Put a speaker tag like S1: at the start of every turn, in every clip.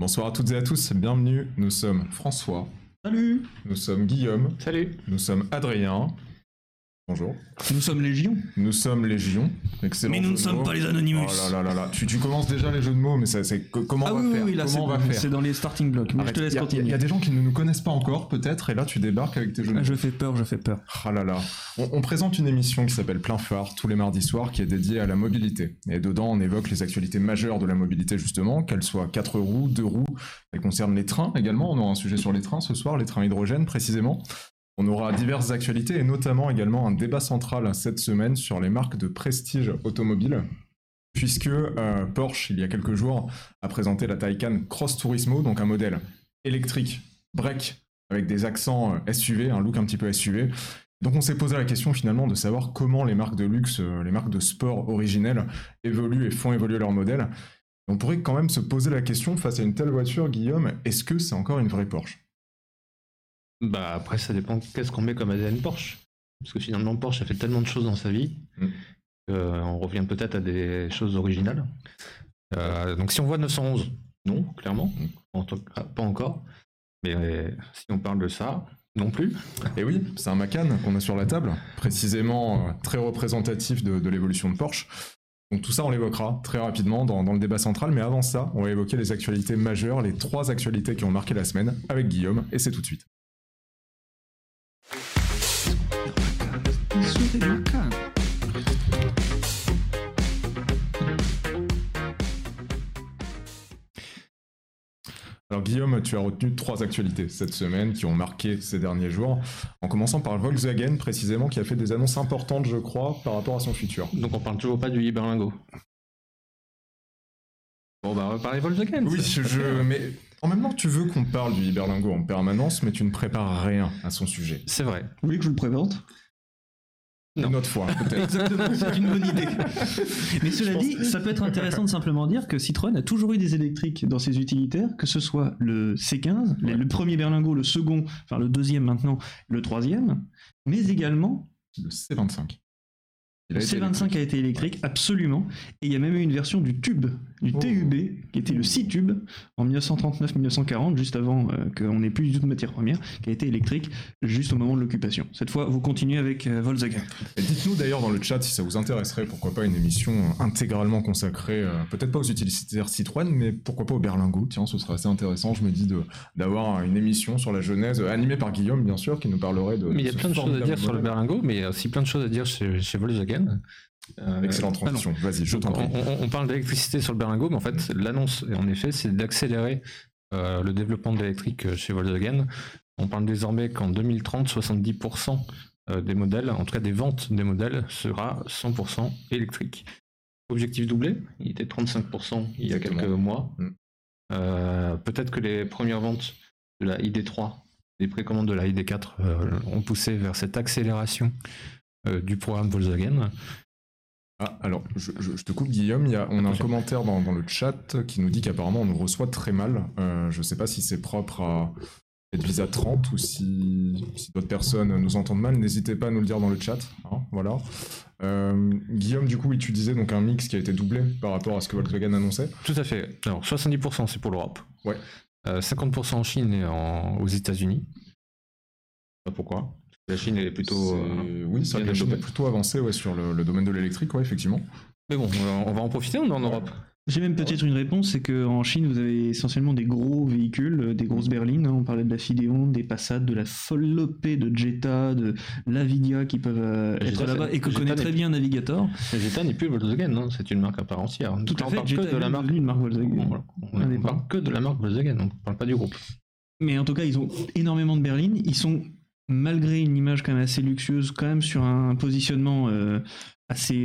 S1: Bonsoir à toutes et à tous, bienvenue. Nous sommes François.
S2: Salut.
S1: Nous sommes Guillaume.
S3: Salut.
S1: Nous sommes Adrien. Bonjour.
S2: Nous sommes Légion.
S1: Nous sommes Légion. Excellent.
S2: Mais nous ne sommes pas les Anonymous.
S1: Oh là là là là. Tu commences déjà les jeux de mots, mais comment on va faire?
S2: Oui, là
S1: comment on va faire?
S2: c'est dans les starting blocks. Mais je te laisse continuer.
S1: Il y a des gens qui ne nous connaissent pas encore, peut-être, et là tu débarques avec tes jeux de mots.
S2: Je fais peur.
S1: Ah là là. On présente une émission qui s'appelle Plein Phare tous les mardis soirs, qui est dédiée à la mobilité. Et dedans, on évoque les actualités majeures de la mobilité, justement, qu'elles soient 4 roues, 2 roues. Elles concernent les trains également. On aura un sujet sur les trains ce soir, les trains hydrogène précisément. On aura diverses actualités et notamment également un débat central cette semaine sur les marques de prestige automobile, puisque Porsche, il y a quelques jours, a présenté la Taycan Cross Turismo, donc un modèle électrique, break, avec des accents SUV, un look un petit peu SUV. Donc on s'est posé la question finalement de savoir comment les marques de luxe, les marques de sport originelles évoluent et font évoluer leur modèle. On pourrait quand même se poser la question face à une telle voiture, Guillaume, est-ce que c'est encore une vraie Porsche ?
S3: Bah après ça dépend qu'est-ce qu'on met comme ADN Porsche. Parce que finalement Porsche a fait tellement de choses dans sa vie qu'on revient peut-être à des choses originales. Donc si on voit 911, non, clairement, pas encore. Mais si on parle de ça, non plus.
S1: Et oui, c'est un Macan qu'on a sur la table, précisément très représentatif de l'évolution de Porsche. Donc tout ça on l'évoquera très rapidement dans le débat central, mais avant ça, on va évoquer les actualités majeures, les 3 actualités qui ont marqué la semaine avec Guillaume, et c'est tout de suite. Alors Guillaume, tu as retenu 3 actualités cette semaine qui ont marqué ces derniers jours, en commençant par Volkswagen précisément qui a fait des annonces importantes je crois par rapport à son futur.
S3: Donc on parle toujours pas du Berlingo. Bon bah on va parler Volkswagen.
S1: Oui, mais en même temps tu veux qu'on parle du Berlingo en permanence mais tu ne prépares rien à son sujet.
S3: C'est vrai.
S2: Vous voulez que je le présente ?
S3: Non.
S1: Une autre fois, peut-être.
S2: Exactement, c'est une bonne idée. Mais cela dit, ça peut être intéressant de simplement dire que Citroën a toujours eu des électriques dans ses utilitaires, que ce soit le C15, le premier Berlingo, le second, enfin le deuxième maintenant, le troisième, mais également
S1: le C25.
S2: Le C25 a été électrique, absolument. Et il y a même eu une version du tube, du TUB, qui était le C-Tube, en 1939-1940, juste avant qu'on n'ait plus du tout de matière première, qui a été électrique juste au moment de l'occupation. Cette fois, vous continuez avec Volkswagen.
S1: Et dites-nous d'ailleurs dans le chat si ça vous intéresserait, pourquoi pas une émission intégralement consacrée, peut-être pas aux utilitaires Citroën, mais pourquoi pas au Berlingo. Tiens, ce serait assez intéressant, je me dis, d'avoir une émission sur la genèse, animée par Guillaume, bien sûr, qui nous parlerait de...
S3: Mais il y a plein de choses à dire sur le Berlingo, mais il y a aussi plein de choses à dire chez Volkswagen.
S1: Excellente transition, vas-y, je t'en prie.
S3: On parle d'électricité sur le Berlingo, mais en fait, l'annonce, en effet, c'est d'accélérer le développement de l'électrique chez Volkswagen. On parle désormais qu'en 2030, 70% des modèles, en tout cas des ventes des modèles, sera 100% électrique. Objectif doublé, il était 35% il y a quelques mois. Peut-être que les premières ventes de la ID3, les précommandes de la ID4 ont poussé vers cette accélération du programme Volkswagen.
S1: Ah, alors, je te coupe Guillaume, on a un commentaire dans le chat qui nous dit qu'apparemment on nous reçoit très mal. Je sais pas si c'est propre à cette Visa 30 ou si d'autres personnes nous entendent mal, n'hésitez pas à nous le dire dans le chat. Hein, voilà. Guillaume, du coup, oui, tu disais donc un mix qui a été doublé par rapport à ce que Volkswagen annonçait.
S3: Tout à fait. Alors 70% c'est pour l'Europe.
S1: Ouais.
S3: 50% en Chine et aux États-Unis. Pas pourquoi. La Chine est plutôt...
S1: oui, c'est vrai que la Chine est plutôt avancée sur le domaine de l'électrique, ouais, effectivement.
S3: Mais bon, on va en profiter, on est en Europe.
S2: J'ai même peut-être une réponse, c'est qu'en Chine, vous avez essentiellement des gros véhicules, des grosses berlines. On parlait de la Fideon, des Passat, de la flopée de Jetta, de l'Avidia qui peuvent être là-bas et que connaît très bien Navigator.
S3: Le Jetta n'est plus Volkswagen, hein, c'est une marque à part entière.
S2: Tout à fait,
S3: on parle
S2: Jetta
S3: que de la marque.
S2: Une marque Volkswagen.
S3: On parle que de la marque Volkswagen, on ne parle pas du groupe.
S2: Mais en tout cas, ils ont énormément de berlines. Ils sont, malgré une image quand même assez luxueuse, quand même sur un positionnement assez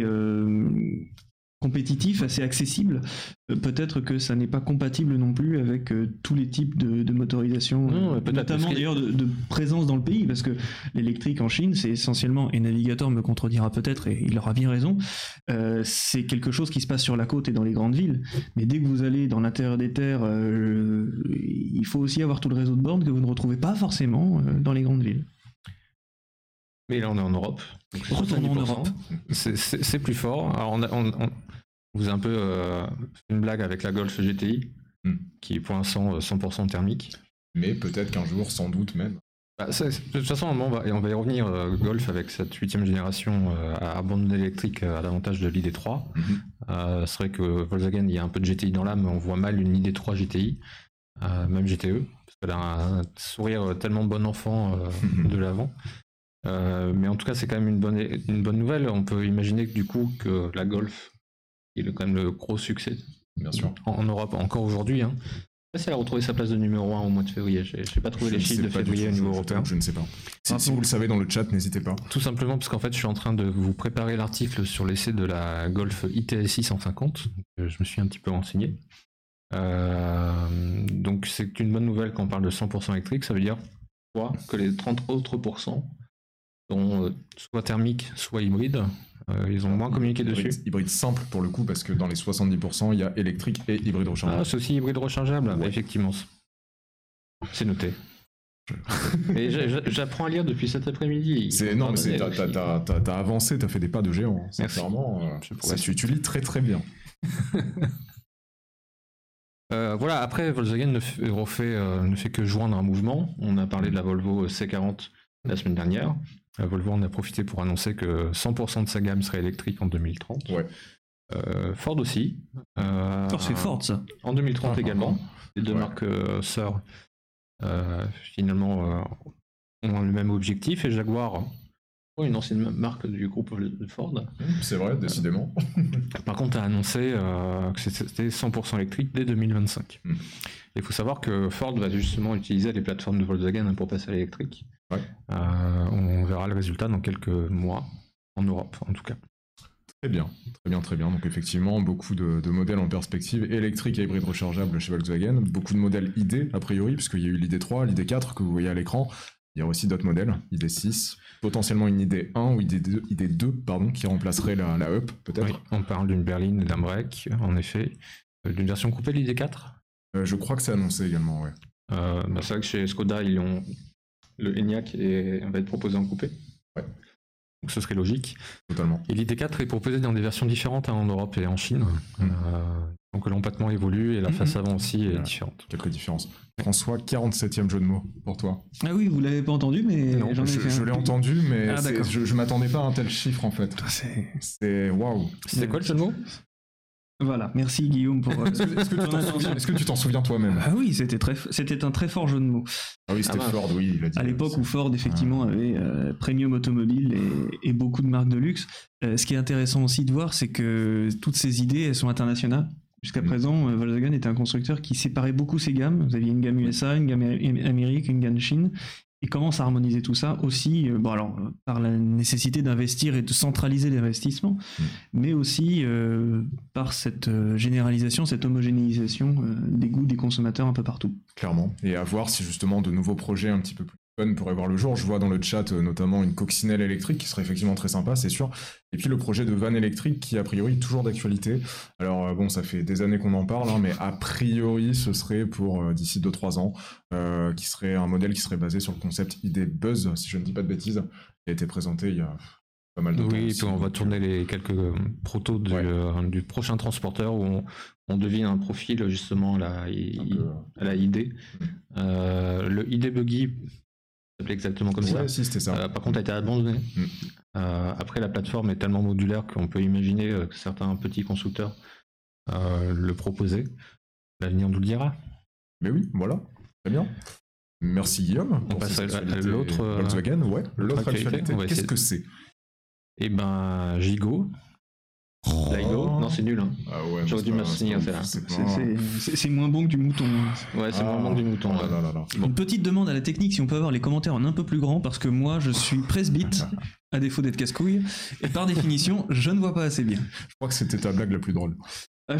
S2: compétitif, assez accessible. Peut-être que ça n'est pas compatible non plus avec tous les types de motorisation, notamment d'ailleurs de présence dans le pays, parce que l'électrique en Chine, c'est essentiellement, et Navigator me contredira peut-être, et il aura bien raison, c'est quelque chose qui se passe sur la côte et dans les grandes villes. Mais dès que vous allez dans l'intérieur des terres, il faut aussi avoir tout le réseau de bornes que vous ne retrouvez pas forcément dans les grandes villes.
S3: Mais là, on est en Europe.
S2: Retournons en Europe.
S3: C'est plus fort. Alors, on vous a un peu fait une blague avec la Golf GTI. qui est pour l'instant 100% thermique.
S1: Mais peut-être qu'un jour, sans doute même.
S3: De toute façon, on va y revenir. Golf avec cette 8e génération à bande électrique à l'avantage de l'ID3. C'est vrai que Volkswagen, il y a un peu de GTI dans l'âme, mais on voit mal une ID3 GTI, même GTE, parce qu'elle a un sourire tellement bon enfant de l'avant. Mais en tout cas, c'est quand même une bonne nouvelle. On peut imaginer que du coup, que la Golf, qui est quand même le gros succès,
S1: bien sûr,
S3: en Europe encore aujourd'hui. Je sais pas si elle a retrouvé sa place de numéro 1 au mois de février. J'ai pas trouvé les chiffres de février au niveau européen.
S1: Je ne sais pas. Si vous le savez dans le chat, n'hésitez pas.
S3: Tout simplement parce qu'en fait, je suis en train de vous préparer l'article sur l'essai de la Golf ITSI 150. Je me suis un petit peu renseigné. Donc c'est une bonne nouvelle quand on parle de 100% électrique. Ça veut dire que les 30 autres pourcents sont soit thermiques, soit hybrides. Ils ont moins communiqué dessus.
S1: Hybride simple pour le coup, parce que dans les 70%, il y a électrique et hybride rechargeable.
S3: Ah, c'est aussi hybride rechargeable,
S1: ouais.
S3: Effectivement. C'est noté. Et j'apprends à lire depuis cet après-midi.
S1: Non, mais t'as avancé, t'as fait des pas de géant. Sincèrement, tu lis très très bien.
S3: Voilà, après, Volkswagen ne fait que joindre un mouvement. On a parlé de la Volvo C40 la semaine dernière. Volvo en a profité pour annoncer que 100% de sa gamme serait électrique en 2030.
S1: Ouais.
S3: Ford aussi.
S2: C'est Ford, ça.
S3: En 2030 également. Les deux marques sœurs, finalement, ont le même objectif. Et Jaguar, une ancienne marque du groupe de Ford.
S1: C'est vrai, décidément.
S3: Par contre, a annoncé que c'était 100% électrique dès 2025. Il faut savoir que Ford va justement utiliser les plateformes de Volkswagen pour passer à l'électrique.
S1: Ouais.
S3: On verra le résultat dans quelques mois, en Europe en tout cas.
S1: Très bien. Donc effectivement, beaucoup de modèles en perspective électrique et hybride rechargeable chez Volkswagen. Beaucoup de modèles ID, a priori, puisqu'il y a eu l'ID3, l'ID4 que vous voyez à l'écran. Il y a aussi d'autres modèles, ID6, potentiellement une ID1 ou ID2 qui remplacerait la Up, peut-être.
S3: Oui, on parle d'une berline, d'un break, en effet. D'une version coupée, l'ID4
S1: je crois que c'est annoncé également, ouais.
S3: C'est vrai que chez Skoda, le Enyaq va être proposé en coupé.
S1: Ouais.
S3: Donc ce serait logique.
S1: Totalement.
S3: Et l'ID4 est proposé dans des versions différentes en Europe et en Chine. Donc l'empattement évolue et la face avant aussi est différente.
S1: Quelques différences. François, 47e jeu de mots pour toi.
S2: Ah oui, vous l'avez pas entendu, mais
S1: non, je l'ai entendu, mais je m'attendais pas à un tel chiffre en fait. C'est waouh.
S3: C'était quoi le jeu de mots ?
S2: Voilà, merci Guillaume pour.
S1: Est-ce que tu t'en souviens toi-même ?
S2: Ah oui, c'était un très fort jeu de mots.
S1: Ah oui, c'était Ford, oui, il a dit.
S2: À l'époque où Ford effectivement avait Premium Automobile et beaucoup de marques de luxe. Ce qui est intéressant aussi de voir, c'est que toutes ces idées, elles sont internationales. Jusqu'à présent, Volkswagen était un constructeur qui séparait beaucoup ses gammes. Vous aviez une gamme USA, une gamme Amérique, une gamme Chine. Et commence à harmoniser tout ça aussi, par la nécessité d'investir et de centraliser l'investissement, mais aussi par cette généralisation, cette homogénéisation des goûts des consommateurs un peu partout.
S1: Clairement. Et à voir si justement de nouveaux projets un petit peu plus fun pourraient voir le jour. Je vois dans le chat notamment une coccinelle électrique qui serait effectivement très sympa, c'est sûr. Et puis le projet de van électrique qui a priori est toujours d'actualité. Alors ça fait des années qu'on en parle, mais a priori ce serait pour d'ici 2-3 ans, qui serait un modèle qui serait basé sur le concept ID Buzz, si je ne dis pas de bêtises, qui a été présenté il y a pas mal de temps.
S3: Oui, puis on va tourner les quelques protos du prochain transporteur où on devine un profil justement à la ID. Le ID Buggy s'appelait exactement comme ça.
S1: Si, c'était ça.
S3: Par contre, a été abandonné. Après, la plateforme est tellement modulaire qu'on peut imaginer que certains petits constructeurs le proposaient. L'avenir nous le dira.
S1: Mais oui, voilà. Très bien. Merci Guillaume.
S3: On passe à l'autre
S1: Volkswagen. L'autre actualité. Qu'est-ce que c'est ?
S3: Eh ben, Gigot. Laigo. Non, c'est nul. Hein.
S1: Ah ouais,
S3: j'aurais dû m'abstenir, celle-là.
S2: C'est moins bon que du mouton.
S3: Ouais, c'est moins bon que du mouton.
S2: Une petite demande à la technique, si on peut avoir les commentaires en un peu plus grand, parce que moi, je suis presbyte, à défaut d'être casse-couille, et par définition, je ne vois pas assez bien.
S1: Je crois que c'était ta blague la plus drôle.
S2: On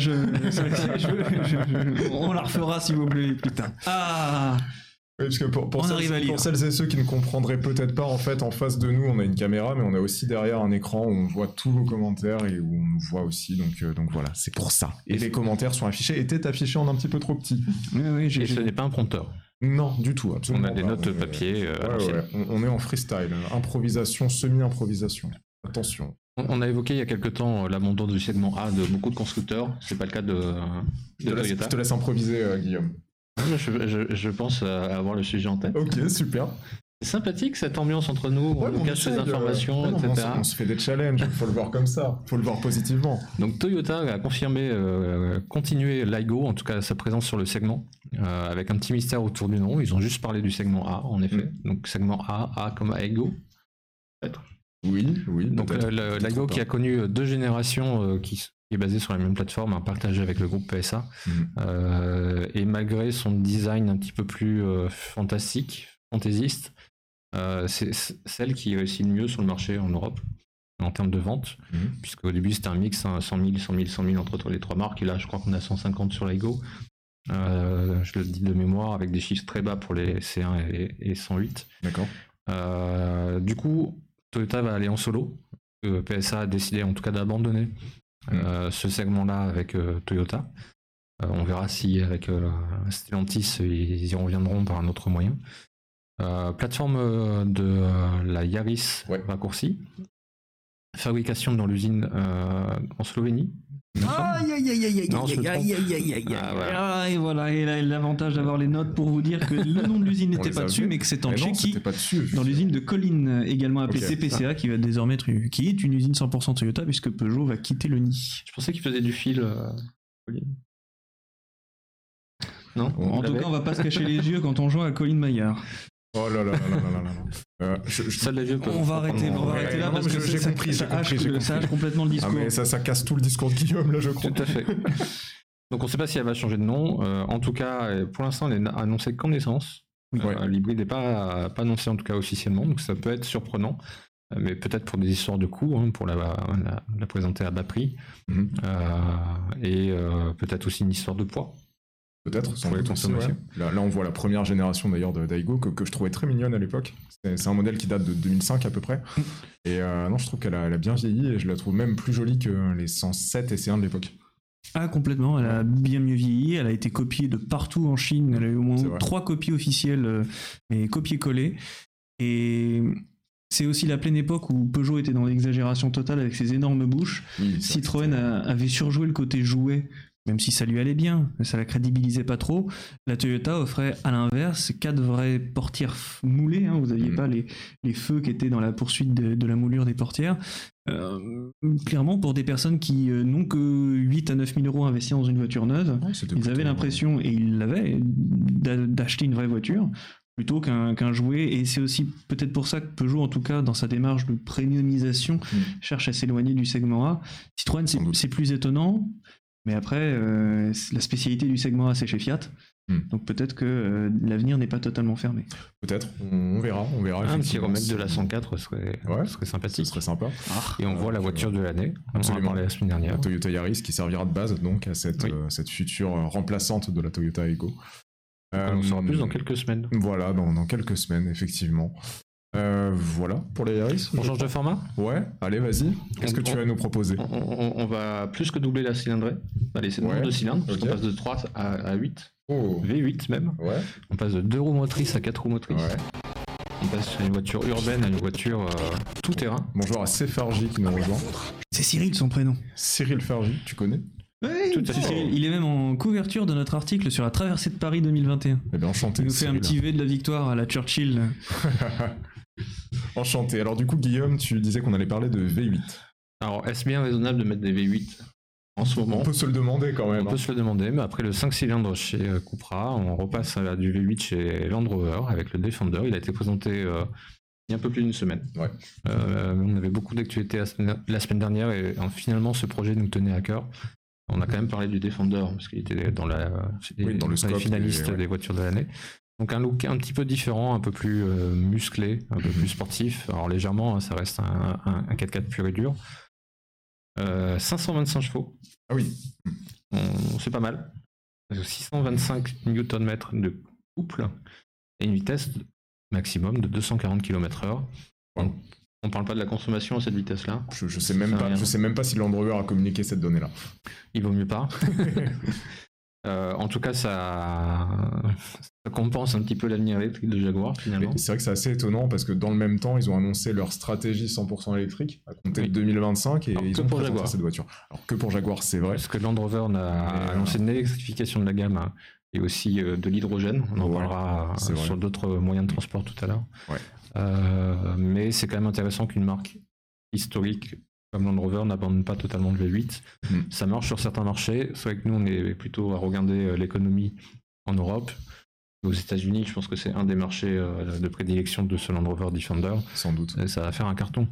S2: la refera, s'il vous plaît, putain.
S1: Oui, parce que pour celles et ceux qui ne comprendraient peut-être pas, en fait, en face de nous, on a une caméra, mais on a aussi derrière un écran où on voit tous vos commentaires et où on nous voit aussi. Donc voilà, c'est pour ça. Et les commentaires étaient affichés en un petit peu trop petit.
S3: Oui, et ce n'est pas un prompteur.
S1: Non, du tout, absolument.
S3: On a des notes papier.
S1: On est en freestyle, improvisation, semi-improvisation. Attention.
S3: On a évoqué il y a quelques temps l'abandon du segment A de beaucoup de constructeurs. C'est pas le cas de Toyota.
S1: Je te laisse improviser, Guillaume.
S3: Je pense avoir le sujet en tête.
S1: Ok, super.
S3: C'est sympathique cette ambiance entre nous, on nous cache ces informations, etc.
S1: On se fait des challenges, il faut le voir comme ça, il faut le voir positivement.
S3: Donc Toyota a confirmé continuer l'Aygo, en tout cas sa présence sur le segment, avec un petit mystère autour du nom. Ils ont juste parlé du segment A, en effet. Donc segment A comme Aygo, peut-être.
S1: Oui.
S3: Donc l'Aygo qui a connu 2 générations qui est basé sur la même plateforme, partagée avec le groupe PSA. Et malgré son design un petit peu plus fantaisiste, c'est celle qui réussit le mieux sur le marché en Europe en termes de vente, puisque au début c'était un mix 100 000, 100 000, 100 000 entre les 3 marques, et là je crois qu'on a 150 sur l'Aygo. Je le dis de mémoire, avec des chiffres très bas pour les C1 et 108.
S1: D'accord.
S3: Du coup, Toyota va aller en solo. PSA a décidé en tout cas d'abandonner ce segment-là avec Toyota. On verra si avec Stellantis ils y reviendront par un autre moyen. Plateforme de la Yaris raccourcie. Fabrication dans l'usine en Slovénie.
S2: Et voilà, et l'avantage d'avoir les notes pour vous dire que le nom de l'usine n'était pas dessus, mais que c'est en Tchéquie, dans l'usine de Kolín, également appelée TPCA, qui va désormais être qui est une usine 100% Toyota, puisque Peugeot va quitter le nid.
S3: Je pensais qu'il faisait du fil, Kolín. Non,
S2: en tout cas, on va pas se cacher les yeux quand on joue à Colin Maillard.
S1: Oh là là là là là.
S2: On va arrêter là parce que
S1: j'ai compris.
S2: Ça hache complètement le discours.
S1: Mais ça casse tout le discours de Guillaume là, je crois.
S3: Tout à fait. Donc on ne sait pas si elle va changer de nom. En tout cas, pour l'instant, elle est annoncée qu'en essence. L'hybride n'est pas annoncé en tout cas officiellement, donc ça peut être surprenant. Mais peut-être pour des histoires de coûts, pour la présenter à bas prix. Et peut-être aussi une histoire de poids.
S1: Peut-être, sans doute aussi, ouais. Là, on voit la première génération d'ailleurs d'Aygo que je trouvais très mignonne à l'époque. C'est un modèle qui date de 2005 à peu près. Et non, je trouve qu'elle a bien vieilli et je la trouve même plus jolie que les 107 et C1 de l'époque.
S2: Ah, complètement, elle a bien mieux vieilli, elle a été copiée de partout en Chine, elle a eu au moins 3 copies officielles, mais copier-coller. Et c'est aussi la pleine époque où Peugeot était dans l'exagération totale avec ses énormes bouches. Citroën avait surjoué le côté jouet, même si ça lui allait bien, ça la crédibilisait pas trop. La Toyota offrait à l'inverse 4 vraies portières moulées, vous n'aviez pas les feux qui étaient dans la poursuite de la moulure des portières. Clairement, pour des personnes qui n'ont que 8 à 9 000 euros investis dans une voiture neuve, ils avaient l'impression, et ils l'avaient, d'acheter une vraie voiture plutôt qu'un jouet. Et c'est aussi peut-être pour ça que Peugeot, en tout cas dans sa démarche de premiumisation, cherche à s'éloigner du segment A. Citroën, c'est plus étonnant. Mais après, la spécialité du segment A, c'est chez Fiat. Donc peut-être que l'avenir n'est pas totalement fermé.
S1: Peut-être, on verra.
S3: Un petit remake de la 104 serait sympathique.
S1: Ce serait sympa.
S3: Et on voit la voiture de l'année. On en a parlé la semaine dernière.
S1: La Toyota Yaris qui servira de base donc à cette future remplaçante de la Toyota Aygo.
S3: On en saura plus dans quelques semaines.
S1: Voilà, dans quelques semaines, effectivement. Voilà pour les Yaris.
S3: On change de format ?
S1: Ouais, allez, vas-y. Qu'est-ce que tu vas nous proposer ?
S3: On va plus que doubler la cylindrée. Allez, c'est le nombre de cylindres, parce qu'on passe de 3 à 8. V8 même. Ouais. On passe de 2 roues motrices à 4 roues motrices. Ouais. On passe d'une voiture urbaine à une voiture tout-terrain.
S1: Bonjour à Cfargy qui nous rejoint.
S2: C'est Cyril son prénom.
S1: Cyril Fergy, tu connais ?
S2: Oui, tout à fait. Il est même en couverture de notre article sur la traversée de Paris 2021.
S1: Eh bien, enchanté.
S2: Il nous fait Cyril. Un petit V de la victoire à la Churchill.
S1: Enchanté. Alors du coup, Guillaume, tu disais qu'on allait parler de V8.
S3: Alors, est-ce bien raisonnable de mettre des V8 en ce moment ?
S1: On peut se le demander quand même.
S3: On peut se le demander, mais après le 5 cylindres chez Cupra, on repasse à du V8 chez Land Rover avec le Defender. Il a été présenté il y a un peu plus d'une semaine. Ouais. On avait beaucoup d'actualités la semaine dernière et finalement ce projet nous tenait à cœur. On a quand même parlé du Defender parce qu'il était dans les finalistes des voitures de l'année. Donc un look un petit peu différent, un peu plus musclé, un peu plus sportif. Alors légèrement, ça reste un 4x4 pur et dur. 525 chevaux.
S1: Ah oui.
S3: C'est pas mal. 625 Nm de couple et une vitesse maximum de 240 km/h. Wow. On parle pas de la consommation à cette vitesse-là.
S1: Je sais même pas si Land Rover a communiqué cette donnée-là.
S3: Il vaut mieux pas. En tout cas, ça compense un petit peu l'avenir électrique de Jaguar finalement.
S1: C'est vrai que c'est assez étonnant parce que dans le même temps, ils ont annoncé leur stratégie 100% électrique à compter de 2025 et
S3: alors,
S1: ils ont
S3: pour
S1: présenté
S3: Jaguar.
S1: Cette voiture. Alors que pour Jaguar, c'est vrai.
S3: Parce que Land Rover a annoncé une électrification de la gamme et aussi de l'hydrogène. On en parlera sur d'autres moyens de transport tout à l'heure.
S1: Ouais.
S3: Mais c'est quand même intéressant qu'une marque historique comme Land Rover n'abandonne pas totalement le V8. Ça marche sur certains marchés. C'est vrai que nous, on est plutôt à regarder l'économie en Europe. Aux États-Unis, je pense que c'est un des marchés de prédilection de ce Land Rover Defender.
S1: Sans doute.
S3: Et ça va faire un carton.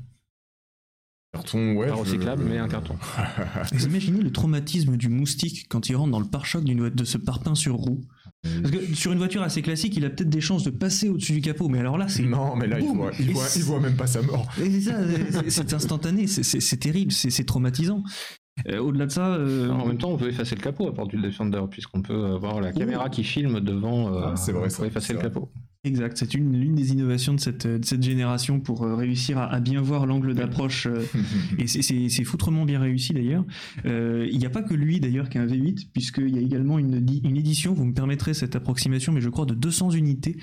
S1: Carton, ouais.
S3: Pas recyclable, mais un carton.
S2: Vous imaginez le traumatisme du moustique quand il rentre dans le pare-choc de ce parpaing sur roue. Parce que sur une voiture assez classique, il a peut-être des chances de passer au-dessus du capot, mais alors là, c'est...
S1: Non, mais là, il voit même pas sa mort.
S2: Et c'est ça, c'est instantané, c'est terrible, c'est traumatisant. Au-delà de ça...
S3: En même temps, on peut effacer le capot à part du Defender, puisqu'on peut avoir la caméra qui filme devant
S1: c'est vrai,
S3: pour effacer le capot.
S2: Exact, c'est l'une des innovations de cette génération pour réussir à bien voir l'angle d'approche, et c'est foutrement bien réussi d'ailleurs. Il n'y a pas que lui d'ailleurs qui a un V8, puisqu'il y a également une édition, vous me permettrez cette approximation, mais je crois de 200 unités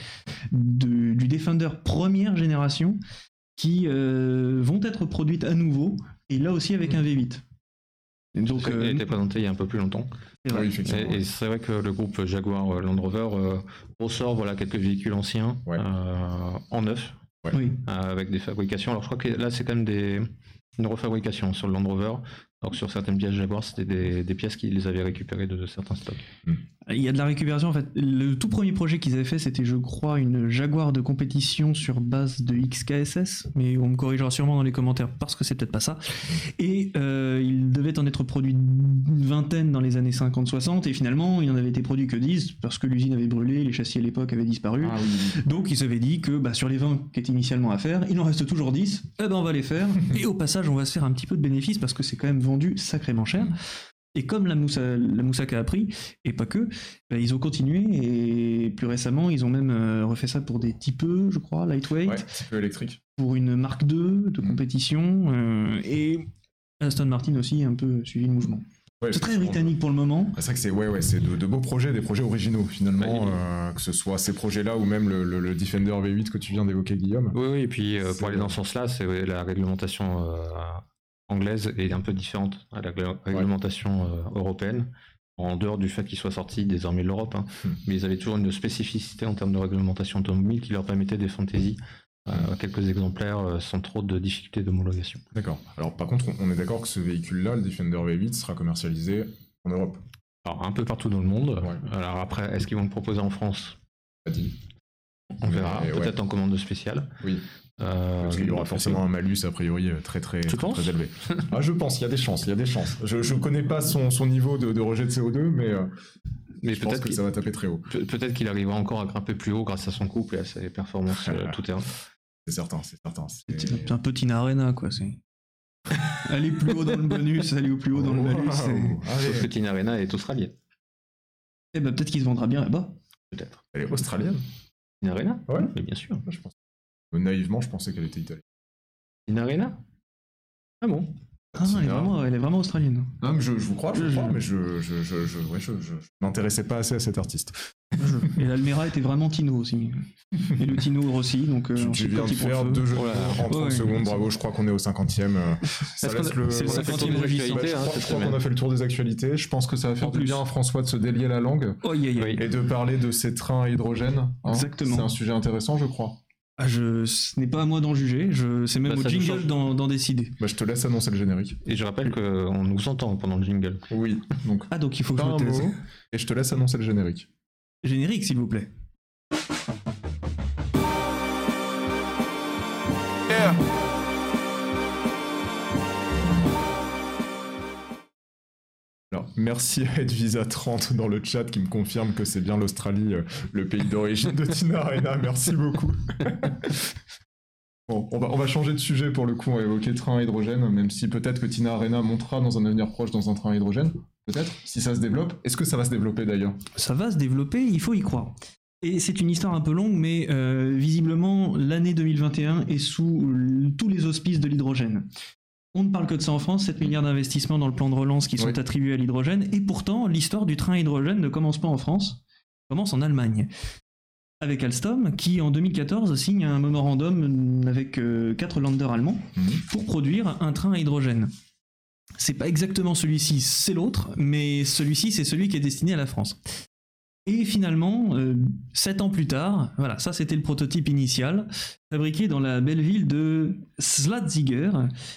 S2: du Defender première génération qui vont être produites à nouveau, et là aussi avec un V8.
S3: Donc, il a été présenté il y a un peu plus longtemps.
S1: Oui, effectivement.
S3: Et c'est vrai que le groupe Jaguar Land Rover ressort quelques véhicules anciens en neuf, avec des fabrications. Alors je crois que là c'est quand même une refabrication sur le Land Rover. Alors que sur certaines pièces Jaguar, c'était des pièces qu'ils avaient récupérées de certains stocks.
S2: Il y a de la récupération en fait. Le tout premier projet qu'ils avaient fait, c'était je crois une Jaguar de compétition sur base de XKSS, mais on me corrigera sûrement dans les commentaires parce que c'est peut-être pas ça. Et il devait en être produit une vingtaine dans les années 50-60 et finalement il n'en avait été produit que 10 parce que l'usine avait brûlé, les châssis à l'époque avaient disparu. Donc ils s'avaient dit que sur les 20 qui étaient initialement à faire, il en reste toujours 10, on va les faire. Et au passage on va se faire un petit peu de bénéfice parce que c'est quand même vendu sacrément cher. Et comme la Moussaka a pris, et pas que, ils ont continué et plus récemment ils ont même refait ça pour des type E, je crois, lightweight.
S1: Ouais, type E électrique. Pour
S2: une Mark II de compétition et Aston Martin aussi a un peu suivi le mouvement. Ouais, c'est très britannique pour le moment.
S1: C'est vrai que c'est de beaux projets, des projets originaux finalement, que ce soit ces projets-là ou même le Defender V8 que tu viens d'évoquer, Guillaume.
S3: Oui, et puis pour aller dans ce sens-là, c'est la réglementation anglaise est un peu différente à la réglementation européenne, en dehors du fait qu'ils soient sortis désormais de l'Europe, mais ils avaient toujours une spécificité en termes de réglementation automobile qui leur permettait des fantaisies, quelques exemplaires sans trop de difficultés d'homologation.
S1: D'accord. Alors par contre, on est d'accord que ce véhicule-là, le Defender V8, sera commercialisé en Europe.
S3: Alors un peu partout dans le monde. Ouais. Alors après, est-ce qu'ils vont le proposer en France ?
S1: Pas dit.
S3: On verra, peut-être en commande spéciale.
S1: Oui. Parce qu'il y aura forcément un malus a priori très élevé. Je pense, il y a des chances. Je connais pas son niveau de rejet de CO2, mais je pense que ça va taper très haut.
S3: Peut-être qu'il arrivera encore à grimper plus haut grâce à son couple et à ses performances tout terrain.
S1: C'est certain.
S2: C'est un peu Tina Arena, quoi. Aller plus haut dans le bonus, aller au plus haut dans le malus.
S3: Sauf que Tina Arena est australienne.
S2: Peut-être qu'il se vendra bien là-bas.
S1: Peut-être. Elle est australienne.
S3: Tina Arena ?
S1: Ouais.
S3: Mais bien sûr.
S1: Je pense. Naïvement, je pensais qu'elle était italienne.
S3: Tina Arena ? Ah bon ?
S2: Elle est vraiment australienne.
S1: Non, mais je vous crois, mais je m'intéressais pas assez à cet artiste.
S2: Et l'Almera était vraiment Tino aussi. Et le Tino Rossi, donc...
S1: tu viens de faire 2 jeux en 30 secondes, bravo, je crois qu'on est au 50e.
S2: C'est le 50e régissant.
S1: Je crois qu'on a fait le tour des actualités. Je pense que ça va faire du bien à François de se délier la langue et de parler de ces trains à hydrogène.
S2: Exactement.
S1: C'est un sujet intéressant, je crois.
S2: Ce n'est pas à moi d'en juger, c'est même au jingle d'en décider.
S1: Je te laisse annoncer le générique.
S3: Et je rappelle qu'on nous entend pendant le jingle.
S1: Oui. Donc
S2: il faut que je me taise.
S1: Et je te laisse annoncer le générique.
S2: Générique, s'il vous plaît.
S4: Yeah.
S1: Alors, merci à Edvisa30 dans le chat qui me confirme que c'est bien l'Australie, le pays d'origine de Tina Arena. Merci beaucoup. Bon, on va changer de sujet pour le coup, on va évoquer train à hydrogène, même si peut-être que Tina Arena montera dans un avenir proche dans un train à hydrogène. Peut-être, si ça se développe. Est-ce que ça va se développer d'ailleurs ?
S2: Ça va se développer, il faut y croire. Et c'est une histoire un peu longue, mais visiblement, l'année 2021 est sous tous les auspices de l'hydrogène. On ne parle que de ça en France, 7 milliards d'investissements dans le plan de relance qui sont attribués à l'hydrogène, et pourtant, l'histoire du train à hydrogène ne commence pas en France, elle commence en Allemagne. avec Alstom, qui en 2014 signe un mémorandum avec 4 Länder allemands pour produire un train à hydrogène. C'est pas exactement celui-ci, c'est l'autre, mais celui-ci, c'est celui qui est destiné à la France. Et finalement, 7 ans plus tard, voilà, ça c'était le prototype initial, fabriqué dans la belle ville de Salzgitter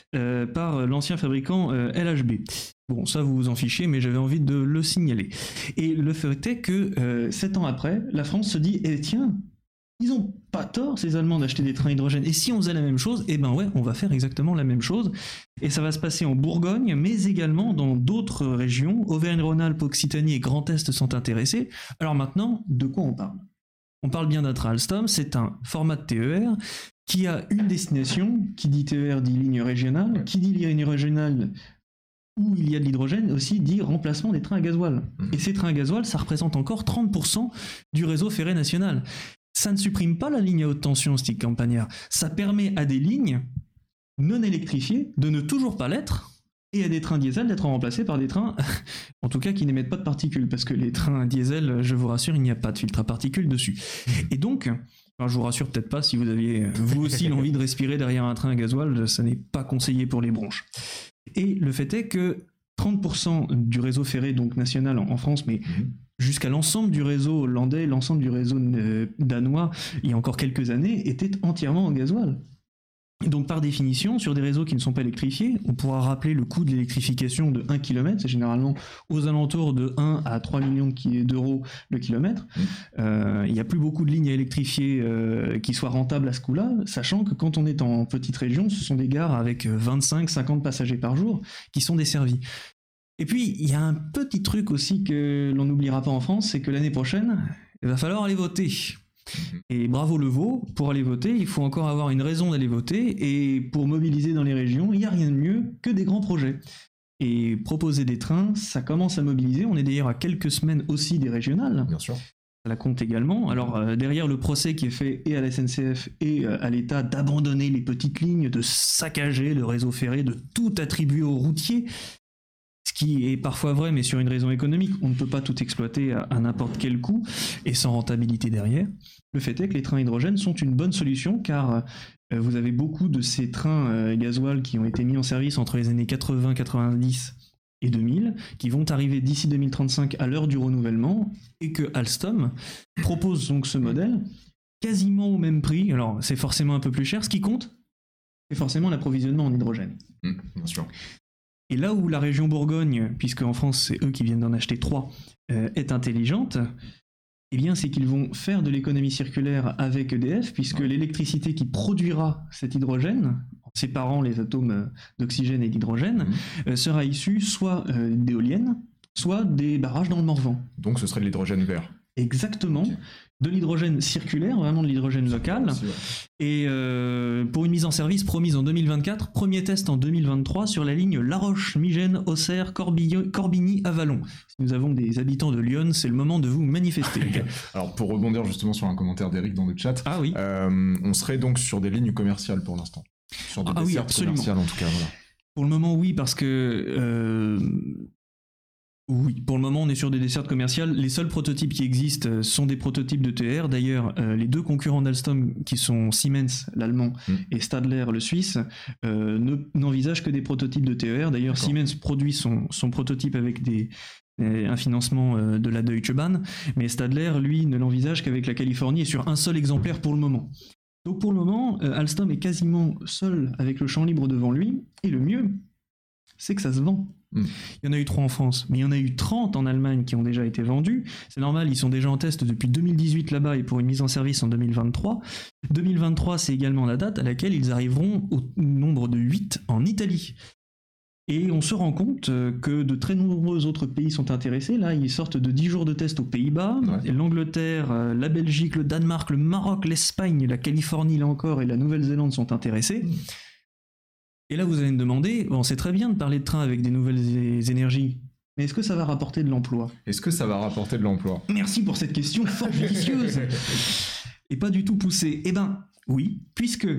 S2: par l'ancien fabricant LHB. Bon, ça vous vous en fichez, mais j'avais envie de le signaler. Et le fait est que 7 ans après, la France se dit, tiens, ils ont pas tort ces Allemands d'acheter des trains hydrogène. Et si on faisait la même chose, eh ben ouais, on va faire exactement la même chose. Et ça va se passer en Bourgogne, mais également dans d'autres régions. Auvergne-Rhône-Alpes, Occitanie et Grand Est sont intéressés. Alors maintenant, de quoi on parle ? On parle bien d'un train Alstom, c'est un format de TER qui a une destination. Qui dit TER dit ligne régionale. Qui dit ligne régionale où il y a de l'hydrogène, aussi dit remplacement des trains à gasoil. Et ces trains à gasoil, ça représente encore 30% du réseau ferré national. Ça ne supprime pas la ligne à haute tension, Stick Campagnard. Ça permet à des lignes non électrifiées de ne toujours pas l'être, et à des trains diesel d'être remplacés par des trains, en tout cas, qui n'émettent pas de particules, parce que les trains diesel, je vous rassure, il n'y a pas de filtre à particules dessus. Et donc, alors je vous rassure peut-être pas, si vous aviez vous aussi l'envie de respirer derrière un train à gasoil, ça n'est pas conseillé pour les bronches. Et le fait est que 30% du réseau ferré donc national en France, mais jusqu'à l'ensemble du réseau hollandais, l'ensemble du réseau danois, il y a encore quelques années, était entièrement en gasoil. Donc par définition, sur des réseaux qui ne sont pas électrifiés, on pourra rappeler le coût de l'électrification de 1 km, c'est généralement aux alentours de 1 à 3 millions d'euros le kilomètre. Il n'y a plus beaucoup de lignes à électrifier qui soient rentables à ce coût-là, sachant que quand on est en petite région, ce sont des gares avec 25-50 passagers par jour qui sont desservies. Et puis, il y a un petit truc aussi que l'on n'oubliera pas en France, c'est que l'année prochaine, il va falloir aller voter. Et bravo le veau, pour aller voter, il faut encore avoir une raison d'aller voter, et pour mobiliser dans les régions, il n'y a rien de mieux que des grands projets. Et proposer des trains, ça commence à mobiliser, on est d'ailleurs à quelques semaines aussi des régionales.
S1: Bien sûr.
S2: Ça la compte également. Alors derrière le procès qui est fait et à la SNCF et à l'État d'abandonner les petites lignes, de saccager le réseau ferré, de tout attribuer aux routiers, ce qui est parfois vrai, mais sur une raison économique, on ne peut pas tout exploiter à n'importe quel coût et sans rentabilité derrière. Le fait est que les trains hydrogène sont une bonne solution, car vous avez beaucoup de ces trains gasoil qui ont été mis en service entre les années 80, 90 et 2000, qui vont arriver d'ici 2035 à l'heure du renouvellement, et que Alstom propose donc ce modèle quasiment au même prix. Alors c'est forcément un peu plus cher, ce qui compte, c'est forcément l'approvisionnement en hydrogène.
S1: Bien sûr.
S2: Et là où la région Bourgogne, puisque en France c'est eux qui viennent d'en acheter 3, est intelligente, eh bien c'est qu'ils vont faire de l'économie circulaire avec EDF, puisque l'électricité qui produira cet hydrogène, en séparant les atomes d'oxygène et d'hydrogène, sera issue soit d'éoliennes, soit des barrages dans le Morvan.
S1: Donc ce serait de l'hydrogène vert.
S2: Exactement. Okay. De l'hydrogène circulaire, vraiment de l'hydrogène local. Et pour une mise en service promise en 2024, premier test en 2023 sur la ligne La Roche-Migène, Auxerre, Corbigny-Avallon. Si nous avons des habitants de Lyon, c'est le moment de vous manifester.
S1: Alors pour rebondir justement sur un commentaire d'Eric dans le chat, on serait donc sur des lignes commerciales pour l'instant. Sur des dessertes commerciales en tout cas. Voilà.
S2: Pour le moment oui, parce que... Oui, pour le moment on est sur des dessertes commerciales. Les seuls prototypes qui existent sont des prototypes de TER. D'ailleurs, les deux concurrents d'Alstom, qui sont Siemens, l'allemand, et Stadler, le suisse, n'envisagent que des prototypes de TER. D'ailleurs, d'accord. Siemens produit son prototype avec un financement de la Deutsche Bahn, mais Stadler, lui, ne l'envisage qu'avec la Californie et sur un seul exemplaire pour le moment. Donc pour le moment, Alstom est quasiment seul avec le champ libre devant lui, et le mieux, c'est que ça se vend. Il y en a eu 3 en France, mais il y en a eu 30 en Allemagne qui ont déjà été vendus. C'est normal, ils sont déjà en test depuis 2018 là-bas et pour une mise en service en 2023. 2023, c'est également la date à laquelle ils arriveront au nombre de 8 en Italie. Et on se rend compte que de très nombreux autres pays sont intéressés. Là, ils sortent de 10 jours de test aux Pays-Bas, l'Angleterre, la Belgique, le Danemark, le Maroc, l'Espagne, la Californie, là encore, et la Nouvelle-Zélande sont intéressés. Et là, vous allez me demander, bon, c'est très bien de parler de train avec des nouvelles énergies, mais est-ce que ça va rapporter de l'emploi ?
S1: Est-ce que ça va rapporter de l'emploi ?
S2: Merci pour cette question fort judicieuse et pas du tout poussée. Eh ben, oui, puisque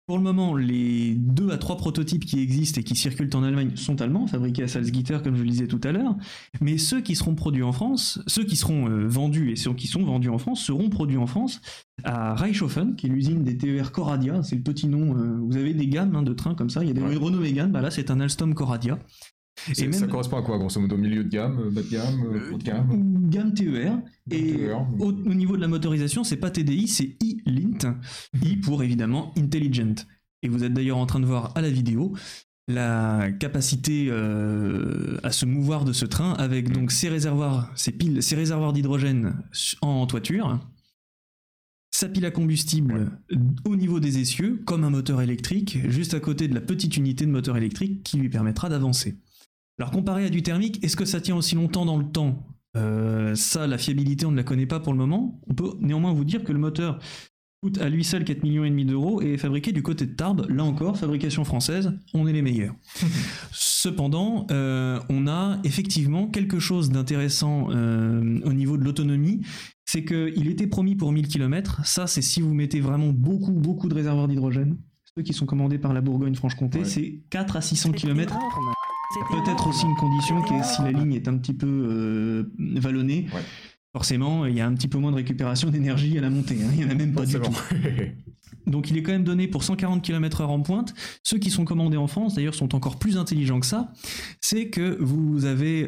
S2: Pour le moment, les 2 à 3 prototypes qui existent et qui circulent en Allemagne sont allemands, fabriqués à Salzgitter, comme je le disais tout à l'heure. Mais ceux qui seront produits en France, ceux qui seront vendus et ceux qui sont vendus en France, seront produits en France à Reichshofen, qui est l'usine des TER Coradia. C'est le petit nom. Vous avez des gammes de trains comme ça. Il y a des Renault Mégane. Là, c'est un Alstom Coradia.
S1: Et ça correspond à quoi, grosso modo? Milieu de gamme, bas de gamme, haut de gamme?
S2: Gamme TER. Au niveau de la motorisation, c'est pas TDI, c'est e-Lint. I pour évidemment Intelligent. Et vous êtes d'ailleurs en train de voir à la vidéo la capacité à se mouvoir de ce train avec donc ces réservoirs d'hydrogène en toiture, sa pile à combustible au niveau des essieux, comme un moteur électrique, juste à côté de la petite unité de moteur électrique qui lui permettra d'avancer. Alors comparé à du thermique, est-ce que ça tient aussi longtemps dans le temps ? Ça, la fiabilité, on ne la connaît pas pour le moment. On peut néanmoins vous dire que le moteur coûte à lui seul 4,5 millions et est fabriqué du côté de Tarbes. Là encore, fabrication française, on est les meilleurs. Cependant, on a effectivement quelque chose d'intéressant au niveau de l'autonomie. C'est qu'il était promis pour 1000 km. Ça, c'est si vous mettez vraiment beaucoup de réservoirs d'hydrogène. Ceux qui sont commandés par la Bourgogne-Franche-Comté, c'est 4 à 600 km. Peut-être aussi une condition qui est si la ligne est un petit peu vallonnée. Ouais. Forcément, il y a un petit peu moins de récupération d'énergie à la montée. Il n'y en a même pas du tout. Donc il est quand même donné pour 140 km/h en pointe. Ceux qui sont commandés en France, d'ailleurs, sont encore plus intelligents que ça. C'est que vous avez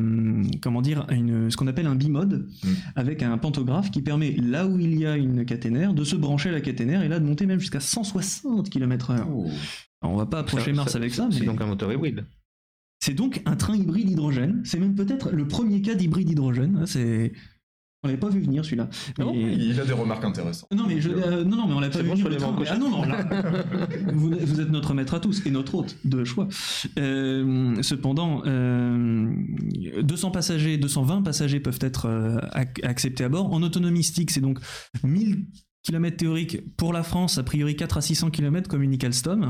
S2: ce qu'on appelle un bimode, avec un pantographe qui permet, là où il y a une caténaire, de se brancher à la caténaire et là de monter même jusqu'à 160 km/h. Oh. Alors, on va pas approcher Mars avec ça.
S3: C'est donc un moteur hybride.
S2: C'est donc un train hybride hydrogène. C'est même peut-être le premier cas d'hybride hydrogène. On l'avait pas vu venir celui-là.
S1: Non, il a des remarques intéressantes.
S2: Non mais mais on l'a pas vu venir. Vous êtes notre maître à tous et notre hôte de choix. Cependant, 220 passagers peuvent être acceptés à bord. En autonomie stick, c'est donc 1000 km théoriques pour la France, a priori 4 à 600 km communique Alstom.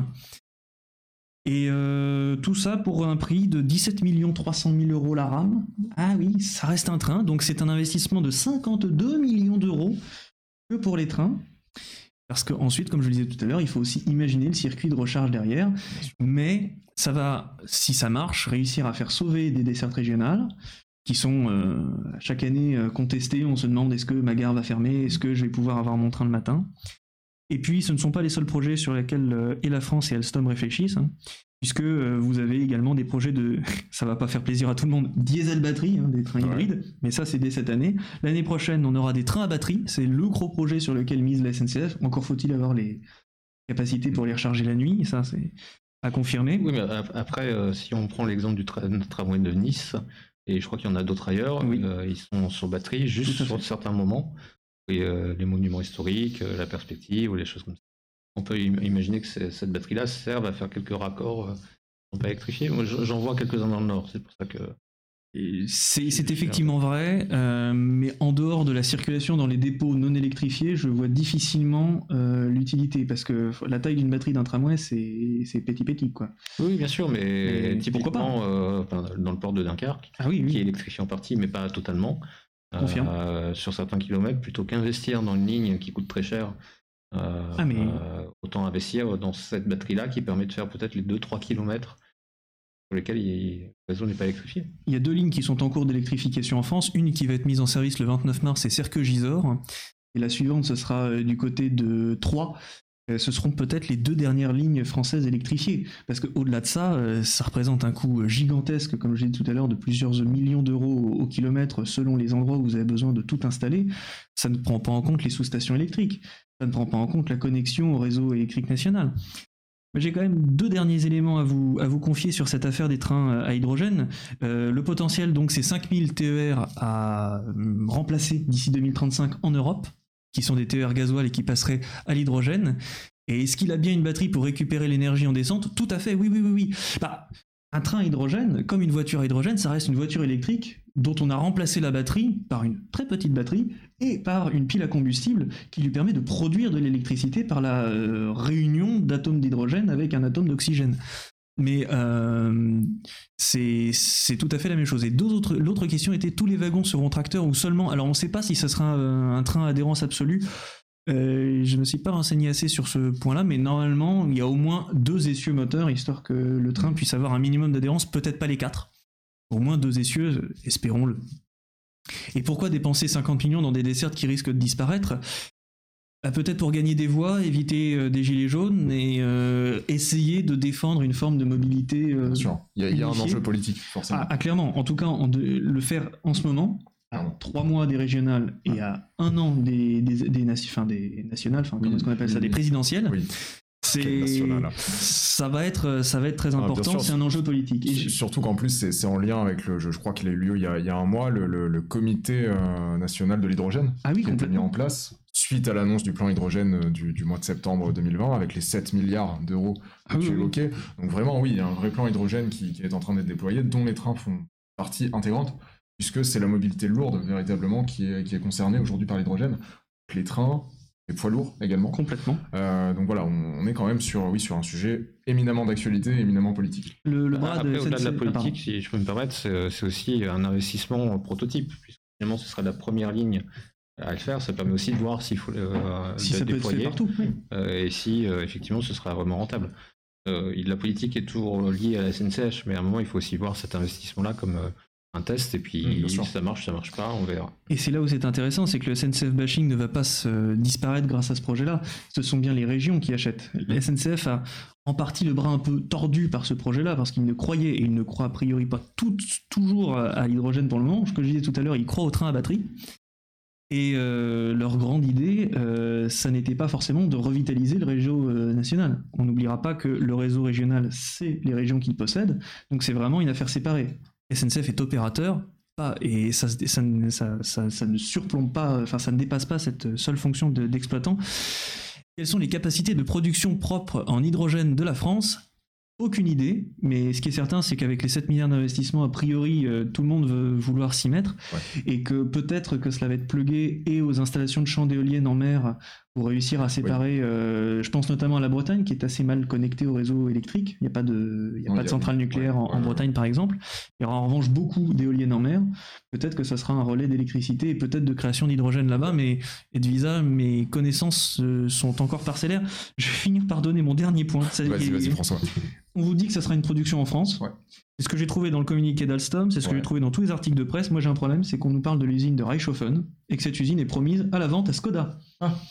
S2: Et tout ça pour un prix de 17 300 000 euros la rame. Ah oui, ça reste un train, donc c'est un investissement de 52 millions d'euros que pour les trains. Parce qu'ensuite, comme je le disais tout à l'heure, il faut aussi imaginer le circuit de recharge derrière. Mais ça va, si ça marche, réussir à faire sauver des dessertes régionales qui sont chaque année contestées. On se demande est-ce que ma gare va fermer, est-ce que je vais pouvoir avoir mon train le matin. Et puis, ce ne sont pas les seuls projets sur lesquels et la France et Alstom réfléchissent, puisque vous avez également des projets de, ça va pas faire plaisir à tout le monde, diesel batterie, des trains hybrides, mais ça c'est dès cette année. L'année prochaine, on aura des trains à batterie, c'est le gros projet sur lequel mise la SNCF. Encore faut-il avoir les capacités pour les recharger la nuit, et ça c'est à confirmer.
S3: Oui, mais après, si on prend l'exemple du tramway de Nice, et je crois qu'il y en a d'autres ailleurs, ils sont sur batterie juste sur certains moments. Et, les monuments historiques, la perspective ou les choses comme ça. On peut imaginer que cette batterie-là serve à faire quelques raccords qui ne sont pas électrifiés. Moi, j'en vois quelques-uns dans le Nord, c'est pour ça que...
S2: C'est effectivement vrai, mais en dehors de la circulation dans les dépôts non électrifiés, je vois difficilement l'utilité, parce que la taille d'une batterie d'un tramway, c'est petit, quoi.
S3: Oui, bien sûr, mais typiquement dans le port de Dunkerque, qui est électrifié en partie, mais pas totalement, sur certains kilomètres, plutôt qu'investir dans une ligne qui coûte très cher, autant investir dans cette batterie-là qui permet de faire peut-être les 2-3 kilomètres sur lesquels le réseau n'est pas électrifié.
S2: Il y a 2 lignes qui sont en cours d'électrification en France, une qui va être mise en service le 29 mars, c'est Serqueux-Gisors, et la suivante ce sera du côté de Troyes. Ce seront peut-être les 2 dernières lignes françaises électrifiées, parce qu'au-delà de ça, ça représente un coût gigantesque, comme je l'ai dit tout à l'heure, de plusieurs millions d'euros au kilomètre selon les endroits où vous avez besoin de tout installer. Ça ne prend pas en compte les sous-stations électriques, ça ne prend pas en compte la connexion au réseau électrique national. Mais j'ai quand même 2 derniers éléments à vous confier sur cette affaire des trains à hydrogène. Le potentiel, donc, c'est 5000 TER à remplacer d'ici 2035 en Europe, qui sont des TER gasoil et qui passeraient à l'hydrogène. Et est-ce qu'il a bien une batterie pour récupérer l'énergie en descente ? Tout à fait, oui. Un train à hydrogène, comme une voiture à hydrogène, ça reste une voiture électrique dont on a remplacé la batterie par une très petite batterie et par une pile à combustible qui lui permet de produire de l'électricité par la réunion d'atomes d'hydrogène avec un atome d'oxygène. Mais c'est tout à fait la même chose. Et l'autre question était, tous les wagons seront tracteurs ou seulement... Alors on ne sait pas si ce sera un train à adhérence absolue. Je ne me suis pas renseigné assez sur ce point-là, mais normalement, il y a au moins 2 essieux moteurs, histoire que le train puisse avoir un minimum d'adhérence, peut-être pas les 4. Au moins 2 essieux, espérons-le. Et pourquoi dépenser 50 millions dans des dessertes qui risquent de disparaître ? Peut-être pour gagner des voix, éviter des gilets jaunes et essayer de défendre une forme de mobilité.
S1: Bien sûr, il y a un enjeu politique, forcément.
S2: Clairement, en tout cas, le faire en ce moment, à 3 mois des régionales et à 1 an des nationales, comment est-ce qu'on appelle ça, des présidentielles.
S1: Oui.
S2: Ça va être très important, sûr, c'est un enjeu politique. Et
S1: surtout qu'en plus, c'est en lien avec je crois qu'il a eu lieu il y a un mois, le comité national de l'hydrogène
S2: qui a
S1: été mis en place suite à l'annonce du plan hydrogène du mois de septembre 2020 avec les 7 milliards d'euros que tu évoquais. Donc vraiment, oui, il y a un vrai plan hydrogène qui est en train d'être déployé, dont les trains font partie intégrante, puisque c'est la mobilité lourde, véritablement, qui est concernée aujourd'hui par l'hydrogène. Les trains, les poids lourds également.
S2: Complètement.
S1: Donc voilà, on est quand même sur un sujet éminemment d'actualité, éminemment politique.
S3: Le bras au-delà de la politique, si je peux me permettre, c'est aussi un investissement prototype, puisque finalement ce sera la première ligne à le faire. Ça permet aussi de voir s'il faut
S2: si ça peut être fait partout.
S3: Et si effectivement ce sera vraiment rentable. La politique est toujours liée à la SNCF, mais à un moment il faut aussi voir cet investissement-là comme un test, et puis si ça marche pas, on verra.
S2: Et c'est là où c'est intéressant, c'est que le SNCF bashing ne va pas disparaître grâce à ce projet-là. Ce sont bien les régions qui achètent. La SNCF a en partie le bras un peu tordu par ce projet-là, parce qu'ils ne croyaient, et ils ne croient a priori pas toujours à l'hydrogène pour le moment. Ce que je disais tout à l'heure, ils croient au train à batterie. Et leur grande idée, ça n'était pas forcément de revitaliser le réseau national. On n'oubliera pas que le réseau régional, c'est les régions qui le possèdent, donc c'est vraiment une affaire séparée. SNCF est opérateur, et ça ne surplombe pas, ça ne dépasse pas cette seule fonction d'exploitant. Quelles sont les capacités de production propres en hydrogène de la France ? Aucune idée, mais ce qui est certain, c'est qu'avec les 7 milliards d'investissements, a priori, tout le monde veut vouloir s'y mettre, et que peut-être que cela va être plugué et aux installations de champs d'éoliennes en mer pour réussir à séparer, je pense notamment à la Bretagne, qui est assez mal connectée au réseau électrique. Il n'y a pas de centrale nucléaire en Bretagne, par exemple. Il y aura en revanche beaucoup d'éoliennes en mer. Peut-être que ça sera un relais d'électricité et peut-être de création d'hydrogène là-bas, mais Edvisa, mes connaissances sont encore parcellaires. Je vais finir par donner mon dernier point.
S1: Vas-y, François.
S2: On vous dit que ça sera une production en France.
S1: Ouais.
S2: C'est ce que j'ai trouvé dans le communiqué d'Alstom, c'est ce que j'ai trouvé dans tous les articles de presse. Moi j'ai un problème, c'est qu'on nous parle de l'usine de Reichshofen et que cette usine est promise à la vente à Skoda.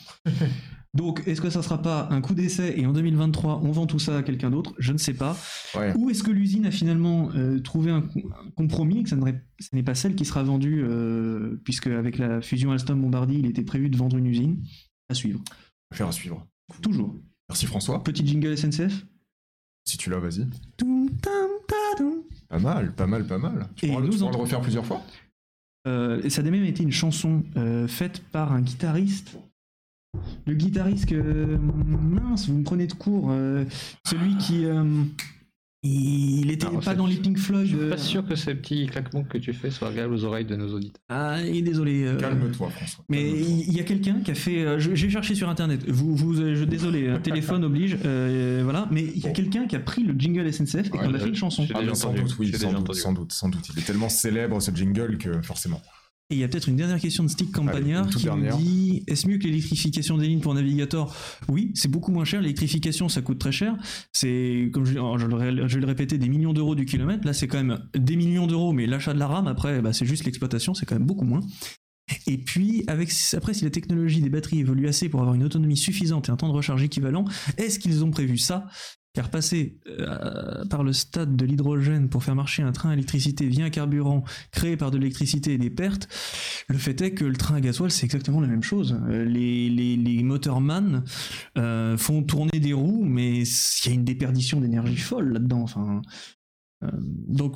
S2: Donc est-ce que ça sera pas un coup d'essai et en 2023 on vend tout ça à quelqu'un d'autre ? Je ne sais pas. Ou est-ce que l'usine a finalement trouvé un compromis et que ça n'est pas celle qui sera vendue, puisque avec la fusion Alstom-Bombardier il était prévu de vendre une usine ? À suivre.
S1: Affaire à suivre.
S2: Toujours.
S1: Merci François.
S2: Petit jingle SNCF ?
S1: Si tu l'as, vas-y. Pas mal. Tu pourras le refaire plusieurs fois.
S2: Ça a même été une chanson faite par un guitariste. Le guitariste mince, vous me prenez de court. Celui qui... il était pas dans les Pink Floyd.
S3: Je suis pas sûr que ces petits claquements que tu fais soient agréables aux oreilles de nos auditeurs.
S2: Désolé.
S1: Calme-toi, François.
S2: Mais il y a quelqu'un qui a fait. J'ai cherché sur internet. Désolé, téléphone oblige. Voilà. Mais il y a quelqu'un qui a pris le jingle SNCF et qui en a fait une chanson.
S1: Sans doute. Il est tellement célèbre ce jingle que forcément.
S2: Et il y a peut-être une dernière question de Stick Campagnard qui nous dit: est-ce mieux que l'électrification des lignes pour Navigator ? Oui, c'est beaucoup moins cher. L'électrification, ça coûte très cher. C'est, comme je vais le répéter, des millions d'euros du kilomètre. Là, c'est quand même des millions d'euros, mais l'achat de la rame, après, c'est juste l'exploitation, c'est quand même beaucoup moins. Et puis, après, si la technologie des batteries évolue assez pour avoir une autonomie suffisante et un temps de recharge équivalent, est-ce qu'ils ont prévu ça ? Car passer par le stade de l'hydrogène pour faire marcher un train à électricité via un carburant créé par de l'électricité et des pertes, le fait est que le train à gasoil, c'est exactement la même chose. Les moteurs MAN font tourner des roues, mais il y a une déperdition d'énergie folle là-dedans. Donc,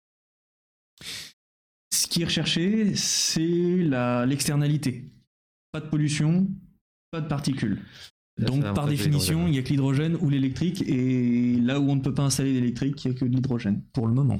S2: ce qui est recherché, c'est l'externalité. Pas de pollution, pas de particules. Donc par définition, il n'y a que l'hydrogène ou l'électrique, et là où on ne peut pas installer l'électrique, il n'y a que de l'hydrogène, pour le moment.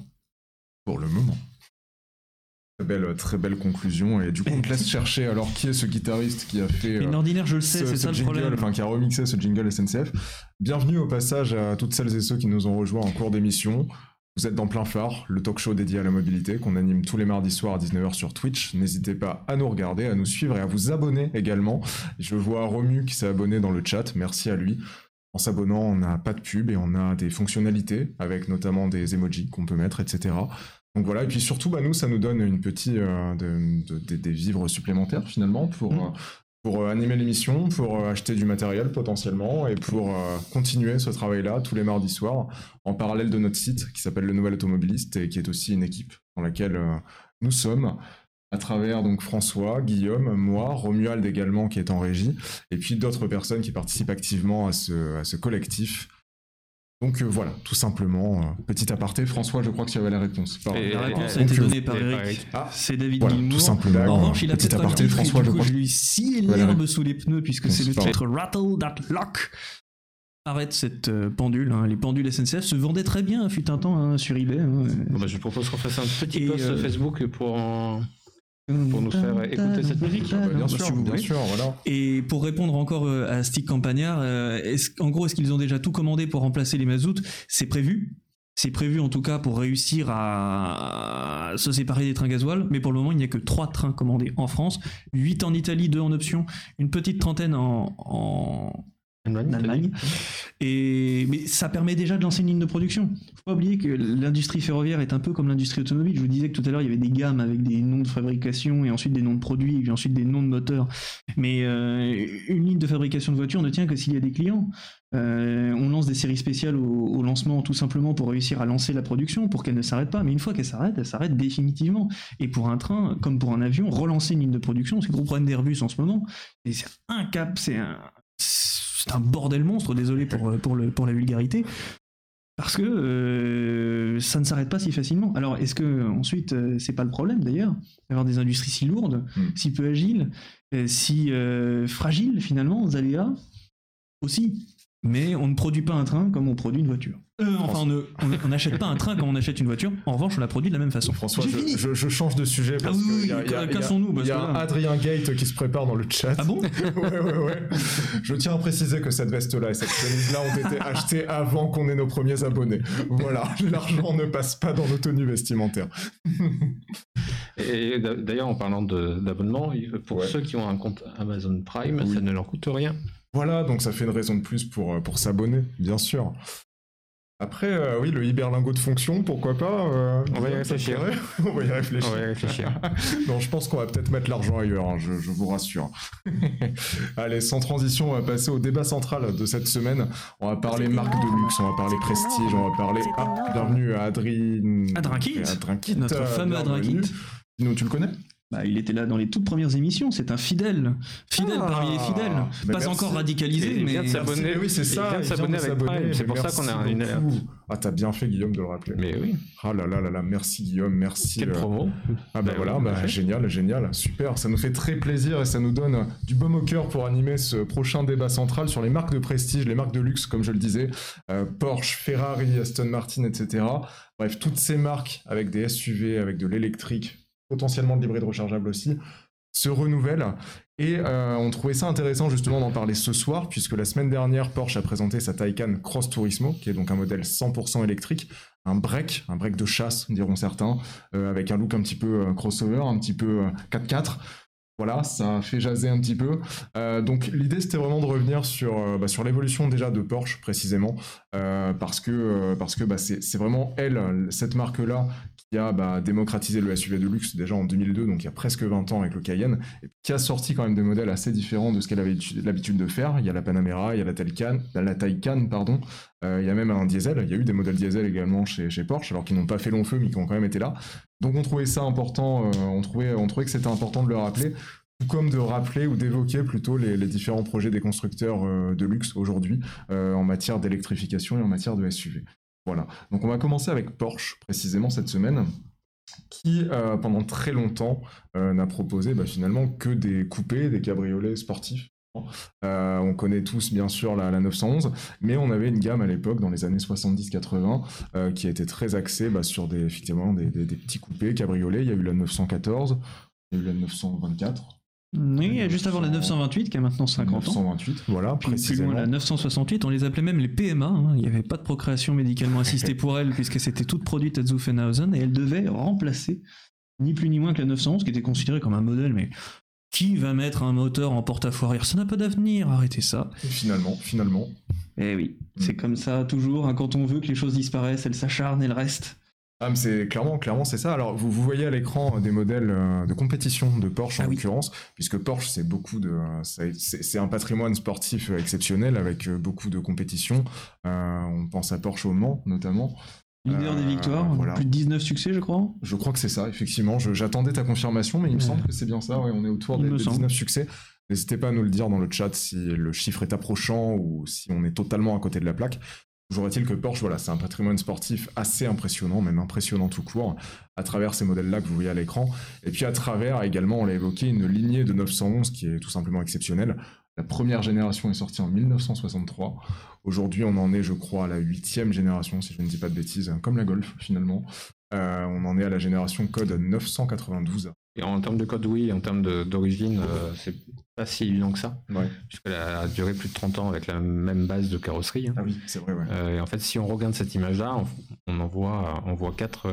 S1: Très belle conclusion, et du coup on te laisse chercher alors qui est ce guitariste qui a fait
S2: ordinaire, je le sais, c'est ça le problème,
S1: qui a remixé ce jingle SNCF. Bienvenue au passage à toutes celles et ceux qui nous ont rejoints en cours d'émission. Vous êtes dans Plein Phare, le talk show dédié à la mobilité qu'on anime tous les mardis soirs à 19h sur Twitch. N'hésitez pas à nous regarder, à nous suivre et à vous abonner également. Je vois Romu qui s'est abonné dans le chat, merci à lui. En s'abonnant, on n'a pas de pub et on a des fonctionnalités avec notamment des emojis qu'on peut mettre, etc. Donc voilà, et puis surtout, nous, ça nous donne une petite des vivres supplémentaires finalement pour animer l'émission, pour acheter du matériel potentiellement et pour continuer ce travail-là tous les mardis soirs en parallèle de notre site qui s'appelle Le Nouvel Automobiliste et qui est aussi une équipe dans laquelle nous sommes à travers donc François, Guillaume, moi, Romuald également qui est en régie et puis d'autres personnes qui participent activement à ce collectif. Donc voilà, tout simplement, petit aparté. François, je crois que tu avais la réponse.
S2: La réponse a été donnée par Eric. C'est David Gilmour.
S1: Tout simplement.
S2: En revanche, il a peut-être
S1: aparté, François,
S2: je lui scie l'herbe sous les pneus puisque c'est le titre Rattle That Lock. Arrête cette pendule, les pendules SNCF se vendaient très bien, fut un temps sur eBay.
S3: Je propose qu'on fasse un petit post Facebook pour nous faire écouter cette musique.
S1: Bien sûr, voilà.
S2: Et pour répondre encore à Stick Campagnard, en gros, est-ce qu'ils ont déjà tout commandé pour remplacer les mazoutes ? C'est prévu. C'est prévu en tout cas pour réussir à se séparer des trains gasoil, mais pour le moment il n'y a que 3 trains commandés en France, 8 en Italie, 2 en option, une petite trentaine en Allemagne. Mais ça permet déjà de lancer une ligne de production. Faut pas oublier que l'industrie ferroviaire est un peu comme l'industrie automobile. Je vous disais que tout à l'heure il y avait des gammes avec des noms de fabrication et ensuite des noms de produits et puis ensuite des noms de moteurs. Mais une ligne de fabrication de voitures ne tient que s'il y a des clients. On lance des séries spéciales au lancement tout simplement pour réussir à lancer la production, pour qu'elle ne s'arrête pas. Mais une fois qu'elle s'arrête, elle s'arrête définitivement. Et pour un train, comme pour un avion, relancer une ligne de production, c'est le gros problème d'Airbus en ce moment. Et c'est un cap, c'est un bordel monstre, désolé pour la vulgarité, parce que ça ne s'arrête pas si facilement. Alors est-ce que ensuite c'est pas le problème d'ailleurs d'avoir des industries si lourdes, si peu agiles, si fragiles finalement aux aléas aussi. Mais on ne produit pas un train comme on produit une voiture. On n'achète pas un train comme on achète une voiture. En revanche, on la produit de la même façon.
S1: François, je change de sujet parce qu'il y a Adrien Gate qui se prépare dans le chat.
S2: Ah bon?
S1: Ouais. Je tiens à préciser que cette veste-là et cette chemise-là ont été achetées avant qu'on ait nos premiers abonnés. Voilà, l'argent ne passe pas dans nos tenues vestimentaires.
S3: Et d'ailleurs, en parlant d'abonnement, pour ceux qui ont un compte Amazon Prime, ça ne leur coûte rien.
S1: Voilà, donc ça fait une raison de plus pour s'abonner, bien sûr. Après, oui, le hyberlingot de fonction, pourquoi pas
S3: On va y réfléchir.
S1: On va y réfléchir. Non, je pense qu'on va peut-être mettre l'argent ailleurs, je vous rassure. Allez, sans transition, on va passer au débat central de cette semaine. On va parler marque de luxe, on va parler prestige, on va parler... bienvenue à Adrinkit.
S2: Notre fameux Adrinkit.
S1: Tu le connais ?
S2: Il était là dans les toutes premières émissions, c'est un fidèle parmi les fidèles, pas encore radicalisé, mais...
S3: Il vient de s'abonner,
S1: oui, c'est ça,
S3: il vient de s'abonner avec Prime, c'est pour ça qu'on a une alerte.
S1: Ah, t'as bien fait, Guillaume, de le rappeler.
S3: Mais oui.
S1: Ah là, merci Guillaume, merci.
S3: Quelle promo.
S1: Génial, super, ça nous fait très plaisir et ça nous donne du baume au cœur pour animer ce prochain débat central sur les marques de prestige, les marques de luxe, comme je le disais, Porsche, Ferrari, Aston Martin, etc. Bref, toutes ces marques avec des SUV, avec de l'électrique, potentiellement de l'hybride rechargeable aussi, se renouvellent. Et on trouvait ça intéressant justement d'en parler ce soir, puisque la semaine dernière, Porsche a présenté sa Taycan Cross Turismo, qui est donc un modèle 100% électrique, un break de chasse, diront certains, avec un look un petit peu crossover, un petit peu 4x4. Voilà, ça fait jaser un petit peu. Donc l'idée c'était vraiment de revenir sur l'évolution déjà de Porsche précisément, parce que c'est vraiment cette marque-là qui a démocratisé le SUV de luxe déjà en 2002, donc il y a presque 20 ans avec le Cayenne, et qui a sorti quand même des modèles assez différents de ce qu'elle avait l'habitude de faire. Il y a la Panamera, il y a la Taycan, il y a même un diesel, il y a eu des modèles diesel également chez Porsche, alors qu'ils n'ont pas fait long feu mais qui ont quand même été là. Donc on trouvait ça important, on trouvait que c'était important de le rappeler, tout comme de rappeler ou d'évoquer plutôt les différents projets des constructeurs de luxe aujourd'hui en matière d'électrification et en matière de SUV. Voilà, donc on va commencer avec Porsche précisément cette semaine, qui pendant très longtemps n'a proposé finalement que des coupés, des cabriolets sportifs. On connaît tous bien sûr la 911, mais on avait une gamme à l'époque dans les années 70-80 qui était très axée sur des petits coupés, cabriolets. Il y a eu la 914, il y a eu la 924.
S2: Oui, juste avant la 928 qui a maintenant 50 ans.
S1: 928, voilà,
S2: Puis
S1: précisément.
S2: plus loin la 968, on les appelait même les PMA. Il n'y avait pas de procréation médicalement assistée pour elles puisque c'était toutes produites à Zuffenhausen et elles devaient remplacer ni plus ni moins que la 911 qui était considérée comme un modèle, mais qui va mettre un moteur en porte-à-faux arrière? Ça n'a pas d'avenir, arrêtez ça.
S1: Et finalement.
S2: Eh oui, c'est comme ça toujours, quand on veut que les choses disparaissent, elles s'acharnent, elles restent.
S1: Ah, mais c'est clairement c'est ça. Alors vous voyez à l'écran des modèles de compétition de Porsche en l'occurrence, puisque Porsche c'est un patrimoine sportif exceptionnel avec beaucoup de compétitions. On pense à Porsche au Mans notamment.
S2: Leader des victoires, voilà. Plus de 19 succès je crois.
S1: Je crois que c'est ça, effectivement. J'attendais ta confirmation, mais il me semble que c'est bien ça. Ouais, on est autour des 19 succès. N'hésitez pas à nous le dire dans le chat si le chiffre est approchant ou si on est totalement à côté de la plaque. Toujours est-il que Porsche, voilà, c'est un patrimoine sportif assez impressionnant, même impressionnant tout court, à travers ces modèles-là que vous voyez à l'écran. Et puis à travers, également, on l'a évoqué, une lignée de 911 qui est tout simplement exceptionnelle. La première génération est sortie en 1963. Aujourd'hui, on en est, je crois, à la 8e génération, si je ne dis pas de bêtises, comme la Golf, finalement. On en est à la génération code 992.
S3: Et en termes de code, oui, en termes d'origine, c'est pas si évident que ça, puisqu'elle a duré plus de 30 ans avec la même base de carrosserie.
S1: Ah oui, c'est vrai, ouais.
S3: Et en fait, si on regarde cette image-là, on voit 4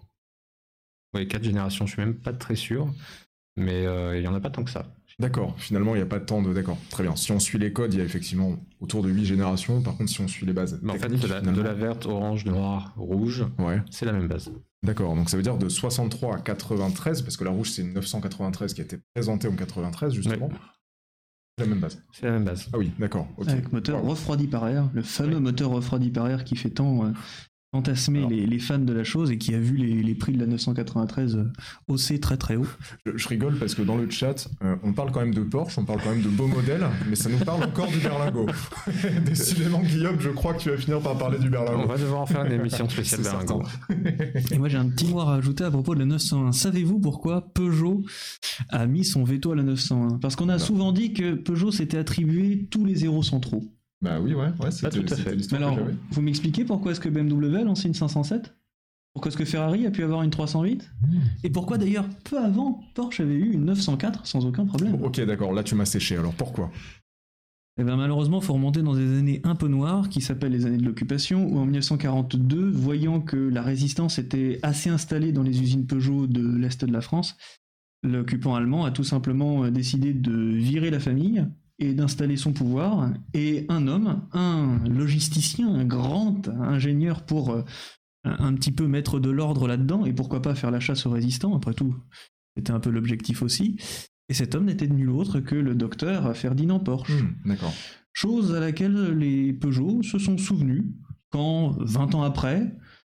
S3: générations, je suis même pas très sûr, mais il y en a pas tant que ça.
S1: D'accord, finalement il n'y a pas tant de... D'accord, très bien. Si on suit les codes, il y a effectivement autour de 8 générations, par contre si on suit les bases...
S3: Mais en fait, de la verte, orange, noire, rouge, c'est la même base.
S1: D'accord, donc ça veut dire de 63 à 93, parce que la rouge c'est une 993 qui a été présentée en 93 justement. Ouais. C'est la même base.
S3: C'est la même base.
S1: Ah oui, d'accord. Okay.
S2: Avec moteur refroidi par air, le fameux moteur refroidi par air qui fait tant fantasmer les fans de la chose et qui a vu les prix de la 993 hausser très très haut.
S1: Je rigole parce que dans le chat, on parle quand même de Porsche, on parle quand même de beaux modèles, mais ça nous parle encore du berlingot. Décidément, Guillaume, je crois que tu vas finir par parler du berlingot.
S3: On va devoir en faire une émission spéciale berlingot.
S2: Et moi j'ai un petit mot à rajouter à propos de la 901. Savez-vous pourquoi Peugeot a mis son veto à la 901 ? Parce qu'on a souvent dit que Peugeot s'était attribué tous les zéros centraux.
S1: Bah oui, c'était l'histoire.
S2: Alors, vous m'expliquez pourquoi est-ce que BMW a lancé une 507 ? Pourquoi est-ce que Ferrari a pu avoir une 308 ? Et pourquoi d'ailleurs, peu avant, Porsche avait eu une 904 sans aucun problème ?
S1: Ok, d'accord, là tu m'as séché, alors pourquoi ?
S2: Eh bien malheureusement, il faut remonter dans des années un peu noires, qui s'appellent les années de l'occupation, où en 1942, voyant que la résistance était assez installée dans les usines Peugeot de l'Est de la France, l'occupant allemand a tout simplement décidé de virer la famille, et d'installer son pouvoir, et un homme, un logisticien, un grand ingénieur pour un petit peu mettre de l'ordre là-dedans, et pourquoi pas faire la chasse aux résistants, après tout, c'était un peu l'objectif aussi, et cet homme n'était nul autre que le docteur Ferdinand Porsche.
S1: D'accord.
S2: Chose à laquelle les Peugeot se sont souvenus, quand, 20 ans après,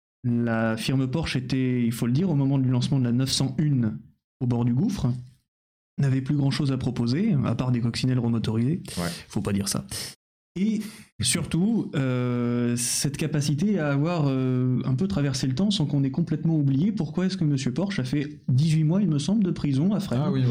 S2: la firme Porsche était, il faut le dire, au moment du lancement de la 901 au bord du gouffre, n'avait plus grand chose à proposer, à part des coccinelles remotorisées. Faut pas dire ça. Et surtout, cette capacité à avoir un peu traversé le temps sans qu'on ait complètement oublié pourquoi est-ce que M. Porsche a fait 18 mois, il me semble, de prison à Fresnes.
S1: Ah oui,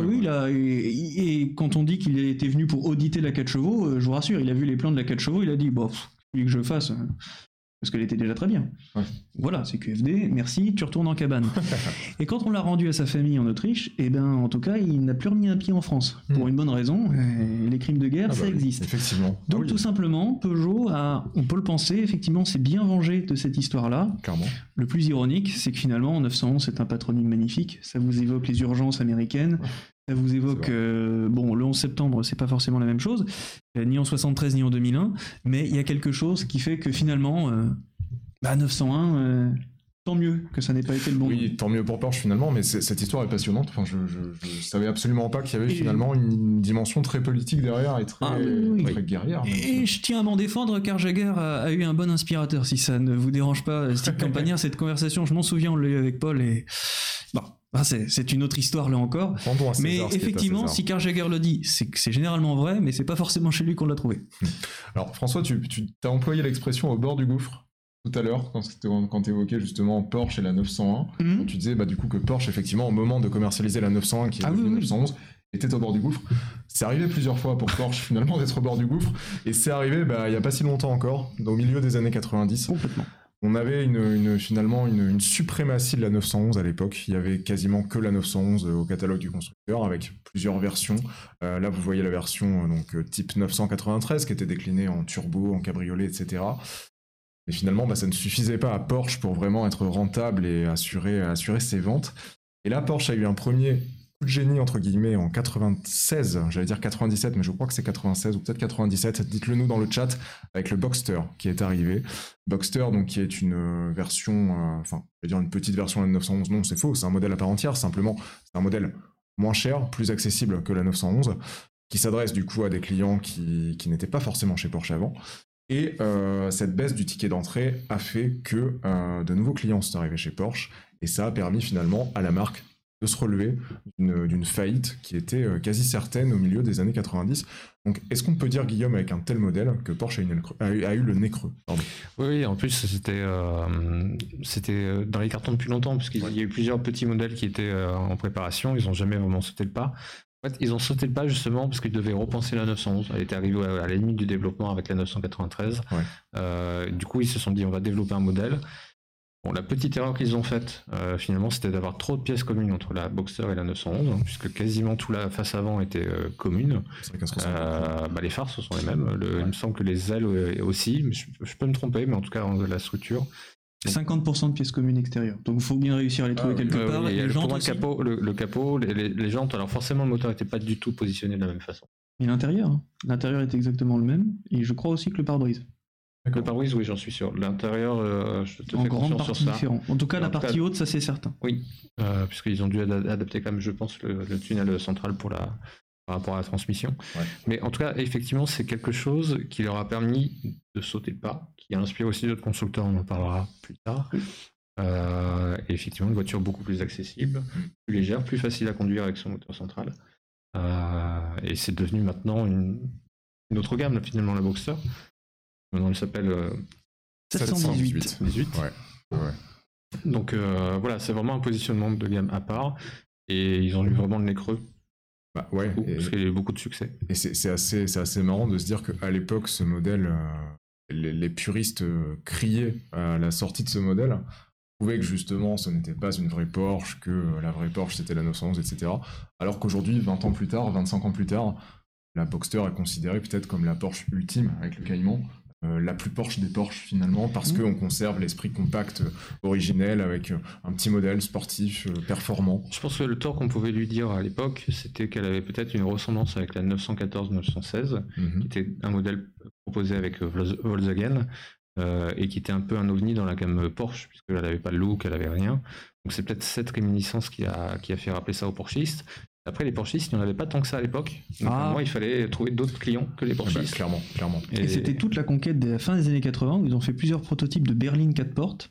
S2: et quand on dit qu'il était venu pour auditer la 4 chevaux, je vous rassure, il a vu les plans de la 4 chevaux, il a dit, bon, il que je fasse... parce qu'elle était déjà très bien. Voilà, c'est QFD, merci, tu retournes en cabane. Et quand on l'a rendu à sa famille en Autriche, eh ben, en tout cas, il n'a plus remis un pied en France. Pour une bonne raison, les crimes de guerre, ça existe.
S1: Effectivement.
S2: Donc tout simplement, Peugeot a, on peut le penser, effectivement, s'est bien vengé de cette histoire-là.
S1: Clairement.
S2: Le plus ironique, c'est que finalement, 911, c'est un patronyme magnifique. Ça vous évoque les urgences américaines. Ça vous évoque, le 11 septembre, c'est pas forcément la même chose, ni en 73 ni en 2001, mais il y a quelque chose qui fait que finalement, 901, tant mieux que ça n'ait pas été le bon.
S1: Oui, tant mieux pour Porsche finalement, mais cette histoire est passionnante. Enfin, je savais absolument pas qu'il y avait finalement une dimension très politique derrière et très guerrière.
S2: Et je tiens à m'en défendre car Jaguar a eu un bon inspirateur, si ça ne vous dérange pas, Steve Campagnard, cette conversation, je m'en souviens, on l'a eu avec Paul et... Bon. C'est une autre histoire là encore. Mais effectivement, si Karl Jaeger le dit, c'est que c'est généralement vrai, mais c'est pas forcément chez lui qu'on l'a trouvé.
S1: Alors François, tu as employé l'expression au bord du gouffre tout à l'heure quand tu évoquais justement Porsche et la 901. Tu disais du coup que Porsche, effectivement, au moment de commercialiser la 901 qui est devenue 911, était au bord du gouffre. C'est arrivé plusieurs fois pour Porsche finalement d'être au bord du gouffre, et c'est arrivé il y a pas si longtemps encore, au milieu des années 90.
S2: Complètement.
S1: On avait finalement une suprématie de la 911 à l'époque. Il y avait quasiment que la 911 au catalogue du constructeur avec plusieurs versions. Là, vous voyez la version type 993 qui était déclinée en turbo, en cabriolet, etc. Et finalement, ça ne suffisait pas à Porsche pour vraiment être rentable et assurer ses ventes. Et là, Porsche a eu un premier coup de génie, entre guillemets, en 96, j'allais dire 97, mais je crois que c'est 96 ou peut-être 97, dites-le nous dans le chat, avec le Boxster qui est arrivé. Boxster, donc, qui est une version, je vais dire une petite version de la 911, non, c'est faux, c'est un modèle à part entière, simplement, c'est un modèle moins cher, plus accessible que la 911, qui s'adresse du coup à des clients qui n'étaient pas forcément chez Porsche avant. Et cette baisse du ticket d'entrée a fait que de nouveaux clients sont arrivés chez Porsche, et ça a permis finalement à la marque de se relever d'une faillite qui était quasi certaine au milieu des années 90. Donc, est-ce qu'on peut dire, Guillaume, avec un tel modèle, que Porsche a eu le nez creux?
S3: Oui, en plus, c'était dans les cartons depuis longtemps, puisqu'il y a eu plusieurs petits modèles qui étaient en préparation, ils n'ont jamais vraiment sauté le pas. En fait, ils ont sauté le pas justement parce qu'ils devaient repenser la 911. Elle était arrivée à la limite du développement avec la 993. Du coup, ils se sont dit, on va développer un modèle. Bon, la petite erreur qu'ils ont faite, finalement, c'était d'avoir trop de pièces communes entre la Boxster et la 911, puisque quasiment toute la face avant était commune. Les phares, ce sont les mêmes. Il me semble que les ailes aussi, mais je peux me tromper, mais en tout cas, la structure.
S2: 50% de pièces communes extérieures. Donc il faut bien réussir à les trouver quelque part.
S3: Et le capot, les jantes, alors forcément, le moteur n'était pas du tout positionné de la même façon.
S2: Mais l'intérieur est exactement le même, et je crois aussi que le pare-brise.
S3: Le pare-brise, oui, j'en suis sûr. L'intérieur, je te fais confiance sur ça.
S2: Différent. En tout cas, la partie haute, ça c'est certain.
S3: Oui, puisqu'ils ont dû adapter quand même, je pense, le tunnel central par rapport à la transmission. Ouais. Mais en tout cas, effectivement, c'est quelque chose qui leur a permis de sauter le pas, qui a inspiré aussi d'autres constructeurs, on en parlera plus tard. Et effectivement, une voiture beaucoup plus accessible, plus légère, plus facile à conduire avec son moteur central. Et c'est devenu maintenant une autre gamme, finalement, la Boxster. Maintenant, elle s'appelle
S2: 718.
S1: Ouais.
S3: Donc voilà, c'est vraiment un positionnement de gamme à part. Et ils ont eu vraiment le nez creux. Parce qu'il y a eu beaucoup de succès.
S1: Et c'est assez marrant de se dire qu'à l'époque, ce modèle, les puristes criaient à la sortie de ce modèle, prouvaient que justement ce n'était pas une vraie Porsche, que la vraie Porsche c'était la 911, etc. Alors qu'aujourd'hui, 20 ans plus tard, 25 ans plus tard, la Boxster est considérée peut-être comme la Porsche ultime avec le Cayman. La plus Porsche des Porsche finalement, parce qu'on conserve l'esprit compact originel avec un petit modèle sportif performant.
S3: Je pense que le tort qu'on pouvait lui dire à l'époque, c'était qu'elle avait peut-être une ressemblance avec la 914-916, qui était un modèle proposé avec Volkswagen, et qui était un peu un ovni dans la gamme Porsche, puisqu'elle n'avait pas de look, elle n'avait rien. Donc c'est peut-être cette réminiscence qui a fait rappeler ça aux Porschistes. Après, les Porschistes, il n'y en avait pas tant que ça à l'époque. Donc, moi, il fallait trouver d'autres clients que les Porschistes.
S1: Clairement.
S2: Et c'était toute la conquête de la fin des années 80, où ils ont fait plusieurs prototypes de berline 4 portes.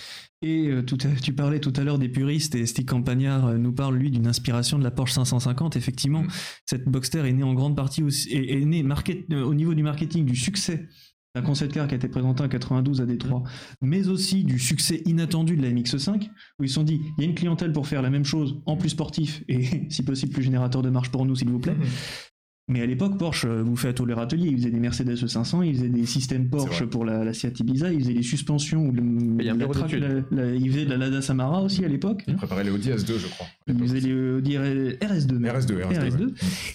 S2: Et tu parlais tout à l'heure des puristes, et Stig Campagnard nous parle, lui, d'une inspiration de la Porsche 550. Effectivement, cette Boxster est née en grande partie aussi, est née au niveau du marketing du succès d'un concept car qui a été présenté en 92 à Détroit, mais aussi du succès inattendu de la MX-5, où ils se sont dit, il y a une clientèle pour faire la même chose en plus sportif et si possible plus générateur de marge pour nous, s'il vous plaît. Mais à l'époque, Porsche vous fait à tous les ateliers. Ils faisaient des Mercedes E500, ils faisaient des systèmes Porsche pour la Seat Ibiza, ils faisaient les suspensions, ils faisaient de la Lada Samara aussi à l'époque.
S1: Ils préparaient les Audi S2, je crois.
S2: Ils faisaient les Audi RS2. RS2.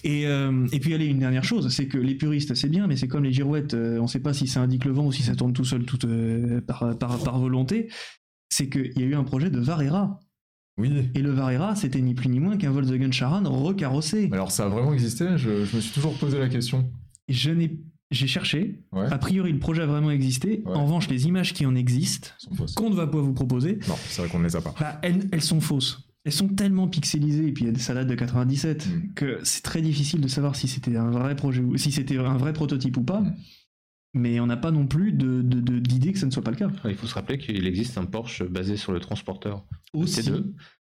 S2: Et puis, il y a une dernière chose, c'est que les puristes, c'est bien, mais c'est comme les girouettes, on ne sait pas si ça indique le vent ou si ça tourne tout seul par volonté. C'est qu'il y a eu un projet de Varera.
S1: Oui.
S2: Et le Varera, c'était ni plus ni moins qu'un Volkswagen Charan recarrossé.
S1: Alors ça a vraiment existé? Je me suis toujours posé la question.
S2: J'ai cherché. A priori, le projet a vraiment existé. En revanche, les images qui en existent, qu'on ne va pas vous proposer...
S1: Non, c'est vrai qu'on ne les a pas.
S2: Elles sont fausses. Elles sont tellement pixelisées, et puis il y a des salades de 97, que c'est très difficile de savoir si c'était un vrai projet, ou si c'était un vrai prototype ou pas. Mais on n'a pas non plus d'idée que ça ne soit pas le cas.
S3: Il faut se rappeler qu'il existe un Porsche basé sur le transporteur
S2: T2.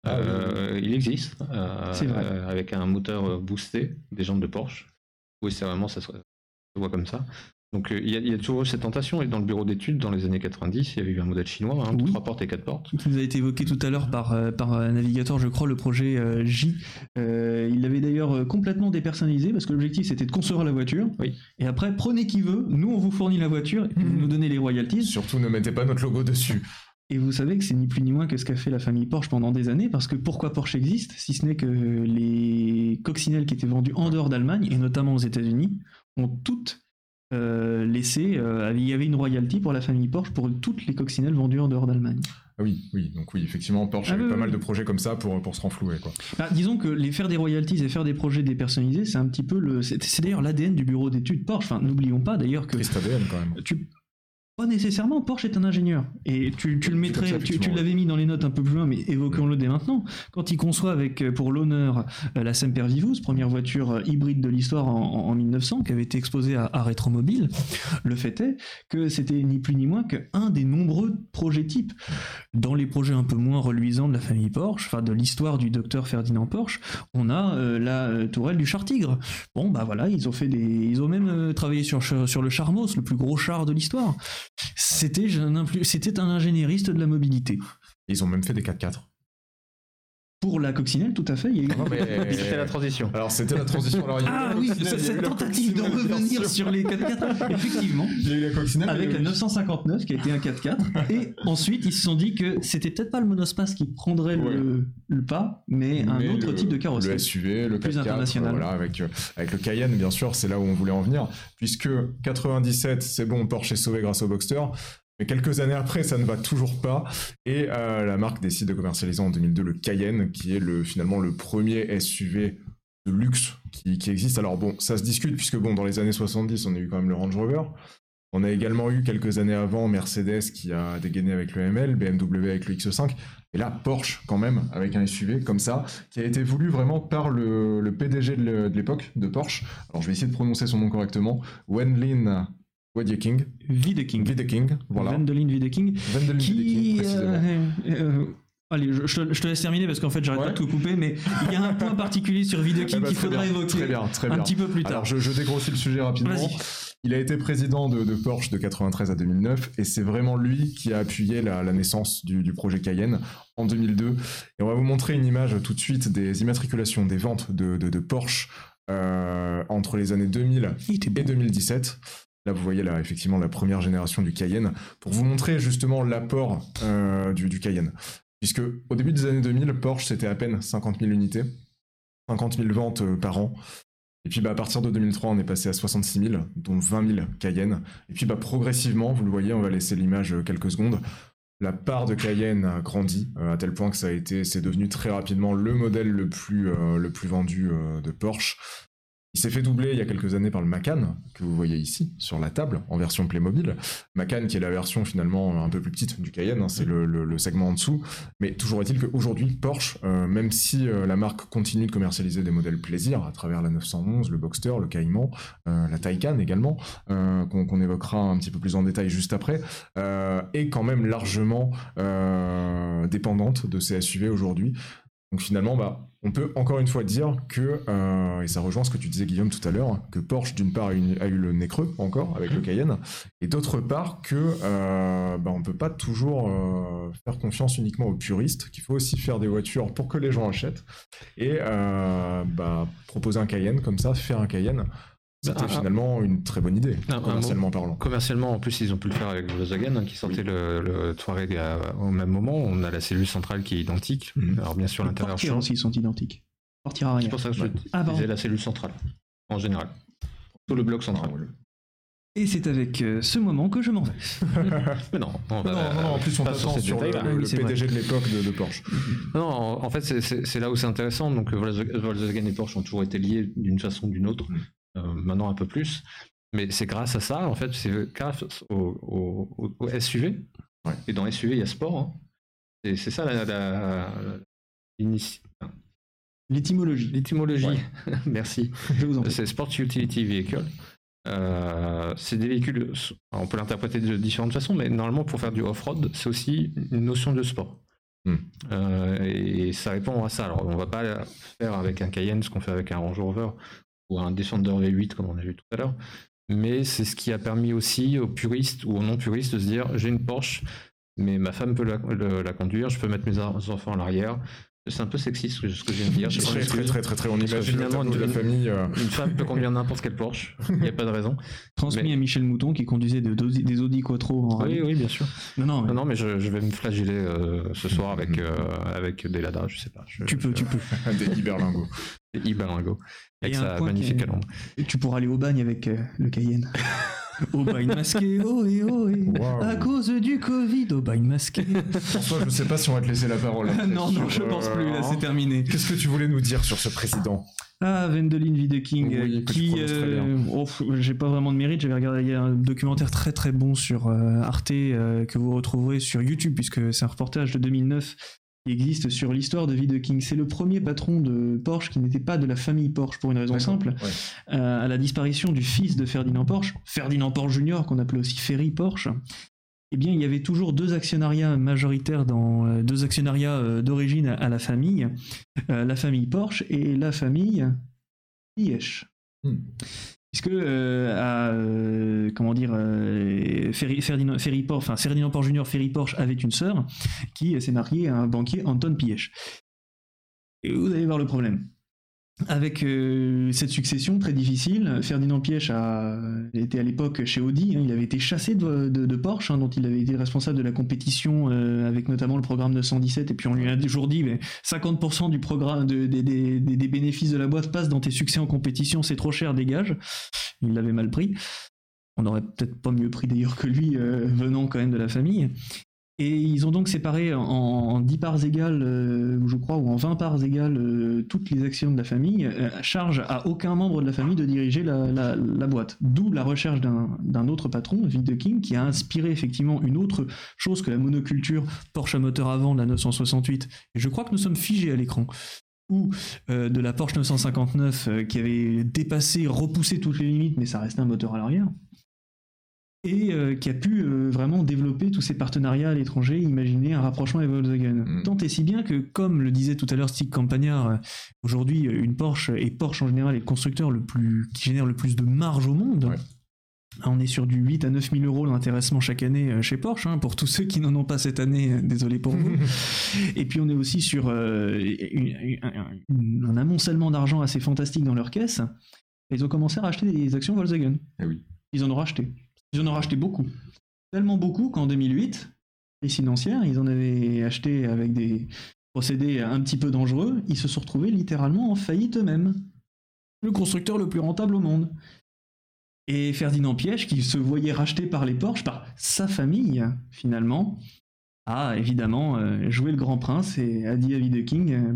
S3: Il existe,
S2: c'est vrai.
S3: Avec un moteur boosté, des jantes de Porsche. Oui, c'est vraiment, ça se voit comme ça. Donc il y a toujours eu cette tentation, et dans le bureau d'études, dans les années 90, il y avait eu un modèle chinois, 3 portes et 4 portes.
S2: Qui nous a été évoqué tout à l'heure par Navigator, je crois, le projet J. Il l'avait d'ailleurs complètement dépersonnalisé, parce que l'objectif c'était de construire la voiture, et après, prenez qui veut, nous on vous fournit la voiture, et puis vous nous donnez les royalties.
S1: Surtout ne mettez pas notre logo dessus.
S2: Et vous savez que c'est ni plus ni moins que ce qu'a fait la famille Porsche pendant des années, parce que pourquoi Porsche existe, si ce n'est que les coccinelles qui étaient vendues en dehors d'Allemagne, et notamment aux États-Unis, ont toutes laissé, il y avait une royalty pour la famille Porsche pour toutes les coccinelles vendues en dehors d'Allemagne.
S1: Ah oui, donc oui, effectivement, Porsche avait pas mal de projets comme ça pour se renflouer, quoi.
S2: Disons que faire des royalties et faire des projets dépersonnalisés, c'est un petit peu c'est d'ailleurs l'ADN du bureau d'études Porsche. Enfin, n'oublions pas d'ailleurs que
S1: triste ADN quand même.
S2: Pas nécessairement, Porsche est un ingénieur. Et tu le mettrais, tu l'avais mis dans les notes un peu plus loin, mais évoquons-le dès maintenant. Quand il conçoit pour l'honneur la Semper Vivus, première voiture hybride de l'histoire en 1900, qui avait été exposée à Rétromobile, le fait est que c'était ni plus ni moins qu'un des nombreux projets types. Dans les projets un peu moins reluisants de la famille Porsche, enfin de l'histoire du docteur Ferdinand Porsche, on a la tourelle du char-tigre. Bon, bah voilà, ils ont même travaillé sur le Charmos, le plus gros char de l'histoire. C'était un ingénieriste de la mobilité.
S1: Ils ont même fait des 4x4.
S2: Pour la coccinelle, tout à fait.
S3: C'était la transition.
S1: Alors, c'était la transition. Alors,
S2: cette tentative de revenir sur les 4x4, effectivement.
S1: Il y a eu la coccinelle.
S2: Avec la 959 qui a été un 4x4. Et ensuite, ils se sont dit que c'était peut-être pas le monospace qui prendrait le pas, mais un autre type de carrosserie.
S1: Le SUV, le 4x4,
S2: plus international.
S1: Voilà, avec le Cayenne, bien sûr, c'est là où on voulait en venir. Puisque 97, c'est bon, Porsche est sauvé grâce au Boxster. Mais quelques années après, ça ne va toujours pas. Et la marque décide de commercialiser en 2002 le Cayenne, qui est finalement le premier SUV de luxe qui existe. Alors bon, ça se discute, puisque bon, dans les années 70, on a eu quand même le Range Rover. On a également eu quelques années avant Mercedes qui a dégainé avec le ML, BMW avec le X5. Et là, Porsche quand même, avec un SUV comme ça, qui a été voulu vraiment par le PDG de l'époque de Porsche. Alors je vais essayer de prononcer son nom correctement. Wendelin Wiedeking, voilà.
S2: Wendelin Wiedeking,
S1: qui
S2: allez, je te laisse terminer parce qu'en fait j'arrête pas de tout couper, mais il y a un point particulier sur Wiedeking qu'il faudra évoquer un petit peu plus tard.
S1: Alors je dégrossis le sujet rapidement.
S2: Vas-y.
S1: Il a été président de Porsche de 93 à 2009 et c'est vraiment lui qui a appuyé la naissance du projet Cayenne en 2002. Et on va vous montrer une image tout de suite des immatriculations, des ventes de Porsche entre les années 2000 et 2017. Là, vous voyez là, effectivement la première génération du Cayenne, pour vous montrer justement l'apport du Cayenne. Puisque au début des années 2000, Porsche, c'était à peine 50 000 unités, 50 000 ventes par an. Et puis à partir de 2003, on est passé à 66 000, dont 20 000 Cayenne. Et puis progressivement, vous le voyez, on va laisser l'image quelques secondes, la part de Cayenne a grandi, à tel point que c'est devenu très rapidement le modèle le plus vendu de Porsche. Il s'est fait doubler il y a quelques années par le Macan, que vous voyez ici, sur la table, en version Playmobil. Macan qui est la version finalement un peu plus petite du Cayenne, c'est le segment en dessous. Mais toujours est-il qu'aujourd'hui, Porsche, même si la marque continue de commercialiser des modèles plaisir à travers la 911, le Boxster, le Cayman, la Taycan également, qu'on évoquera un petit peu plus en détail juste après, est quand même largement dépendante de ces SUV aujourd'hui. Donc finalement, on peut encore une fois dire que, et ça rejoint ce que tu disais Guillaume tout à l'heure, que Porsche d'une part a eu le nez creux encore avec le Cayenne, et d'autre part que on peut pas toujours faire confiance uniquement aux puristes, qu'il faut aussi faire des voitures pour que les gens achètent, et proposer un Cayenne comme ça, faire un Cayenne, c'était finalement une très bonne idée, commercialement parlant.
S3: Commercialement, en plus, ils ont pu le faire avec Volkswagen, qui sortait le Touareg au même moment. On a la cellule centrale qui est identique. Alors bien sûr, l'intérieur
S2: change. Aussi, ils sont identiques. Portier arrière.
S3: C'est pour ça que je disais la cellule centrale, en général. Tout le bloc central.
S2: Et c'est avec ce moment que je m'en vais.
S3: Mais non,
S1: en plus on t'attend sur le PDG de l'époque de Porsche.
S3: Non, en fait, c'est là où c'est intéressant. Donc Volkswagen et Porsche ont toujours été liés d'une façon ou d'une autre. Maintenant un peu plus, mais c'est grâce à ça, en fait, c'est grâce au SUV. Ouais. Et dans SUV, il y a sport. Hein. C'est ça
S2: l'étymologie.
S3: L'étymologie, merci.
S2: Je vous en prie.
S3: C'est Sport Utility Vehicle. C'est des véhicules, on peut l'interpréter de différentes façons, mais normalement, pour faire du off-road, c'est aussi une notion de sport. Et ça répond à ça. Alors, on ne va pas faire avec un Cayenne ce qu'on fait avec un Range Rover ou un Defender V8 comme on a vu tout à l'heure, mais c'est ce qui a permis aussi aux puristes ou aux non-puristes de se dire j'ai une Porsche, mais ma femme peut la conduire, je peux mettre mes enfants à l'arrière. C'est un peu sexiste ce que je viens de dire.
S1: Très. On imagine finalement de la famille.
S3: Une femme peut conduire n'importe quelle Porsche, il n'y a pas de raison.
S2: Transmis à Michel Mouton qui conduisait des Audi Quattro en rallye.
S3: Oui, bien sûr.
S2: Non,
S3: mais je vais me flageller ce soir avec des Lada, je sais pas.
S2: Tu peux.
S1: Des Iberlingo.
S3: Des Iberlingo. Avec sa magnifique calandre.
S2: Tu pourras aller au bagne avec le Cayenne. Au bagne masqué, ohé. Wow. À cause du Covid, au bagne masqué.
S1: François, je sais pas si on va te laisser la parole.
S2: Non, je pense plus, là, c'est terminé.
S1: Qu'est-ce que tu voulais nous dire sur ce président ?
S2: Wendelin Wiedeking, qui, j'ai pas vraiment de mérite, j'avais regardé il y a un documentaire très très bon sur Arte que vous retrouverez sur YouTube, puisque c'est un reportage de 2009 qui existe sur l'histoire de Wiedeking. C'est le premier patron de Porsche qui n'était pas de la famille Porsche, pour une raison simple. Ouais. À la disparition du fils de Ferdinand Porsche Junior, qu'on appelait aussi Ferry Porsche, eh bien, il y avait toujours deux actionnariats majoritaires deux actionnariats d'origine à la famille Porsche et la famille Piëch. Puisque Ferdinand Porsche Junior, Ferry Porsche, avait une sœur qui s'est mariée à un banquier, Anton Piëch. Et vous allez voir le problème. Avec cette succession très difficile, Ferdinand Piëch était à l'époque chez Audi, il avait été chassé de Porsche, dont il avait été responsable de la compétition avec notamment le programme 917, et puis on lui a toujours dit 50% du programme des bénéfices de la boîte passent dans tes succès en compétition, c'est trop cher, dégage. Il l'avait mal pris. On n'aurait peut-être pas mieux pris d'ailleurs que lui, venant quand même de la famille. Et ils ont donc séparé en 10 parts égales, je crois, ou en 20 parts égales, toutes les actions de la famille, charge à aucun membre de la famille de diriger la boîte. D'où la recherche d'un autre patron, Wiedeking, qui a inspiré effectivement une autre chose que la monoculture Porsche à moteur avant de la 968. Et je crois que nous sommes figés à l'écran. Ou de la Porsche 959 qui avait repoussé toutes les limites, mais ça restait un moteur à l'arrière. Et qui a pu vraiment développer tous ces partenariats à l'étranger, imaginer un rapprochement avec Volkswagen. Tant et si bien que, comme le disait tout à l'heure Stig Campagnard, aujourd'hui une Porsche, et Porsche en général est le constructeur qui génère le plus de marge au monde. Ouais. On est sur du 8 à 9 000 euros d'intéressement chaque année chez Porsche, pour tous ceux qui n'en ont pas cette année, désolé pour vous. Et puis on est aussi sur un amoncellement d'argent assez fantastique dans leur caisse. Ils ont commencé à racheter des actions Volkswagen.
S1: Eh oui.
S2: Ils en ont racheté. Ils en ont racheté beaucoup. Tellement beaucoup qu'en 2008, crise financière, ils en avaient acheté avec des procédés un petit peu dangereux. Ils se sont retrouvés littéralement en faillite eux-mêmes. Le constructeur le plus rentable au monde. Et Ferdinand Piëch, qui se voyait racheté par les Porsche, par sa famille, finalement, a évidemment joué le grand prince et a dit à Wiedeking,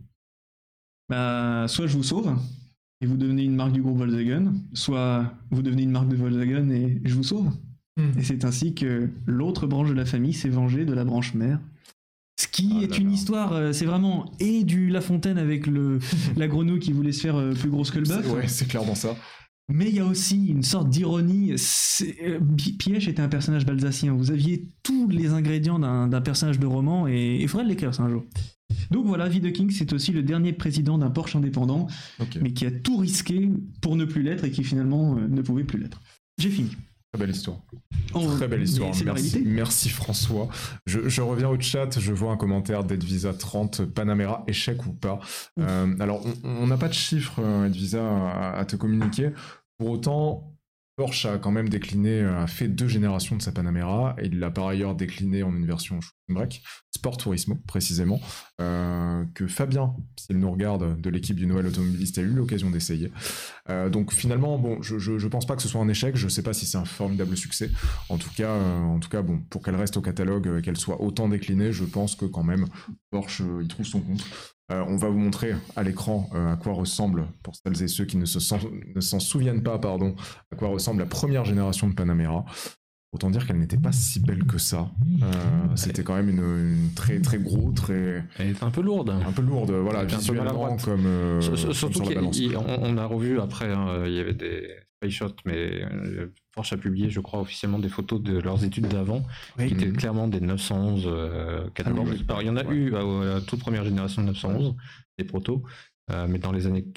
S2: soit je vous sauve, et vous devenez une marque du groupe Volkswagen, soit vous devenez une marque de Volkswagen et je vous sauve. Et c'est ainsi que l'autre branche de la famille s'est vengée de la branche mère. Ce qui est une histoire, c'est vraiment du La Fontaine avec la grenouille qui voulait se faire plus grosse que le bœuf.
S1: Ouais, c'est clairement ça.
S2: Mais il y a aussi une sorte d'ironie. Piëch était un personnage balsacien. Vous aviez tous les ingrédients d'un personnage de roman et il faudrait l'écrire ça un jour. Donc voilà, Wiedeking, c'est aussi le dernier président d'un Porsche indépendant, mais qui a tout risqué pour ne plus l'être et qui finalement ne pouvait plus l'être. J'ai fini.
S1: Très belle histoire. Très belle histoire. Merci François. Je reviens au chat, je vois un commentaire d'Edvisa 30, Panamera, échec ou pas. Alors, on n'a pas de chiffres, Edvisa, à te communiquer. Pour autant, Porsche a quand même a fait 2 générations de sa Panamera, et il l'a par ailleurs décliné en une version Shooting Brake, Sport Turismo précisément, que Fabien, s'il nous regarde, de l'équipe du Noël Automobiliste, a eu l'occasion d'essayer. Donc finalement, je pense pas que ce soit un échec, je sais pas si c'est un formidable succès. En tout cas, pour qu'elle reste au catalogue, qu'elle soit autant déclinée, je pense que quand même Porsche y trouve son compte. On va vous montrer à l'écran à quoi ressemble, pour celles et ceux qui ne s'en souviennent pas, à quoi ressemble la première génération de Panamera. Autant dire qu'elle n'était pas si belle que ça. C'était quand même une très très gros, très...
S3: Elle était un peu lourde.
S1: Un peu lourde, voilà, visuellement comme
S3: surtout
S1: sur la balance.
S3: On a revu après, il y avait des spy shots, mais Porsche a publié, je crois, officiellement des photos de leurs études d'avant, qui étaient clairement des 911 catalogues. Alors il y en a eu à la toute première génération de 911, des protos, mais dans les années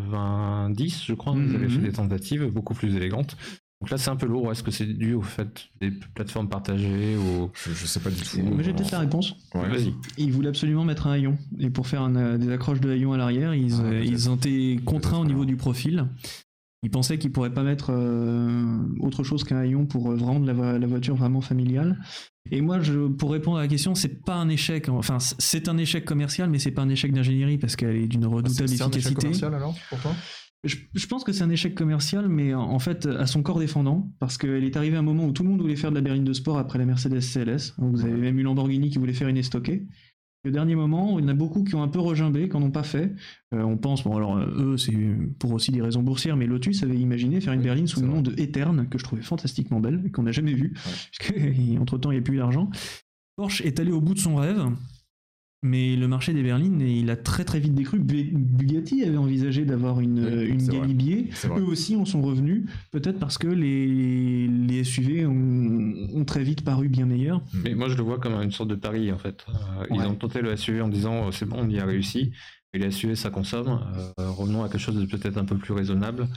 S3: 90, je crois, ils avaient fait des tentatives beaucoup plus élégantes. Donc là, c'est un peu lourd. Est-ce que c'est dû au fait des plateformes partagées ou...
S1: Je sais pas du tout.
S2: Mais j'ai peut-être la réponse.
S1: Ouais.
S3: Vas-y.
S2: Ils voulaient absolument mettre un haillon. Et pour faire des accroches de haillons à l'arrière, ils ont été contraints au niveau du profil. Ils pensaient qu'ils pourraient pas mettre autre chose qu'un haillon pour rendre la voiture vraiment familiale. Et moi, pour répondre à la question, c'est pas un échec. Enfin, c'est un échec commercial, mais c'est pas un échec d'ingénierie parce qu'elle est d'une redoutable efficacité.
S1: C'est un échec commercial alors pour toi ?
S2: Je pense que c'est un échec commercial, mais en fait à son corps défendant, parce qu'elle est arrivée à un moment où tout le monde voulait faire de la berline de sport après la Mercedes CLS. Vous avez même eu Lamborghini qui voulait faire une stockée. Au dernier moment, il y en a beaucoup qui ont un peu regimbé, qui n'en ont pas fait. On pense, bon alors eux c'est pour aussi des raisons boursières, mais Lotus avait imaginé faire une berline sous le nom de Eterne, que je trouvais fantastiquement belle, et qu'on n'a jamais vue, puisqu'entre-temps il n'y a plus d'argent. Porsche est allé au bout de son rêve, mais le marché des berlines, il a très très vite décru. Bugatti avait envisagé d'avoir une Galibier. Eux aussi en sont revenus, peut-être parce que les SUV ont très vite paru bien meilleurs.
S3: Mais moi je le vois comme une sorte de pari en fait. Ils ont tenté le SUV en disant c'est bon, on y a réussi. Et les SUV ça consomme. Revenons à quelque chose de peut-être un peu plus raisonnable.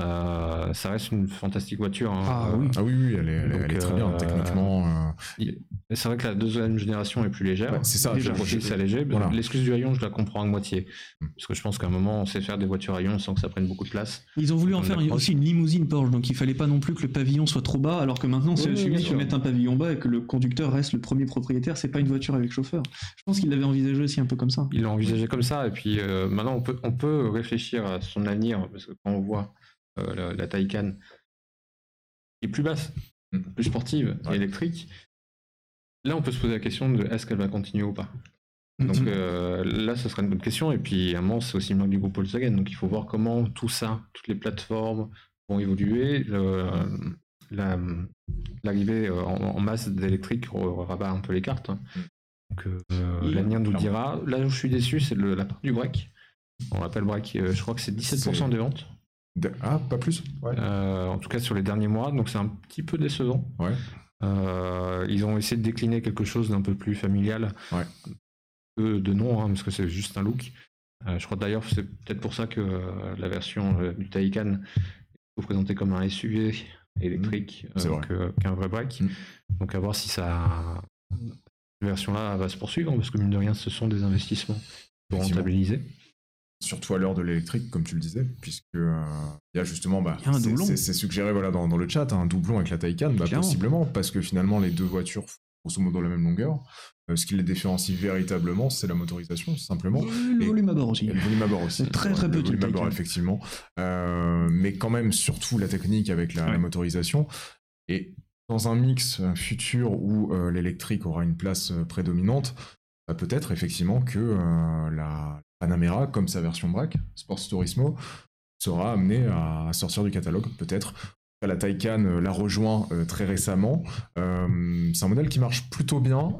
S3: Ça reste une fantastique voiture. Hein.
S1: Oui, elle est très bien techniquement.
S3: C'est vrai que la deuxième génération est plus légère.
S1: Ouais, c'est ça.
S3: Le profil c'est allégé. Voilà. L'excuse du haillon, je la comprends à moitié. Parce que je pense qu'à un moment, on sait faire des voitures haillons sans que ça prenne beaucoup de place.
S2: Ils ont voulu en faire aussi une limousine Porsche, donc il fallait pas non plus que le pavillon soit trop bas, alors que maintenant c'est le SUV qui met un pavillon bas et que le conducteur reste le premier propriétaire. C'est pas une voiture avec chauffeur. Je pense qu'ils l'avaient envisagé aussi un peu comme ça.
S3: Ils l'ont envisagé comme ça, et puis maintenant on peut réfléchir à son avenir, parce que quand on voit la Taycan est plus basse, plus sportive et électrique, là on peut se poser la question de est-ce qu'elle va continuer ou pas. Donc là ce serait une bonne question, et puis à un moment c'est aussi une marque du groupe Volkswagen, donc il faut voir comment tout ça, toutes les plateformes vont évoluer. L'arrivée en masse d'électrique rabat un peu les cartes, hein. Donc l'avenir nous le dira. Là où je suis déçu, c'est la part du break. On l'appelle break, je crois que c'est 17% des ventes.
S1: Pas plus,
S3: en tout cas sur les derniers mois, donc c'est un petit peu décevant. Ils ont essayé de décliner quelque chose d'un peu plus familial, de nom, hein, parce que c'est juste un look. Je crois d'ailleurs c'est peut-être pour ça que la version du Taycan est présentée comme un SUV électrique qu'un vrai break. Donc à voir si cette version-là va se poursuivre, parce que mine de rien ce sont des investissements pour rentabiliser.
S1: Surtout à l'heure de l'électrique, comme tu le disais, puisque il y a justement, c'est suggéré dans le chat, un doublon avec la Taycan, possiblement, parce que finalement les deux voitures font grosso modo la même longueur. Ce qui les différencie véritablement, c'est la motorisation, simplement.
S2: Le volume à bord aussi.
S1: Le volume à bord aussi.
S2: C'est très très petit.
S1: Le volume à bord, effectivement. Mais quand même, surtout la technique avec la motorisation. Et dans un mix futur où l'électrique aura une place prédominante, peut-être effectivement que la Panamera, comme sa version break, Sport Turismo, sera amenée à sortir du catalogue, peut-être. La Taycan l'a rejoint très récemment. C'est un modèle qui marche plutôt bien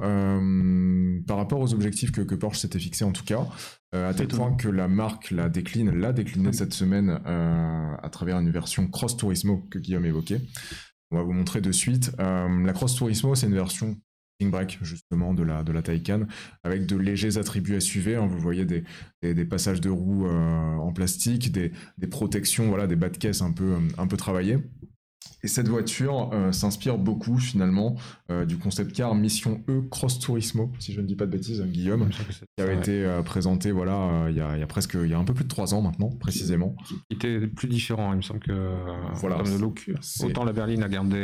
S1: par rapport aux objectifs que Porsche s'était fixés, en tout cas, à tel point que la marque l'a décliné cette semaine à travers une version Cross Turismo que Guillaume évoquait. On va vous montrer de suite. La Cross Turismo, c'est une version break justement de la Taycan, avec de légers attributs SUV, hein. Vous voyez des passages de roues en plastique, des protections, des bas de caisse un peu travaillées. Et cette voiture s'inspire beaucoup finalement du concept car Mission E Cross Turismo, si je ne dis pas de bêtises, Guillaume, qui avait été présenté il y a un peu plus de 3 ans maintenant, précisément.
S3: Il était plus différent, il me semble que en termes de look. Autant la berline a gardé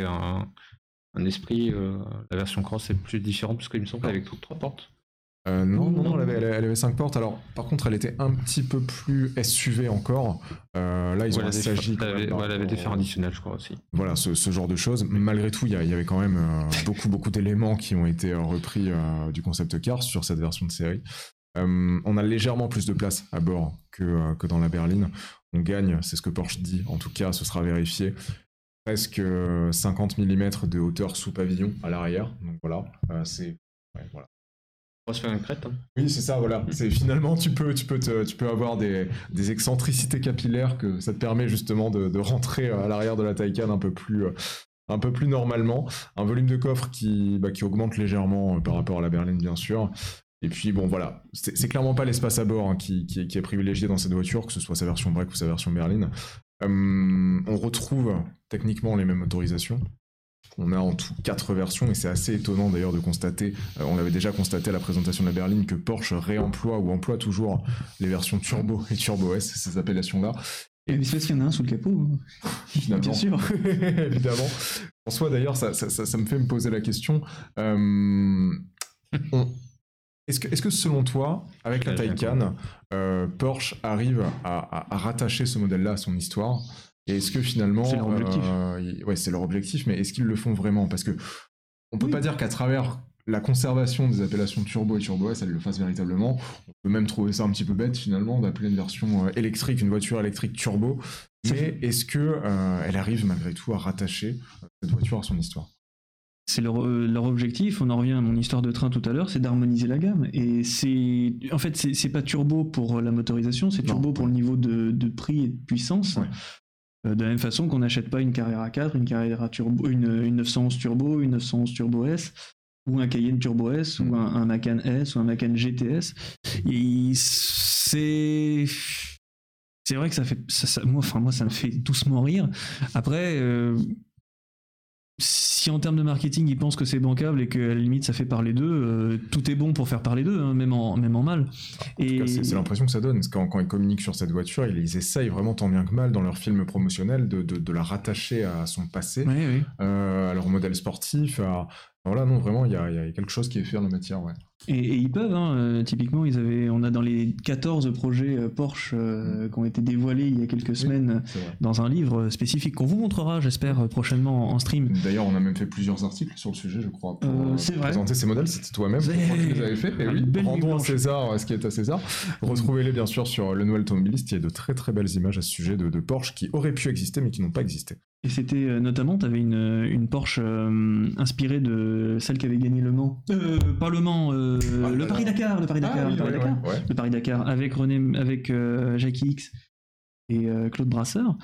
S3: un esprit, la version Cross est plus différente, parce qu'il me semble qu'elle avait 3 portes.
S1: Non, elle avait 5 portes. Alors, par contre, elle était un petit peu plus SUV encore. Là, ils ont assagi.
S3: Elle avait des fers additionnels, je crois aussi.
S1: Voilà, ce genre de choses. Malgré tout, il y avait quand même beaucoup d'éléments qui ont été repris du concept car sur cette version de série. On a légèrement plus de place à bord que dans la berline. On gagne, c'est ce que Porsche dit. En tout cas, ce sera vérifié. Presque 50 mm de hauteur sous pavillon à l'arrière. Donc voilà, voilà.
S3: On va se faire une crête. Hein.
S1: Oui, c'est ça, voilà. C'est, finalement, tu peux avoir des excentricités capillaires que ça te permet justement de rentrer à l'arrière de la Taycan un peu plus normalement. Un volume de coffre qui augmente légèrement par rapport à la berline, bien sûr. Et puis bon voilà, c'est clairement pas l'espace à bord qui est privilégié dans cette voiture, que ce soit sa version break ou sa version berline. On retrouve techniquement les mêmes motorisations. On a en tout 4 versions et c'est assez étonnant d'ailleurs de constater, on l'avait déjà constaté à la présentation de la berline, que Porsche réemploie ou emploie toujours les versions Turbo et Turbo S, ces appellations-là.
S2: Et c'est parce qu'il y en a un sous le capot. Bien sûr.
S1: Évidemment. En soi d'ailleurs, ça me fait me poser la question. Est-ce que selon toi, avec la Taycan, Porsche arrive à rattacher ce modèle-là à son histoire? Et est-ce que finalement...
S2: C'est leur objectif.
S1: C'est leur objectif, mais est-ce qu'ils le font vraiment? Parce que on peut pas dire qu'à travers la conservation des appellations Turbo et Turbo S, elles le fassent véritablement. On peut même trouver ça un petit peu bête finalement, d'appeler une version électrique, une voiture électrique Turbo. Mais est-ce que elle arrive malgré tout à rattacher cette voiture à son histoire?
S2: C'est leur objectif, on en revient à mon histoire de train tout à l'heure, c'est d'harmoniser la gamme. Et c'est pas turbo pour la motorisation, c'est turbo pour le niveau de prix et de puissance. Ouais. De la même façon qu'on n'achète pas une Carrera 4, une Carrera Turbo, une 911 Turbo, une 911 Turbo S, ou un Cayenne Turbo S, ou un Macan S, ou un Macan GTS. Et c'est vrai que ça fait... moi, ça me fait doucement rire. Après... si en termes de marketing ils pensent que c'est bancable et qu'à la limite ça fait parler d'eux, tout est bon pour faire parler d'eux, hein, même en mal.
S1: En tout cas, c'est l'impression que ça donne. Quand ils communiquent sur cette voiture, ils essayent vraiment tant bien que mal dans leur film promotionnel de la rattacher à son passé, oui. À leur modèle sportif. Voilà, non, vraiment, il y a quelque chose qui est fait en la matière, ouais.
S2: Et ils peuvent, hein, typiquement, on a dans les 14 projets Porsche qui ont été dévoilés il y a quelques semaines dans un livre spécifique qu'on vous montrera, j'espère, prochainement en stream.
S1: D'ailleurs, on a même fait plusieurs articles sur le sujet, je crois, pour présenter ces modèles. C'était toi-même, je crois, qui les avais fait. Et oui, rendons à César ce qui est à César. Retrouvez-les, bien sûr, sur le Nouvel Automobiliste. Il y a de très très belles images à ce sujet de Porsche qui auraient pu exister, mais qui n'ont pas existé.
S2: Et c'était notamment, tu avais une Porsche inspirée de celle qui avait gagné Le Mans. Pas Le Mans, le Paris-Dakar. Le Paris-Dakar avec Jackie X et Claude Brasseur,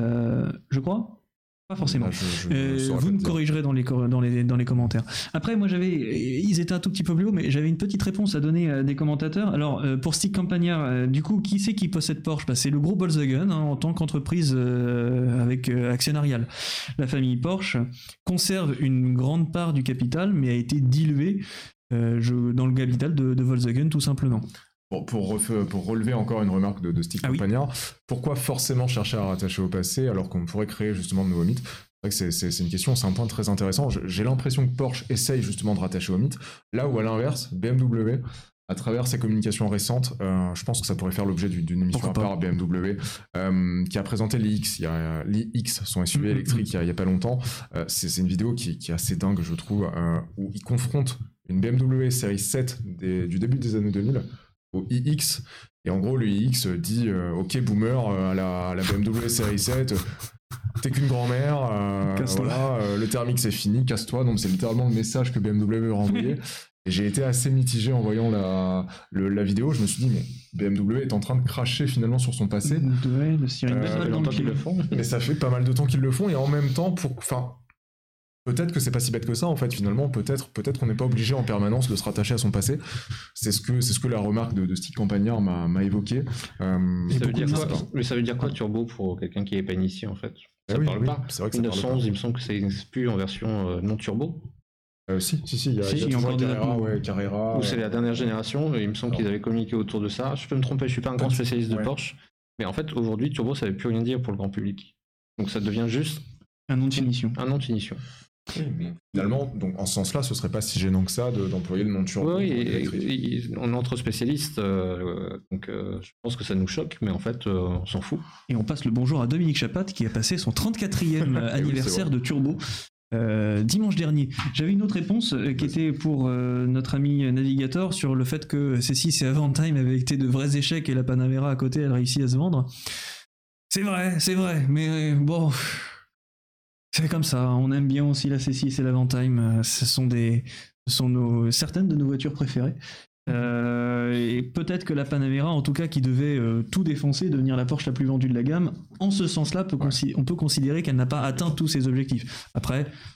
S2: je crois. Pas forcément. Vous me corrigerez dans les commentaires. Après, moi, ils étaient un tout petit peu plus haut, mais j'avais une petite réponse à donner à des commentateurs. Alors, pour Stick Campagnard, du coup, qui c'est qui possède Porsche? C'est le groupe Volkswagen, hein, en tant qu'entreprise avec actionnariale. La famille Porsche conserve une grande part du capital, mais a été diluée dans le capital de Volkswagen, tout simplement.
S1: Bon, pour relever encore une remarque de Stick Campagnard, pourquoi forcément chercher à rattacher au passé alors qu'on pourrait créer justement de nouveaux mythes? C'est vrai que c'est une question, c'est un point très intéressant. J'ai l'impression que Porsche essaye justement de rattacher au mythe, là où à l'inverse, BMW, à travers ses communications récentes, je pense que ça pourrait faire l'objet d'une émission à part, BMW, qui a présenté l'iX, son SUV électrique il y a pas longtemps. C'est une vidéo qui est assez dingue, je trouve, où il confronte une BMW série 7 du début des années 2000 au iX, et en gros le iX dit ok boomer à la BMW série 7, t'es qu'une grand-mère, voilà, le thermique c'est fini, casse-toi. Donc c'est littéralement le message que BMW a renvoyé. Et j'ai été assez mitigé en voyant la vidéo. Je me suis dit, mais BMW est en train de cracher finalement sur son passé. Mais ça fait pas mal de temps qu'ils le font, et en même temps, peut-être que c'est pas si bête que ça en fait, finalement. Peut-être qu'on n'est pas obligé en permanence de se rattacher à son passé. C'est ce que la remarque de Stick Campagnard m'a évoqué.
S3: Ça veut dire quoi Turbo pour quelqu'un qui n'est pas initié en fait? Ça parle pas. C'est vrai que 911, il me semble que ça n'existe plus en version non turbo.
S1: Si, il y a encore Carrera.
S3: C'est la dernière génération, il me semble qu'ils avaient communiqué autour de ça. Je peux me tromper, je suis pas un grand spécialiste de Porsche, mais en fait aujourd'hui Turbo ça veut plus rien dire pour le grand public. Donc ça devient juste
S2: un nom de finition.
S1: Oui, mais finalement, donc en ce sens-là, ce serait pas si gênant que ça d'employer le nom turbo.
S3: Oui, on est entre spécialistes, donc je pense que ça nous choque, mais en fait, on s'en fout.
S2: Et on passe le bonjour à Dominique Chapat qui a passé son 34e anniversaire de Turbo dimanche dernier. J'avais une autre réponse qui était pour notre ami Navigator sur le fait que C6 et Avantime avaient été de vrais échecs et la Panamera à côté, elle réussit à se vendre. C'est vrai, mais bon... C'est comme ça, on aime bien aussi la C6 et l'Avantime, ce sont certaines de nos voitures préférées. Et peut-être que la Panamera, en tout cas, qui devait tout défoncer, devenir la Porsche la plus vendue de la gamme, en ce sens-là, on peut considérer qu'elle n'a pas atteint tous ses objectifs. Après,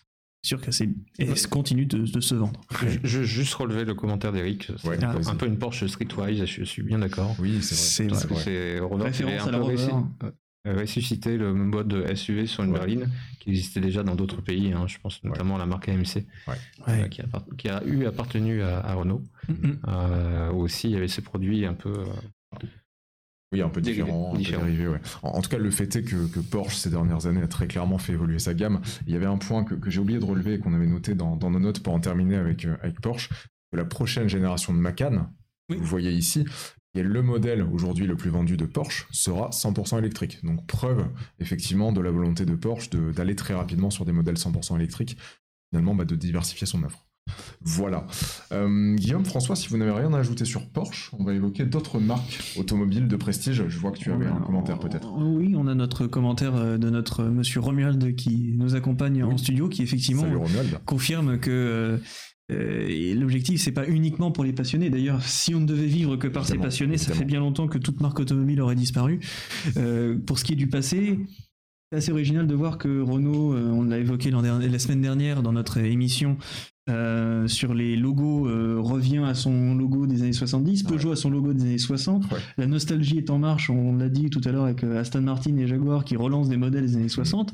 S2: sûr que continue de se vendre.
S3: Je juste relever le commentaire d'Eric. C'est un peu une Porsche Streetwise, je suis bien d'accord.
S1: Oui, c'est vrai.
S3: C'est Rover qui avait un peu ressuscité le mode SUV sur une berline qui existait déjà dans d'autres pays. Je pense notamment à la marque AMC qui a appartenu à Renault. Où aussi il y avait ces produits un peu...
S1: Oui, un peu différent. Dérivé, En tout cas, le fait est que Porsche, ces dernières années, a très clairement fait évoluer sa gamme. Il y avait un point que j'ai oublié de relever et qu'on avait noté dans nos notes pour en terminer avec Porsche, que la prochaine génération de Macan, vous voyez ici, qui est le modèle aujourd'hui le plus vendu de Porsche, sera 100% électrique. Donc preuve, effectivement, de la volonté de Porsche d'aller très rapidement sur des modèles 100% électriques, finalement, de diversifier son offre. Voilà. Guillaume, François, si vous n'avez rien à ajouter sur Porsche, on va évoquer d'autres marques automobiles de prestige. Je vois que tu avais un commentaire peut-être.
S2: Oui, on a notre commentaire de notre monsieur Romuald qui nous accompagne en studio, qui effectivement confirme que l'objectif, c'est pas uniquement pour les passionnés. D'ailleurs, si on ne devait vivre que par ces passionnés, ça fait bien longtemps que toute marque automobile aurait disparu. Pour ce qui est du passé, c'est assez original de voir que Renault, on l'a évoqué la semaine dernière dans notre émission, sur les logos, revient à son logo des années 70, Peugeot à son logo des années 60. La nostalgie est en marche, on l'a dit tout à l'heure avec Aston Martin et Jaguar qui relancent des modèles des années 60.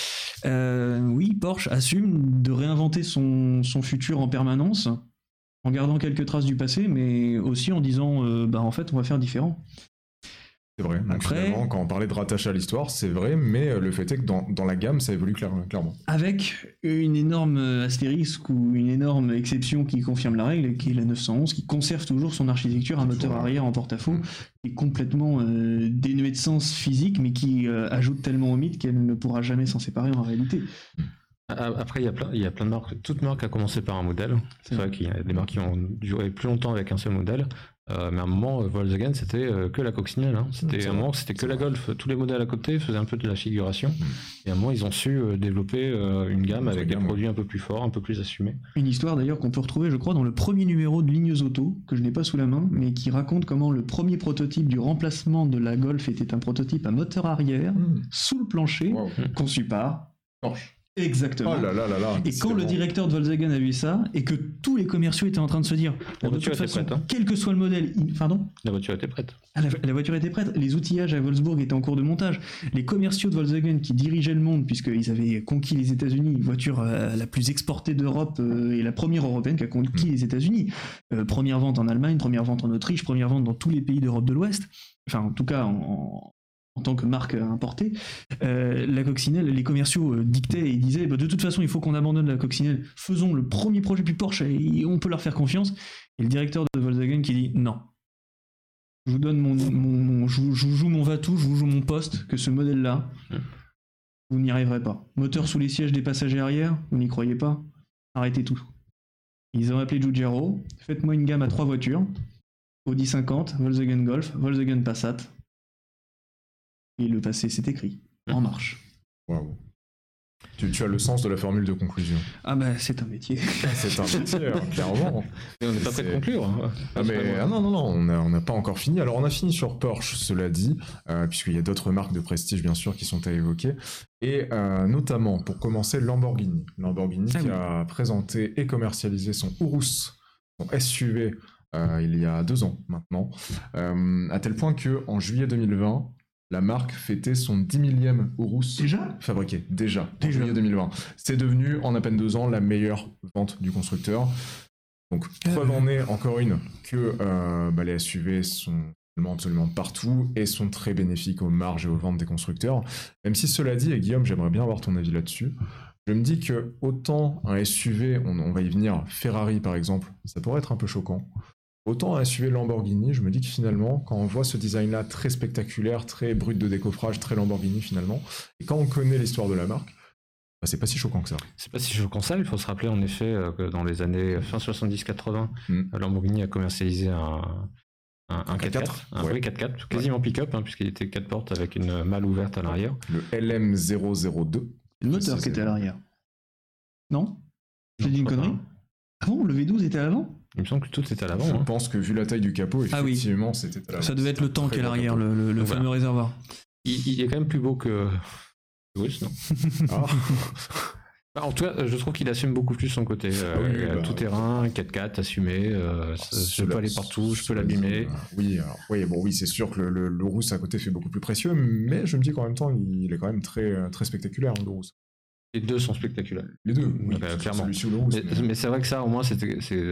S2: Oui, Porsche assume de réinventer son futur en permanence, en gardant quelques traces du passé, mais aussi en disant en fait on va faire différent.
S1: C'est vrai. Donc finalement, quand on parlait de rattache à l'histoire, c'est vrai, mais le fait est que dans la gamme, ça évolue clairement.
S2: Avec une énorme astérisque ou une énorme exception qui confirme la règle, qui est la 911, qui conserve toujours son architecture, un moteur arrière en porte-à-faux, qui est complètement dénué de sens physique, mais qui ajoute tellement au mythe qu'elle ne pourra jamais s'en séparer en réalité.
S3: Après, il y a plein de marques. Toute marque a commencé par un modèle. C'est vrai qu'il y a des marques qui ont duré plus longtemps avec un seul modèle. Mais à un moment, Volkswagen, c'était que la coccinelle. C'était que la Golf. Tous les modèles à côté faisaient un peu de la figuration. Et à un moment, ils ont su développer une gamme avec des produits un peu plus forts, un peu plus assumés.
S2: Une histoire d'ailleurs qu'on peut retrouver, je crois, dans le premier numéro de Lignes Auto, que je n'ai pas sous la main, mais qui raconte comment le premier prototype du remplacement de la Golf était un prototype à moteur arrière, sous le plancher, conçu par Porsche. Exactement.
S1: Oh là là là là,
S2: et quand le directeur de Volkswagen a vu ça, et que tous les commerciaux étaient en train de se dire,
S3: la voiture était prête,
S2: quel que soit le modèle, pardon ?
S3: La voiture était prête.
S2: La voiture était prête. Les outillages à Wolfsburg étaient en cours de montage. Les commerciaux de Volkswagen qui dirigeaient le monde, puisqu'ils avaient conquis les États-Unis, une voiture la plus exportée d'Europe et la première européenne qui a conquis les États-Unis. Première vente en Allemagne, première vente en Autriche, première vente dans tous les pays d'Europe de l'Ouest. Enfin, en tout cas, en tant que marque importée, la coccinelle, les commerciaux dictaient et disaient de toute façon il faut qu'on abandonne la coccinelle, faisons le premier projet puis Porsche et on peut leur faire confiance. Et le directeur de Volkswagen qui dit non, je vous donne je vous joue mon va-tout, je vous joue mon poste, que ce modèle là vous n'y arriverez pas. Moteur sous les sièges des passagers arrière, vous n'y croyez pas, arrêtez tout. Ils ont appelé Giugiaro, faites-moi une gamme à 3 voitures, Audi 50, Volkswagen Golf, Volkswagen Passat. Et le passé s'est écrit, en marche.
S1: Waouh. Tu as le sens de la formule de conclusion.
S2: Ah c'est un métier.
S1: C'est un métier, clairement.
S3: Et on n'est pas prêt de conclure.
S1: Non, on n'a pas encore fini. Alors on a fini sur Porsche, cela dit, puisqu'il y a d'autres marques de prestige, bien sûr, qui sont à évoquer. Et notamment, pour commencer, Lamborghini. Lamborghini qui a présenté et commercialisé son Urus, son SUV, il y a 2 ans maintenant, à tel point qu'en juillet 2020, la marque fêtait son 10 millième Urus fabriqué. Déjà. En juillet 2020. C'est devenu, en à peine 2 ans, la meilleure vente du constructeur. Donc, preuve en est, encore une, que les SUV sont absolument partout et sont très bénéfiques aux marges et aux ventes des constructeurs. Même si cela dit, et Guillaume, j'aimerais bien avoir ton avis là-dessus, je me dis que autant un SUV, on va y venir, Ferrari par exemple, ça pourrait être un peu choquant. Autant un SUV Lamborghini, je me dis que finalement, quand on voit ce design-là très spectaculaire, très brut de décoffrage, très Lamborghini finalement, et quand on connaît l'histoire de la marque, c'est pas si choquant que ça.
S3: C'est pas si choquant que ça, il faut se rappeler en effet que dans les années fin 70-80, Lamborghini a commercialisé un 4x4, un vrai 4x4, quasiment pick-up, puisqu'il était 4 portes avec une malle ouverte à l'arrière.
S1: Le LM002.
S2: Le moteur qui était à l'arrière. Non ? J'ai dit une connerie ? Ah bon, le V12 était à l'avant ?
S3: Il me semble que tout était à l'avant.
S1: Je pense que vu la taille du capot, effectivement, c'était à l'avant.
S2: Ça devait être le tank à l'arrière, le fameux réservoir.
S3: Il est quand même plus beau que Urus, non ? En tout cas, je trouve qu'il assume beaucoup plus son côté tout terrain, 4x4, assumé. Je peux aller partout, je peux l'abîmer.
S1: Oui, c'est sûr que le Rousse à côté fait beaucoup plus précieux, mais je me dis qu'en même temps, il est quand même très, très spectaculaire, le Rousse.
S3: Les deux sont spectaculaires.
S1: Les deux, oui,
S3: clairement.
S1: Celui-ci ou le Rousse.
S3: Mais c'est vrai que ça, au moins, c'est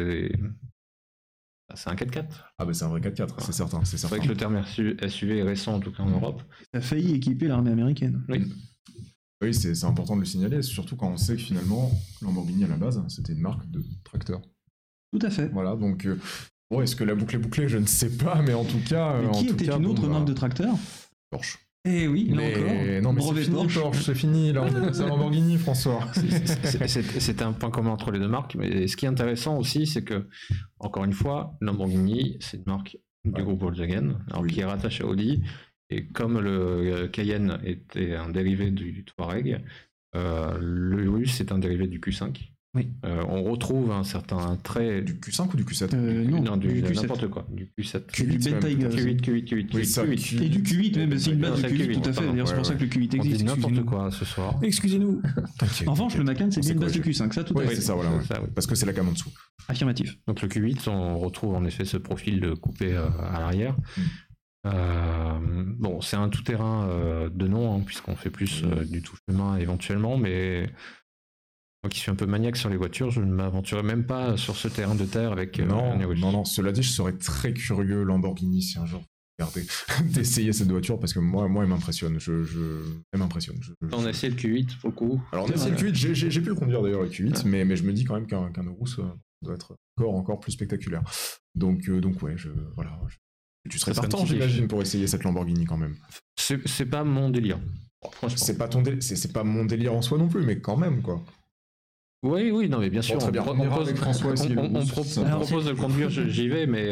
S3: un 4x4.
S1: Ah, c'est un vrai 4x4, c'est certain. C'est
S3: vrai que le terme SUV est récent, en tout cas en Europe.
S2: Ça a failli équiper l'armée américaine.
S1: Oui, c'est important de le signaler, surtout quand on sait que finalement, Lamborghini à la base, c'était une marque de tracteur.
S2: Tout à fait.
S1: Voilà, donc, est-ce que la boucle est bouclée? Je ne sais pas, mais en tout cas...
S2: Mais qui était une autre marque de tracteur?
S1: Porsche.
S2: Eh oui, là encore.
S1: Non, mais c'est fini, Porsche, c'est fini, là, on est passé à Lamborghini, François.
S3: C'est un point commun entre les deux marques, mais ce qui est intéressant aussi, c'est que, encore une fois, Lamborghini, c'est une marque du groupe Volkswagen, qui est rattachée à Audi. Et comme le Cayenne était un dérivé du Touareg, le Urus est un dérivé du Q5.
S2: Oui.
S3: On retrouve un certain trait...
S1: Du Q5 ou du Q7
S3: Non, du
S2: Q7.
S3: N'importe quoi. Du Q7.
S2: Du Bentayga.
S3: Q8.
S2: Et du Q8 même, c'est une base de Q8, tout à fait. D'ailleurs, c'est pour ça que le Q8 existe.
S3: On dit n'importe quoi ce soir.
S2: Excusez-nous. En revanche, le Macan, c'est bien une base de Q5, ça tout à fait.
S1: C'est ça, voilà. Parce que c'est la gamme en dessous.
S2: Affirmatif.
S3: Donc le Q8, on retrouve en effet ce profil coupé à l'arrière. C'est un tout-terrain de nom, puisqu'on fait plus du tout-chemin éventuellement, mais moi qui suis un peu maniaque sur les voitures, je ne m'aventurerai même pas sur ce terrain de terre avec un Urus.
S1: Non, cela dit, je serais très curieux, Lamborghini, si un jour regardez, d'essayer cette voiture, parce que moi il m'impressionne. Elle m'impressionne.
S3: On a essayé le Q8 pour le coup.
S1: Alors on a essayé le Q8, j'ai pu le conduire d'ailleurs le Q8, mais je me dis quand même qu'un Urus doit être encore plus spectaculaire. Donc ouais, voilà. Tu serais partant, j'imagine, pour essayer cette Lamborghini quand même.
S3: C'est pas mon délire.
S1: Franchement. C'est pas mon délire en soi non plus, mais quand même, quoi.
S3: Oui, non, mais bien sûr.
S1: Très bien. On propose
S3: de le conduire, j'y vais, mais.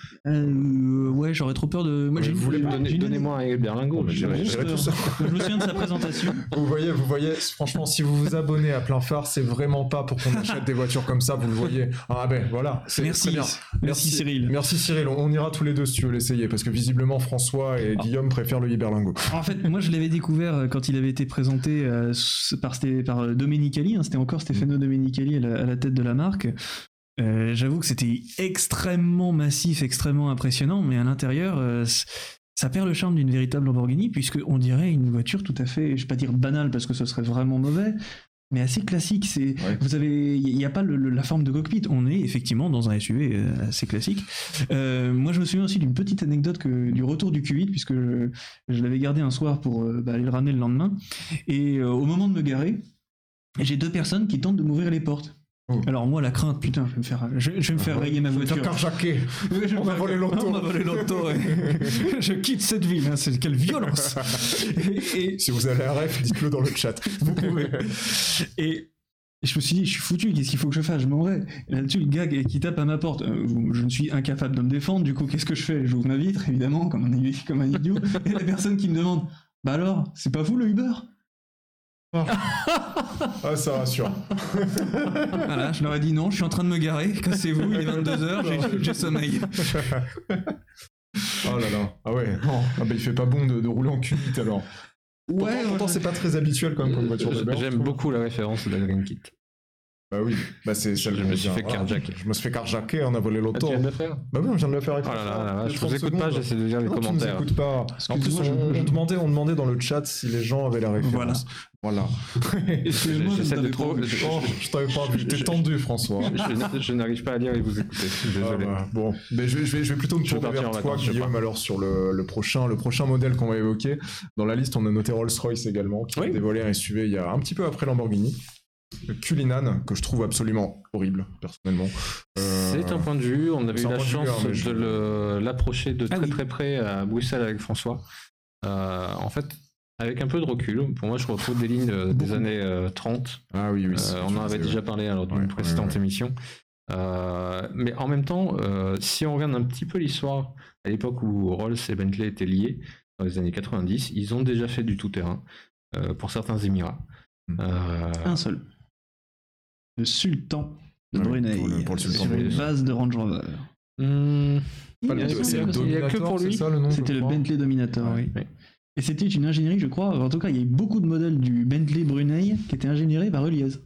S2: Ouais, j'aurais trop peur de. Moi,
S3: donnez-moi un berlingot.
S2: Je me souviens de sa présentation.
S1: Vous voyez, franchement, si vous vous abonnez à Plein Phare, c'est vraiment pas pour qu'on achète des voitures comme ça, vous le voyez. Ah ben voilà.
S2: Merci Cyril.
S1: Merci Cyril. On ira tous les deux si tu veux l'essayer, parce que visiblement François et Guillaume préfèrent le Iberlingo.
S2: En fait, moi je l'avais découvert quand il avait été présenté par Domenicali. C'était encore Stefano Domenicali à la tête de la marque. J'avoue que c'était extrêmement massif, extrêmement impressionnant, mais à l'intérieur, ça perd le charme d'une véritable Lamborghini, puisqu'on dirait une voiture tout à fait, je vais pas dire banale parce que ce serait vraiment mauvais, mais assez classique. Il n'y a pas la forme de cockpit. On est effectivement dans un SUV assez classique. Moi, je me souviens aussi d'une petite anecdote du retour du Q8, puisque je l'avais gardé un soir pour aller le ramener le lendemain. Et au moment de me garer, j'ai deux personnes qui tentent de m'ouvrir les portes. Alors moi la crainte, putain, je vais me faire rayer ma voiture.
S1: Tu as carjacké. On m'a volé l'auto.
S2: On m'a volé l'auto. Je quitte cette ville. Quelle violence.
S1: Et si vous avez un ref, dites-le dans le chat.
S2: Vous pouvez. Et je me suis dit, je suis foutu. Qu'est-ce qu'il faut que je fasse? Je m'en vais. Et là-dessus, le gars qui tape à ma porte. Je ne suis incapable de me défendre. Du coup, qu'est-ce que je fais? J'ouvre ma vitre, évidemment, comme un idiot. Et la personne qui me demande, bah alors, c'est pas vous le Uber?
S1: Ah, ça rassure.
S2: Voilà, je leur ai dit non, je suis en train de me garer, cassez-vous, il est 22h, j'ai sommeil.
S1: Oh là là, ah ouais, non. Ah bah il fait pas bon de rouler en Q8 alors. Pourtant c'est pas très habituel quand même comme voiture de bord.
S3: J'aime beaucoup la référence de la Green Kit.
S1: Bah oui, celle
S3: je me suis fait carjacker.
S1: Je me suis fait carjacker, on a volé l'auto.
S3: Tu viens de le faire?
S1: Bah oui, on vient de le faire avec
S3: Oh là là, je vous écoute pas, j'essaie de lire les commentaires.
S1: Tu nous écoutes pas. En plus, on demandait dans le chat si les gens avaient la référence. Voilà.
S2: Excusez-moi,
S1: je t'avais pas vu. T'es tendu, François.
S3: Je n'arrive pas à lire et vous écouter. Désolé.
S1: Bon, mais je vais plutôt me tourner vers toi, Guillaume, alors sur le prochain modèle qu'on va évoquer. Dans la liste, on a noté Rolls-Royce également, qui a dévoilé un SUV il y a un petit peu après Lamborghini. Le Cullinan, que je trouve absolument horrible, personnellement.
S3: C'est un point de vue. On avait eu la chance de l'approcher de très près à Bruxelles avec François. En fait, avec un peu de recul, pour moi, je retrouve des lignes des années 30.
S1: Ah oui.
S3: On en avait déjà parlé lors d'une précédente émission. Mais en même temps, si on regarde un petit peu l'histoire, à l'époque où Rolls et Bentley étaient liés, dans les années 90, ils ont déjà fait du tout-terrain pour certains Émirats.
S2: Un seul. Le Sultan de Brunei,
S1: pour le Sultan
S2: sur une base de Range Rover.
S3: Il n'y a que pour lui.
S2: C'était le Bentley Dominator, oui. Et c'était une ingénierie, je crois. En tout cas, il y a eu beaucoup de modèles du Bentley Brunei qui étaient ingénierés par Elias.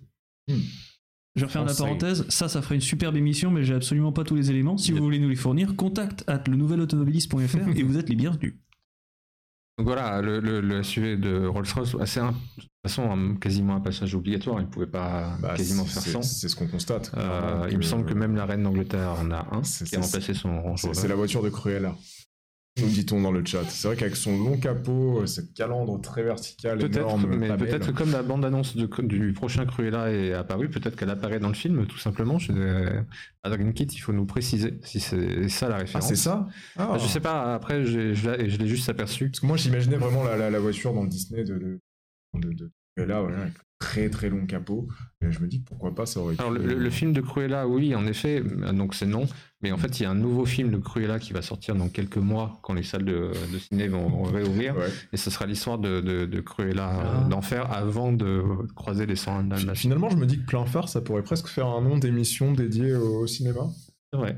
S2: Je vais refaire la parenthèse, ça ferait une superbe émission, mais j'ai absolument pas tous les éléments. Si vous voulez nous les fournir, contact@lenouvelautomobiliste.fr et vous êtes les bienvenus.
S3: Donc voilà, le SUV de Rolls-Royce, de toute façon, quasiment un passage obligatoire, il ne pouvait pas quasiment faire sans.
S1: C'est ce qu'on constate.
S3: Il me semble que même la reine d'Angleterre en a un, qui a remplacé son Range Rover.
S1: C'est la voiture de Cruella. Nous dit-on dans le chat. C'est vrai qu'avec son long capot, cette calandre très verticale, énorme,
S3: mais peut-être que comme la bande-annonce du prochain Cruella est apparue, peut-être qu'elle apparaît dans le film, tout simplement. À Dragon Kit, il faut nous préciser si c'est ça la référence.
S1: Ah, c'est ça
S3: Je sais pas, après, je l'ai juste aperçu.
S1: Parce que moi, j'imaginais vraiment la voiture dans le Disney de Cruella, voilà, avec très très long capot. Et je me dis pourquoi pas, ça aurait été...
S3: Alors le film de Cruella, oui, en effet, donc c'est non. Mais en fait, il y a un nouveau film de Cruella qui va sortir dans quelques mois quand les salles de ciné vont réouvrir. Ouais. Et ce sera l'histoire de Cruella d'enfer avant de croiser les 101 Dalmatiens.
S1: Finalement, je me dis que Plein Phare, ça pourrait presque faire un nom d'émission dédiée au cinéma.
S3: C'est vrai.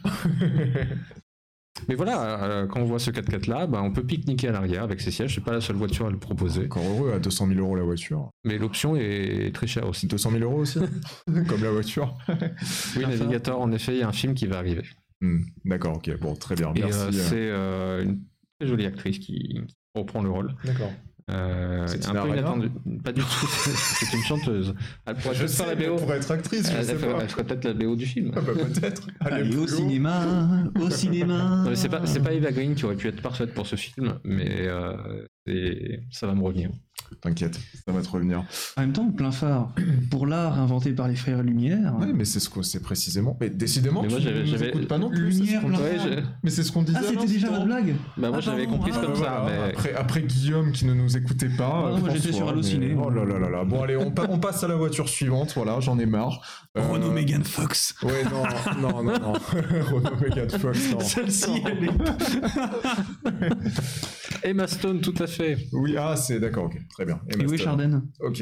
S3: Mais voilà, quand on voit ce 4x4 là, on peut pique-niquer à l'arrière avec ses sièges. C'est pas la seule voiture à le proposer.
S1: Encore heureux, à 200 000 € la voiture.
S3: Mais l'option est très chère aussi.
S1: 200 000 € aussi comme la voiture.
S3: Oui, Navigator, en effet, il y a un film qui va arriver.
S1: D'accord, ok, bon, très bien, merci.
S3: C'est une très jolie actrice qui reprend le rôle.
S1: D'accord.
S3: C'est un peu inattendu. Pas du tout, c'est une chanteuse. Elle pourrait peut-être faire la BO.
S1: Pour être actrice, je sais pas.
S3: Elle ferait peut-être la BO du film.
S1: Peut-être.
S2: Allez, au cinéma.
S3: Non, mais c'est pas Eva Green qui aurait pu être parfaite pour ce film, mais ça va me revenir.
S1: T'inquiète, ça va te revenir.
S2: En même temps, Plein Phare, pour l'art inventé par les frères Lumière.
S1: Oui, mais c'est précisément. Mais décidément,
S3: mais moi,
S1: j'avais pas non plus.
S2: Lumière,
S1: Mais c'est ce qu'on disait.
S2: Ah, c'était déjà la blague.
S3: Moi, j'avais compris comme ça. Mais...
S1: Après Guillaume qui ne nous écoutait pas.
S2: Moi, j'étais sur Allociné.
S1: Oh là là là là. Bon, allez, on passe à la voiture suivante. Voilà, j'en ai marre.
S2: Renault Mégane Fox.
S1: Ouais, non. Renault Mégane Fox, non.
S2: Celle-ci, elle est.
S3: Emma Stone, tout à fait.
S1: Oui, c'est d'accord, ok, très bien.
S2: Et oui, Chardin.
S1: Ok.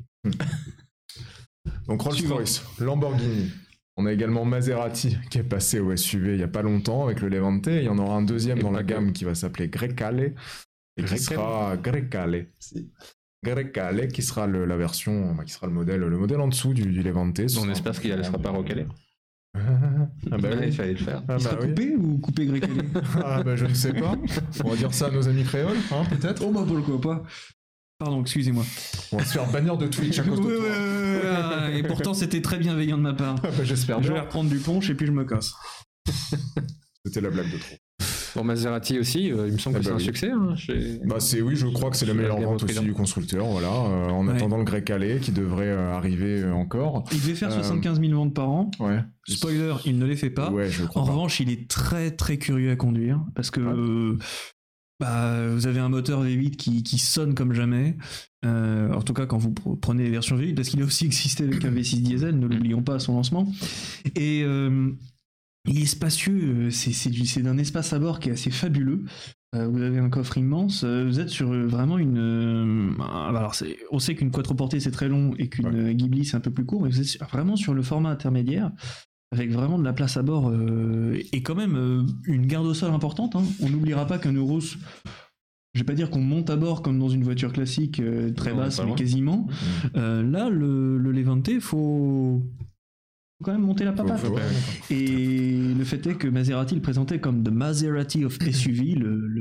S1: Donc Rolls-Royce, Lamborghini. On a également Maserati qui est passé au SUV il n'y a pas longtemps avec le Levante. Il y en aura un deuxième dans la gamme qui va s'appeler Grecale. Et qui sera Grecale. Grecale qui sera la version, qui sera le modèle en dessous du Levante.
S3: On espère qu'il ne sera pas recalé.
S1: Il
S3: fallait le faire.
S2: Il sera coupé ou coupé Grecale?
S1: Je ne sais pas. On va dire ça à nos amis créoles, peut-être.
S2: Oh pourquoi pas. Pardon, excusez-moi.
S1: On va se faire bannir de Twitch à cause de toi.
S2: Et pourtant, c'était très bienveillant de ma part.
S1: J'espère.
S2: Je vais reprendre du punch et puis je me casse.
S1: C'était la blague de trop.
S3: Bon, Maserati aussi, il me semble que c'est un succès.
S1: Oui, je crois que c'est la meilleure vente aussi du constructeur. Voilà, en attendant le Grecale qui devrait arriver encore.
S2: Il devait faire 75 000 ventes par an.
S1: Ouais.
S2: Spoiler, il ne les fait pas.
S1: Ouais, je crois
S2: en
S1: pas.
S2: revanche, il est très très curieux à conduire parce que vous avez un moteur V8 qui sonne comme jamais. En tout cas, quand vous prenez les versions V8, parce qu'il a aussi existé avec un V6 diesel, ne l'oublions pas à son lancement. Et il est spacieux, c'est d'un espace à bord qui est assez fabuleux. Vous avez un coffre immense, vous êtes sur vraiment une... on sait qu'une quattroportée c'est très long et qu'une Ghibli c'est un peu plus court, mais vous êtes vraiment sur le format intermédiaire, avec vraiment de la place à bord et quand même une garde au sol importante. On n'oubliera pas qu'un Urus, je vais pas dire qu'on monte à bord comme dans une voiture classique très basse, mais quasiment. Là, le Levante, faut quand même monter la papate. Et le fait est que Maserati le présentait comme The Maserati of SUV,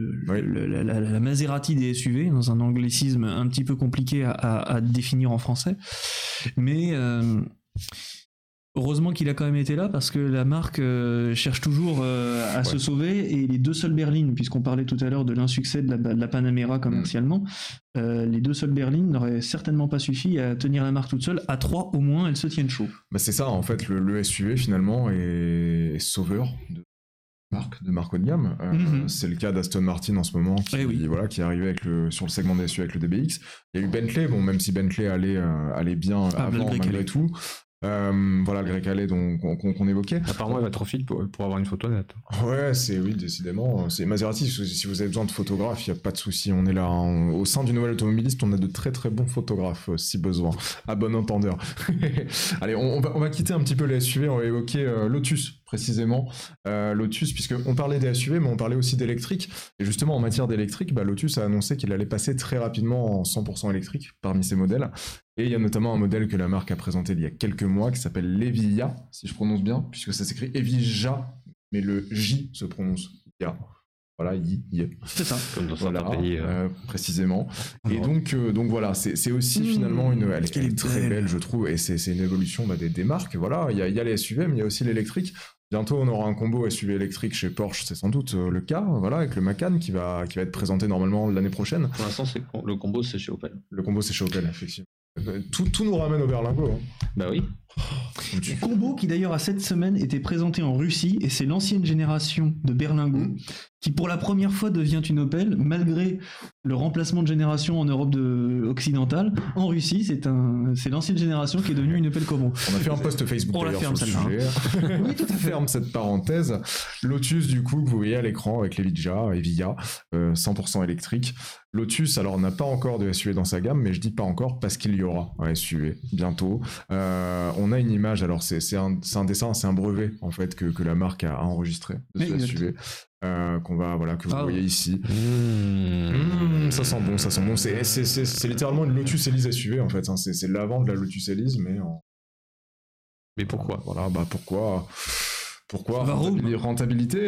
S2: la Maserati des SUV, dans un anglicisme un petit peu compliqué à définir en français. Mais heureusement qu'il a quand même été là, parce que la marque cherche toujours à se sauver, et les deux seules berlines, puisqu'on parlait tout à l'heure de l'insuccès de la Panamera commercialement, les deux seules berlines n'auraient certainement pas suffi à tenir la marque toute seule. À 3 au moins, elles se tiennent chaud. C'est ça, en fait, le SUV finalement est sauveur de marque haut de gamme. C'est le cas d'Aston Martin en ce moment qui est arrivé sur le segment des SUV avec le DBX. Il y a eu Bentley, même si Bentley allait bien avant malgré tout. Le Grecale qu'on évoquait.
S3: Apparemment, il va trop vite pour avoir une photo nette.
S1: Ouais, décidément. C'est Maserati. Si vous avez besoin de photographes, il n'y a pas de souci. On est là. Au sein du Nouvel Automobiliste, on a de très très bons photographes, si besoin. À bon entendeur. Allez, on va quitter un petit peu les SUV. On va évoquer Lotus, précisément. Lotus, puisqu'on parlait des SUV, mais on parlait aussi d'électrique. Et justement, en matière d'électrique, Lotus a annoncé qu'il allait passer très rapidement en 100% électrique parmi ses modèles. Et il y a notamment un modèle que la marque a présenté il y a quelques mois qui s'appelle l'Evija, si je prononce bien, puisque ça s'écrit Evija, mais le J se prononce Ya. Voilà,
S3: c'est ça, comme dans
S1: voilà,
S3: certains pays.
S1: Précisément. Et donc voilà, c'est aussi finalement elle est très belle, je trouve, et c'est une évolution des marques. Voilà, il y a les SUV, mais il y a aussi l'électrique. Bientôt, on aura un combo SUV électrique chez Porsche, c'est sans doute le cas, voilà, avec le Macan qui va être présenté normalement l'année prochaine.
S3: Pour l'instant, le combo, c'est chez Opel.
S1: Le combo, c'est chez Opel, effectivement. Tout nous ramène au berlingot. Hein.
S3: Bah oui.
S2: Combo qui d'ailleurs à cette semaine était présenté en Russie et c'est l'ancienne génération de berlingot qui pour la première fois devient une Opel malgré le remplacement de génération en Europe occidentale. En Russie, c'est l'ancienne génération qui est devenue une Opel Combo.
S1: On a fait un post Facebook d'ailleurs sur le sujet. Oui, tout à fait. Ferme cette parenthèse. Lotus du coup que vous voyez à l'écran avec l'Evija, 100% électrique. Lotus, alors, n'a pas encore de SUV dans sa gamme, mais je dis pas encore parce qu'il y aura un SUV bientôt. On a une image, alors c'est un dessin, c'est un brevet en fait que la marque a enregistré de ce SUV. Que vous voyez ici. Ça sent bon. C'est littéralement une Lotus Elise SUV en fait. Hein. C'est l'avant de la Lotus Elise, mais en...
S3: Mais pourquoi ?
S1: Voilà, pourquoi rentabilité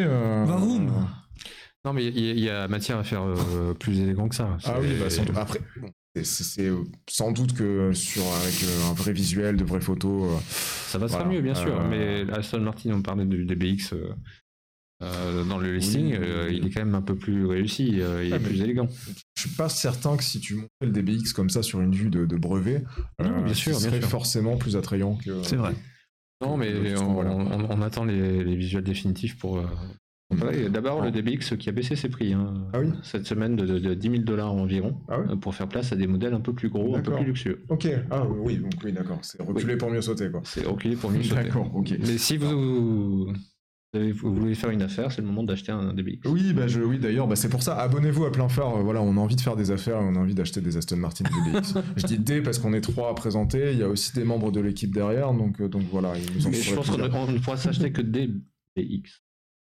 S3: Non, mais il y a matière à faire plus élégant que ça.
S1: Ah oui, après, c'est sans doute que avec un vrai visuel, de vraies photos...
S3: ça va sera mieux, bien sûr, mais Aston Martin, on parlait du DBX dans le listing, il est quand même un peu plus réussi, il est plus élégant.
S1: Je suis pas certain que si tu montrais le DBX comme ça sur une vue de brevet,
S3: bien sûr,
S1: serait forcément plus attrayant que...
S2: C'est vrai.
S3: Non, mais on attend les visuels définitifs pour... D'abord, le DBX qui a baissé ses prix cette semaine de $10 000 environ pour faire place à des modèles un peu plus gros, un peu plus luxueux.
S1: Ok, oui, d'accord. C'est reculé pour mieux sauter, quoi.
S3: C'est reculé pour mieux sauter.
S1: D'accord, ok.
S3: Mais si vous voulez faire une affaire, c'est le moment d'acheter un DBX.
S1: Oui, d'ailleurs, c'est pour ça, abonnez-vous à Plein Phare. Voilà, on a envie de faire des affaires et on a envie d'acheter des Aston Martin DBX. Je dis des parce qu'on est 3 à présenter, il y a aussi des membres de l'équipe derrière, donc voilà.
S3: Je pense qu'on ne pourra s'acheter que des DBX.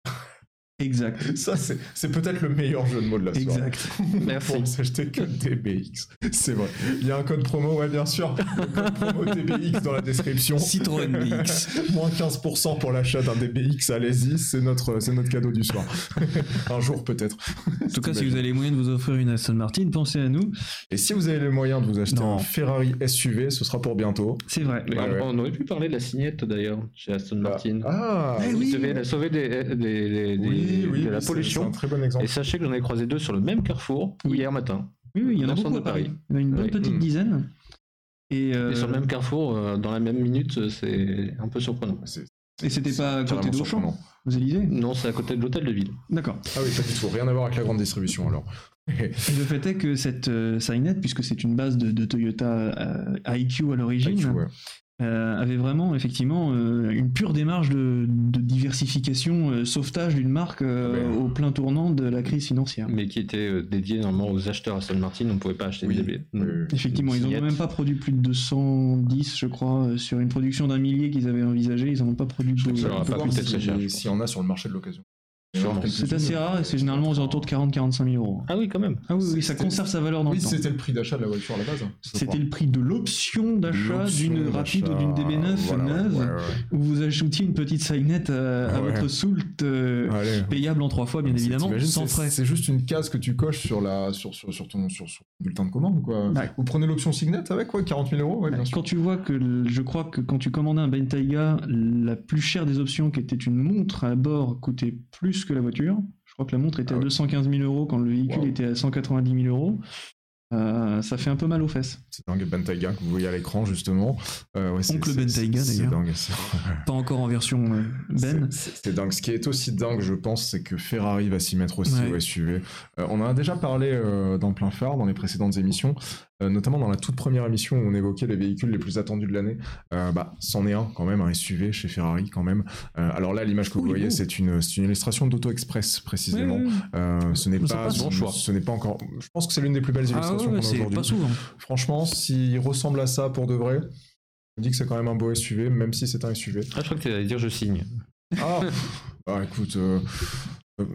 S2: Exact.
S1: Ça, c'est peut-être le meilleur jeu de mots de la soirée.
S2: Exact.
S3: Merci.
S1: Pour s'acheter que DBX. C'est vrai. Il y a un code promo, bien sûr. Le code promo DBX dans la description.
S2: Citroën BX.
S1: Moins 15% pour l'achat d'un DBX, allez-y, c'est notre cadeau du soir. Un jour peut-être.
S2: En tout cas, si vous avez les moyens de vous offrir une Aston Martin, pensez à nous.
S1: Et si vous avez les moyens de vous acheter un Ferrari SUV, ce sera pour bientôt.
S2: C'est vrai.
S3: On aurait pu parler de la signette d'ailleurs chez Aston Martin.
S2: Oui.
S3: Elle a sauvé de la pollution.
S1: C'est un très bon exemple.
S3: Et sachez que j'en ai croisé 2 sur le même carrefour hier matin.
S2: Oui, il y en a beaucoup à Paris. Il y en a une bonne petite dizaine. Et
S3: sur le même carrefour, dans la même minute, c'est un peu surprenant.
S2: Et c'était pas à côté d'Auchan, aux Élysées ?
S3: Non, c'est à côté de l'hôtel de ville.
S2: D'accord.
S1: Ah oui, pas du tout. Rien à voir avec la grande distribution alors.
S2: Et le fait est que cette Cynet, puisque c'est une base de Toyota IQ à l'origine, avait vraiment effectivement une pure démarche de diversification, sauvetage d'une marque au plein tournant de la crise financière.
S3: Mais qui était dédiée normalement aux acheteurs Aston Martin, on ne pouvait pas acheter une DB.
S2: Effectivement, ils n'ont même pas produit plus de 210, je crois, sur une production d'1 millier qu'ils avaient envisagé, ils n'en ont pas produit beaucoup.
S1: Ça n'aura pas coûté très cher. S'il y en a sur le marché de l'occasion.
S2: C'est assez rare et c'est généralement aux alentours de 40-45 000 euros.
S3: Ah oui, quand même.
S2: Ah oui, ça conserve sa valeur dans le temps.
S1: Oui, c'était le prix d'achat de la voiture à la base.
S2: C'était le prix de l'option d'achat d'une rapide ou d'une DB9 neuve, où vous ajoutiez une petite Cynet à votre soult payable en 3 fois, bien évidemment, sans frais.
S1: C'est juste une case que tu coches sur ton bulletin de commande, quoi. Ouais. Vous prenez l'option Signet avec 40 000 euros, bien sûr.
S2: Quand tu vois que je crois que quand tu commandais un Bentayga, la plus chère des options, qui était une montre à bord, coûtait plus que la voiture. Je crois que la montre était à 215 000 euros quand le véhicule était à 190 000 euros. Ça fait un peu mal aux fesses.
S1: C'est dingue, Bentayga que vous voyez à l'écran justement.
S2: Oncle Bentayga d'ailleurs.
S1: C'est dingue.
S2: Pas encore en version Ben.
S1: C'est dingue. Ce qui est aussi dingue, je pense, c'est que Ferrari va s'y mettre aussi au SUV. On en a déjà parlé dans Plein Phare, dans les précédentes émissions. Notamment dans la toute première émission où on évoquait les véhicules les plus attendus de l'année, c'en est un quand même, un SUV chez Ferrari quand même. Alors là, l'image que vous voyez, c'est une illustration d'Auto Express précisément. Ce n'est pas son choix. Ce n'est pas encore. Je pense que c'est l'une des plus belles illustrations qu'on a aujourd'hui.
S2: Pas souvent.
S1: Franchement, s'il ressemble à ça pour de vrai, je me dis que c'est quand même un beau SUV, même si c'est un SUV.
S3: Ah, je crois que tu allais dire je signe.
S1: Écoute.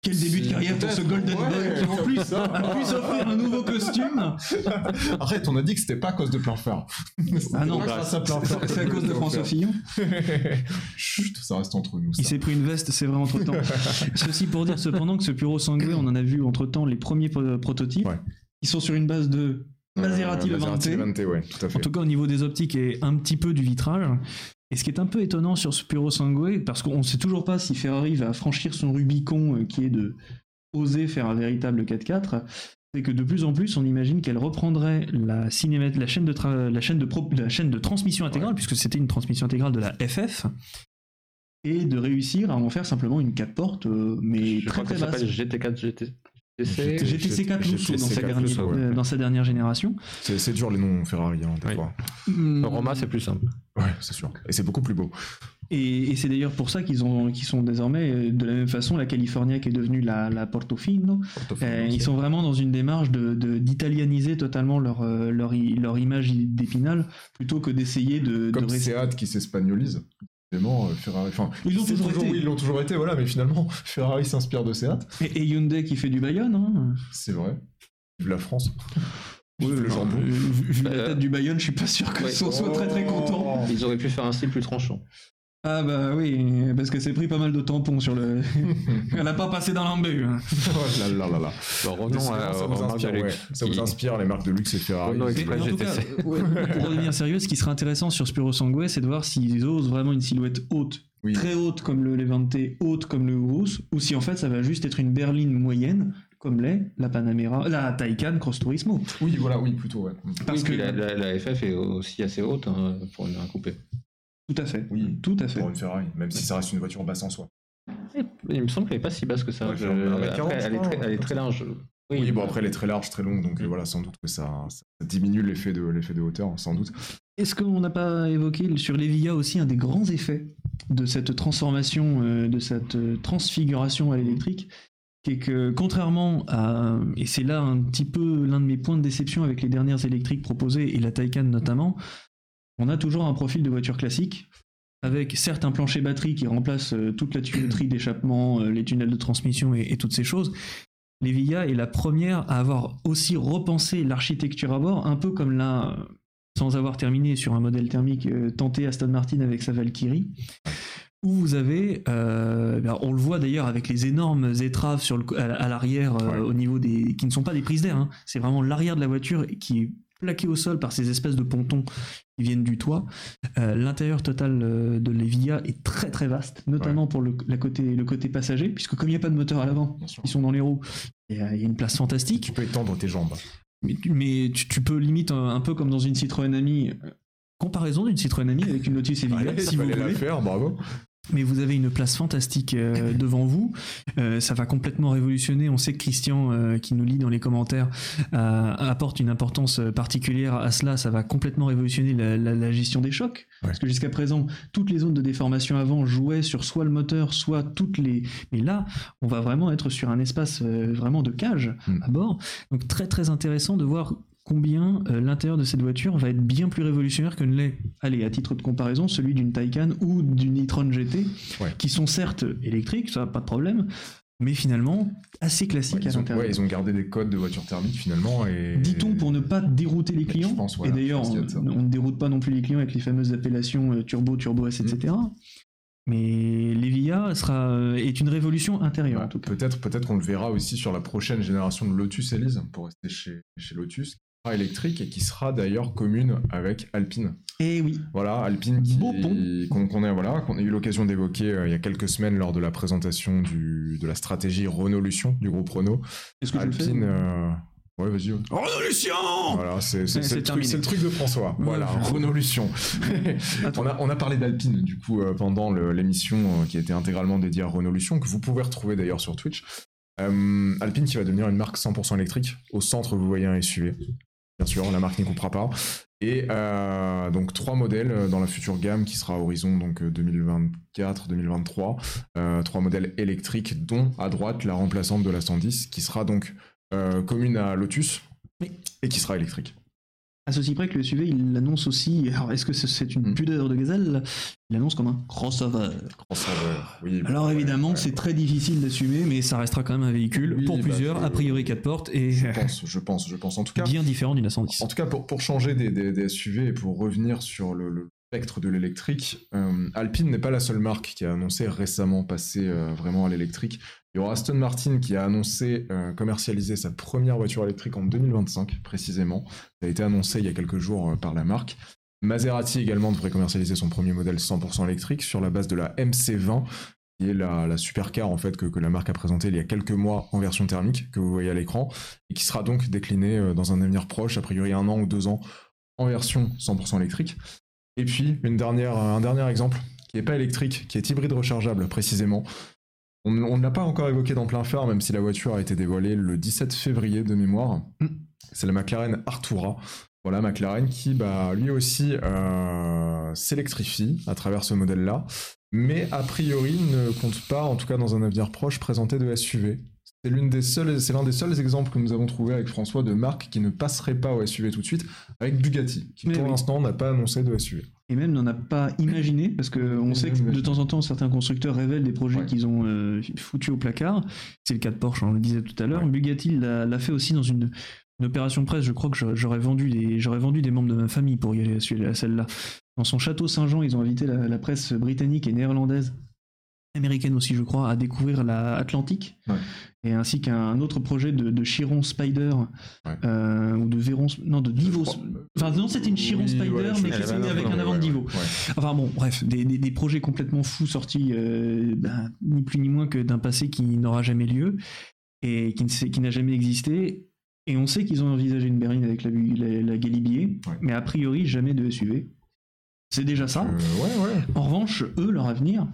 S2: Quel début de carrière pour ce Golden Boy qui en plus a pu s'offrir un nouveau costume.
S1: Arrête, on a dit que c'était pas à cause de Plein Phare.
S2: Ah non, c'est à cause de François Fillon.
S1: Chut, ça reste entre nous. Ça.
S2: Il s'est pris une veste, c'est vrai, entre temps. Ceci pour dire cependant que ce Puro Sangue, on en a vu entre temps les premiers prototypes. Ils sont sur une base de Maserati Levante.
S1: Ouais, tout à fait.
S2: En tout cas, au niveau des optiques et un petit peu du vitrage. Et ce qui est un peu étonnant sur ce Puro Sangue, parce qu'on ne sait toujours pas si Ferrari va franchir son Rubicon, qui est de oser faire un véritable 4x4, c'est que de plus en plus, on imagine qu'elle reprendrait la chaîne de transmission intégrale, puisque c'était une transmission intégrale de la FF, et de réussir à en faire simplement une 4 portes, mais
S3: je
S2: très
S3: crois
S2: très
S3: ça
S2: basse.
S3: s'appelle
S2: GTC4 Lusso dans sa dernière génération.
S1: C'est dur les noms Ferrari, des fois.
S3: Roma, c'est plus simple.
S1: Ouais, c'est sûr. Et c'est beaucoup plus beau.
S2: Et c'est d'ailleurs pour ça qu'ils sont désormais, de la même façon, la California qui est devenue la Portofino. Ils sont vraiment dans une démarche d'italianiser totalement leur image d'Épinal, plutôt que d'essayer de...
S1: Comme Seat qui s'espagnolise. Ferrari,
S2: ils
S1: l'ont toujours été, voilà, mais finalement, Ferrari s'inspire de Seat.
S2: Et Hyundai qui fait du Bayonne. Hein.
S1: C'est vrai. Vive la France.
S2: Le jambon. Vu la tête du Bayonne, je suis pas sûr que soit très très content.
S3: Ils auraient pu faire un style plus tranchant.
S2: Ah bah oui, parce que c'est pris pas mal de tampons sur le... Elle a pas passé dans l'embu.
S1: Oh là là.
S3: Ça
S1: vous inspire les marques de luxe et Ferrari.
S2: En tout cas, pour redevenir sérieux, ce qui serait intéressant sur ce Puro Sangue, c'est de voir s'ils osent vraiment une silhouette haute, très haute comme le Levante, haute comme le Urus, ou si en fait ça va juste être une berline moyenne, comme l'est la Panamera, la Taycan Cross Turismo.
S1: Oui, plutôt, ouais.
S2: Parce que
S3: la FF est aussi assez haute pour un coupé.
S2: Tout à fait.
S1: Oui,
S2: tout à fait.
S1: Pour une Ferrari, même si ça reste une voiture basse en soi.
S3: Il me semble qu'elle n'est pas si basse que ça. Elle est très large.
S1: Oui, bon après elle est très large, très longue, donc voilà, sans doute que ça diminue l'effet de hauteur, sans doute.
S2: Est-ce qu'on n'a pas évoqué sur l'Evija aussi un des grands effets de cette transformation, de cette transfiguration à l'électrique, qui est que contrairement à, et c'est là un petit peu l'un de mes points de déception avec les dernières électriques proposées, et la Taycan notamment, on a toujours un profil de voiture classique, avec certes un plancher batterie qui remplace toute la tuyauterie d'échappement, les tunnels de transmission et toutes ces choses. L'Evija est la première à avoir aussi repensé l'architecture à bord, un peu comme là, sans avoir terminé sur un modèle thermique tenté Aston Martin avec sa Valkyrie, où vous avez, on le voit d'ailleurs avec les énormes étraves à l'arrière, au niveau des, qui ne sont pas des prises d'air, hein. C'est vraiment l'arrière de la voiture qui est plaqué au sol par ces espèces de pontons qui viennent du toit. L'intérieur total de l'Evija est très très vaste, notamment pour le côté passager, puisque comme il n'y a pas de moteur à l'avant, ils sont dans les roues, il y a une place fantastique.
S1: Tu peux étendre tes jambes.
S2: Mais tu peux limite un peu comme dans une Citroën Ami, comparaison d'une Citroën Ami avec une Lotus Evija, si vous voulez.
S1: La faire, bravo.
S2: Mais vous avez une place fantastique devant vous. Ça va complètement révolutionner. On sait que Christian, qui nous lit dans les commentaires, apporte une importance particulière à cela. Ça va complètement révolutionner la gestion des chocs. Parce que jusqu'à présent, toutes les zones de déformation avant jouaient sur soit le moteur, soit toutes les... Mais là, on va vraiment être sur un espace vraiment de cage à bord. Donc très très intéressant de voir combien l'intérieur de cette voiture va être bien plus révolutionnaire que ne l'est, allez, à titre de comparaison, celui d'une Taycan ou d'une e-tron GT, qui sont certes électriques, ça pas de problème, mais finalement assez classiques à l'intérieur.
S1: Ils ont gardé des codes de voiture thermique finalement.
S2: Dit-on pour ne pas dérouter les clients, et d'ailleurs on ne déroute pas non plus les clients avec les fameuses appellations turbo, S, etc. Mais l'Evija est une révolution intérieure en tout cas.
S1: Peut-être qu'on le verra aussi sur la prochaine génération de Lotus Elise, pour rester chez Lotus, électrique et qui sera d'ailleurs commune avec Alpine.
S2: Et oui.
S1: Voilà, Alpine qu'on a eu l'occasion d'évoquer il y a quelques semaines lors de la présentation de la stratégie Renault-Lution du groupe Renault.
S2: Est-ce que
S1: Alpine, ouais, vas-y.
S2: Renault-Lution.
S1: Voilà, c'est le truc de François. Voilà, Renault-Lution. on a parlé d'Alpine du coup pendant l'émission qui était intégralement dédiée à Renault-Lution, que vous pouvez retrouver d'ailleurs sur Twitch. Alpine qui va devenir une marque 100% électrique. Au centre, vous voyez un SUV. Bien sûr, la marque n'y coupera pas. Et donc 3 modèles dans la future gamme qui sera à horizon donc 2024-2023. 3 modèles électriques, dont à droite la remplaçante de la 110, qui sera donc commune à Lotus et qui sera électrique.
S2: À ceci près que le SUV, il l'annonce aussi. Alors, est-ce que c'est une pudeur de gazelle? Il l'annonce comme un crossover.
S1: Oui.
S2: Alors évidemment, c'est très difficile d'assumer, mais ça restera quand même un véhicule pour plusieurs, a priori 4 portes et
S1: je pense. En tout cas,
S2: bien différent d'une A110.
S1: En tout cas, pour changer des SUV et pour revenir sur le spectre de l'électrique, Alpine n'est pas la seule marque qui a annoncé récemment passer vraiment à l'électrique. Il y aura Aston Martin qui a annoncé commercialiser sa première voiture électrique en 2025, précisément. Ça a été annoncé il y a quelques jours par la marque. Maserati également devrait commercialiser son premier modèle 100% électrique sur la base de la MC20, qui est la supercar en fait que la marque a présentée il y a quelques mois en version thermique, que vous voyez à l'écran, et qui sera donc déclinée dans un avenir proche, a priori 1 an ou 2 ans, en version 100% électrique. Et puis, un dernier exemple, qui n'est pas électrique, qui est hybride rechargeable précisément. On ne l'a pas encore évoqué dans plein phare, même si la voiture a été dévoilée le 17 février de mémoire. C'est la McLaren Artura. Voilà, McLaren qui, lui aussi, s'électrifie à travers ce modèle-là, mais a priori ne compte pas, en tout cas dans un avenir proche, présenter de SUV. C'est l'un des seuls exemples que nous avons trouvé avec François de marques qui ne passeraient pas au SUV tout de suite, avec Bugatti, qui pour l'instant n'a pas annoncé de SUV.
S2: Et même n'en a pas imaginé, parce qu'on sait que de temps en temps, certains constructeurs révèlent des projets qu'ils ont foutus au placard. C'est le cas de Porsche, on le disait tout à l'heure. Bugatti l'a fait aussi dans une opération presse. Je crois que j'aurais vendu des membres de ma famille pour y aller à celle-là. Dans son château Saint-Jean, ils ont invité la presse britannique et néerlandaise, américaine aussi je crois, à découvrir la Atlantique, et ainsi qu'un autre projet de Chiron Spider, ou de Véron, non de Divo, c'était une Chiron Spider mais qui s'est mis avec un avant de Divo. Enfin bon, bref, des projets complètement fous sortis ni plus ni moins que d'un passé qui n'aura jamais lieu et qui n'a jamais existé. Et on sait qu'ils ont envisagé une berline avec la Galibier, mais a priori jamais de SUV. C'est déjà ça. En revanche, eux, leur avenir,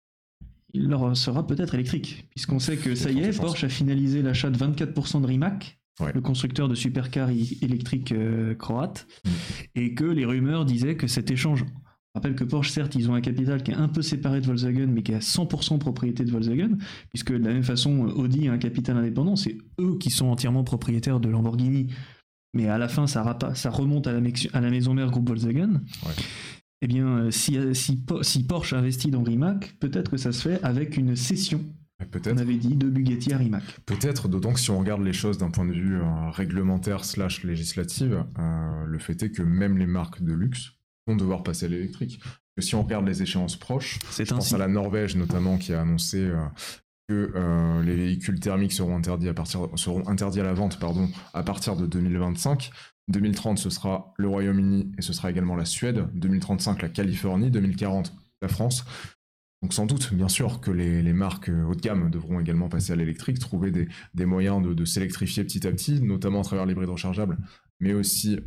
S2: il leur sera peut-être électrique, puisqu'on sait que ça y est, Porsche a finalisé l'achat de 24% de Rimac, le constructeur de supercar électrique croate, et que les rumeurs disaient que cet échange... Je rappelle que Porsche, certes, ils ont un capital qui est un peu séparé de Volkswagen, mais qui est à 100% propriété de Volkswagen, puisque de la même façon, Audi a un capital indépendant, c'est eux qui sont entièrement propriétaires de Lamborghini, mais à la fin, ça remonte à la maison mère groupe Volkswagen. Eh bien, si Porsche investit dans Rimac, peut-être que ça se fait avec une cession, on avait dit, de Bugatti à Rimac.
S1: Peut-être, d'autant que si on regarde les choses d'un point de vue réglementaire / législative, le fait est que même les marques de luxe vont devoir passer à l'électrique. Que si on regarde les échéances proches, je pense à la Norvège notamment qui a annoncé que les véhicules thermiques seront interdits à la vente à partir de 2025. 2030, ce sera le Royaume-Uni et ce sera également la Suède. 2035, la Californie. 2040, la France. Donc sans doute, bien sûr, que les marques haut de gamme devront également passer à l'électrique, trouver des moyens de s'électrifier petit à petit, notamment à travers l'hybride rechargeable, mais aussi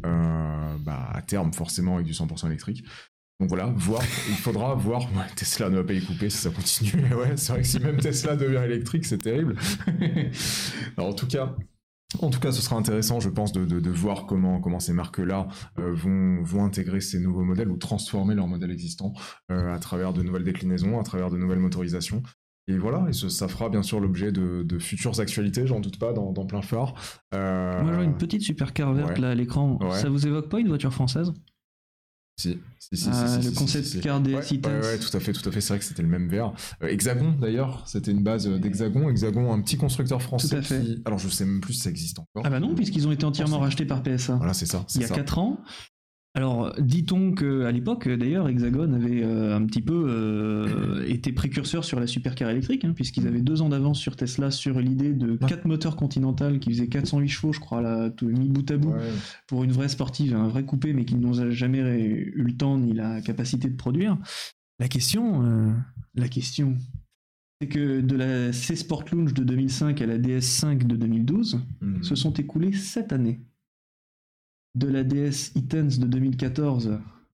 S1: à terme forcément avec du 100% électrique. Donc voilà, il faudra voir. Tesla ne va pas y couper si ça continue. C'est vrai que si même Tesla devient électrique, c'est terrible. Alors en tout cas, ce sera intéressant, je pense, de voir comment ces marques-là vont intégrer ces nouveaux modèles ou transformer leurs modèles existants à travers de nouvelles déclinaisons, à travers de nouvelles motorisations. Et voilà, et ça fera bien sûr l'objet de futures actualités, j'en doute pas, dans plein phare.
S2: Moi, j'ai une petite supercar verte là à l'écran. Ça vous évoque pas une voiture française ?
S1: Si,
S2: le concept car des Citans.
S1: Tout à fait, c'est vrai que c'était le même verre. Hexagon d'ailleurs, c'était une base d'Hexagon. Hexagon, un petit constructeur français.
S2: Tout à fait.
S1: Alors je sais même plus si ça existe encore.
S2: Ah bah non, puisqu'ils ont été entièrement rachetés par PSA.
S1: Voilà, c'est ça.
S2: Il y a 4 ans. Alors, dit-on qu'à l'époque, d'ailleurs, Hexagon avait un petit peu été précurseur sur la supercar électrique, puisqu'ils avaient 2 ans d'avance sur Tesla sur l'idée de 4 moteurs Continental qui faisaient 408 chevaux, je crois, tout mis bout à bout, pour une vraie sportive, un vrai coupé, mais qui n'ont jamais eu le temps ni la capacité de produire. La question, c'est que de la C-Sport Lounge de 2005 à la DS5 de 2012, se sont écoulées 7 années. De la DS e-Tense de 2016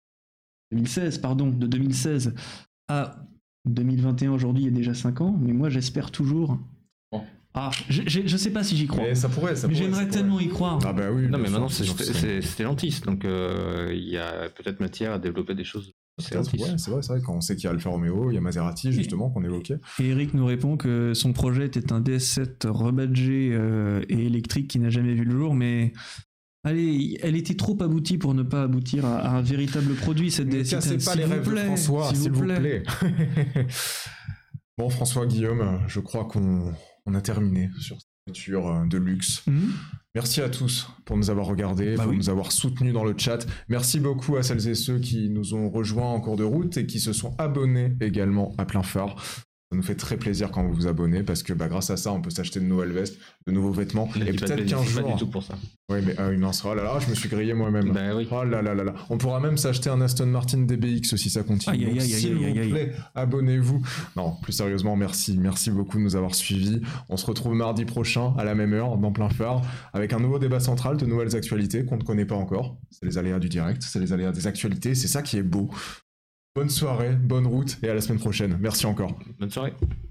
S2: à 2021 aujourd'hui, il y a déjà 5 ans, mais moi j'espère toujours. Je sais pas si j'y crois.
S1: Mais ça pourrait.
S2: Mais j'aimerais tellement y croire.
S1: Ah bah oui.
S3: Non, mais maintenant c'est Stellantis, donc il y a peut-être matière à développer des choses.
S1: C'est vrai, quand on sait qu'il y a Alfa Romeo, il y a Maserati justement qu'on évoquait.
S2: Et Eric nous répond que son projet était un DS7 rebadgé et électrique qui n'a jamais vu le jour, mais allez, elle était trop aboutie pour ne pas aboutir à un véritable produit.
S1: Ne cassez pas les rêves de François, s'il vous plaît. Bon, François, Guillaume, je crois qu'on a terminé sur cette voiture de luxe. Merci à tous pour nous avoir regardés, pour nous avoir soutenus dans le chat. Merci beaucoup à celles et ceux qui nous ont rejoints en cours de route et qui se sont abonnés également à Plein Phare. Ça nous fait très plaisir quand vous vous abonnez parce que grâce à ça, on peut s'acheter de nouvelles vestes, de nouveaux vêtements. Et peut-être qu'un jour.
S3: Pas du tout pour ça.
S1: Oui, mais mince, oh là là, je me suis grillé moi-même.
S3: Oui.
S1: Oh là là là là. On pourra même s'acheter un Aston Martin DBX si ça continue. Donc, s'il vous plaît, abonnez-vous. Non, plus sérieusement, merci beaucoup de nous avoir suivis. On se retrouve mardi prochain à la même heure dans Plein Phare avec un nouveau débat central, de nouvelles actualités qu'on ne connaît pas encore. C'est les aléas du direct, c'est les aléas des actualités, c'est ça qui est beau. Bonne soirée, bonne route et à la semaine prochaine. Merci encore.
S3: Bonne soirée.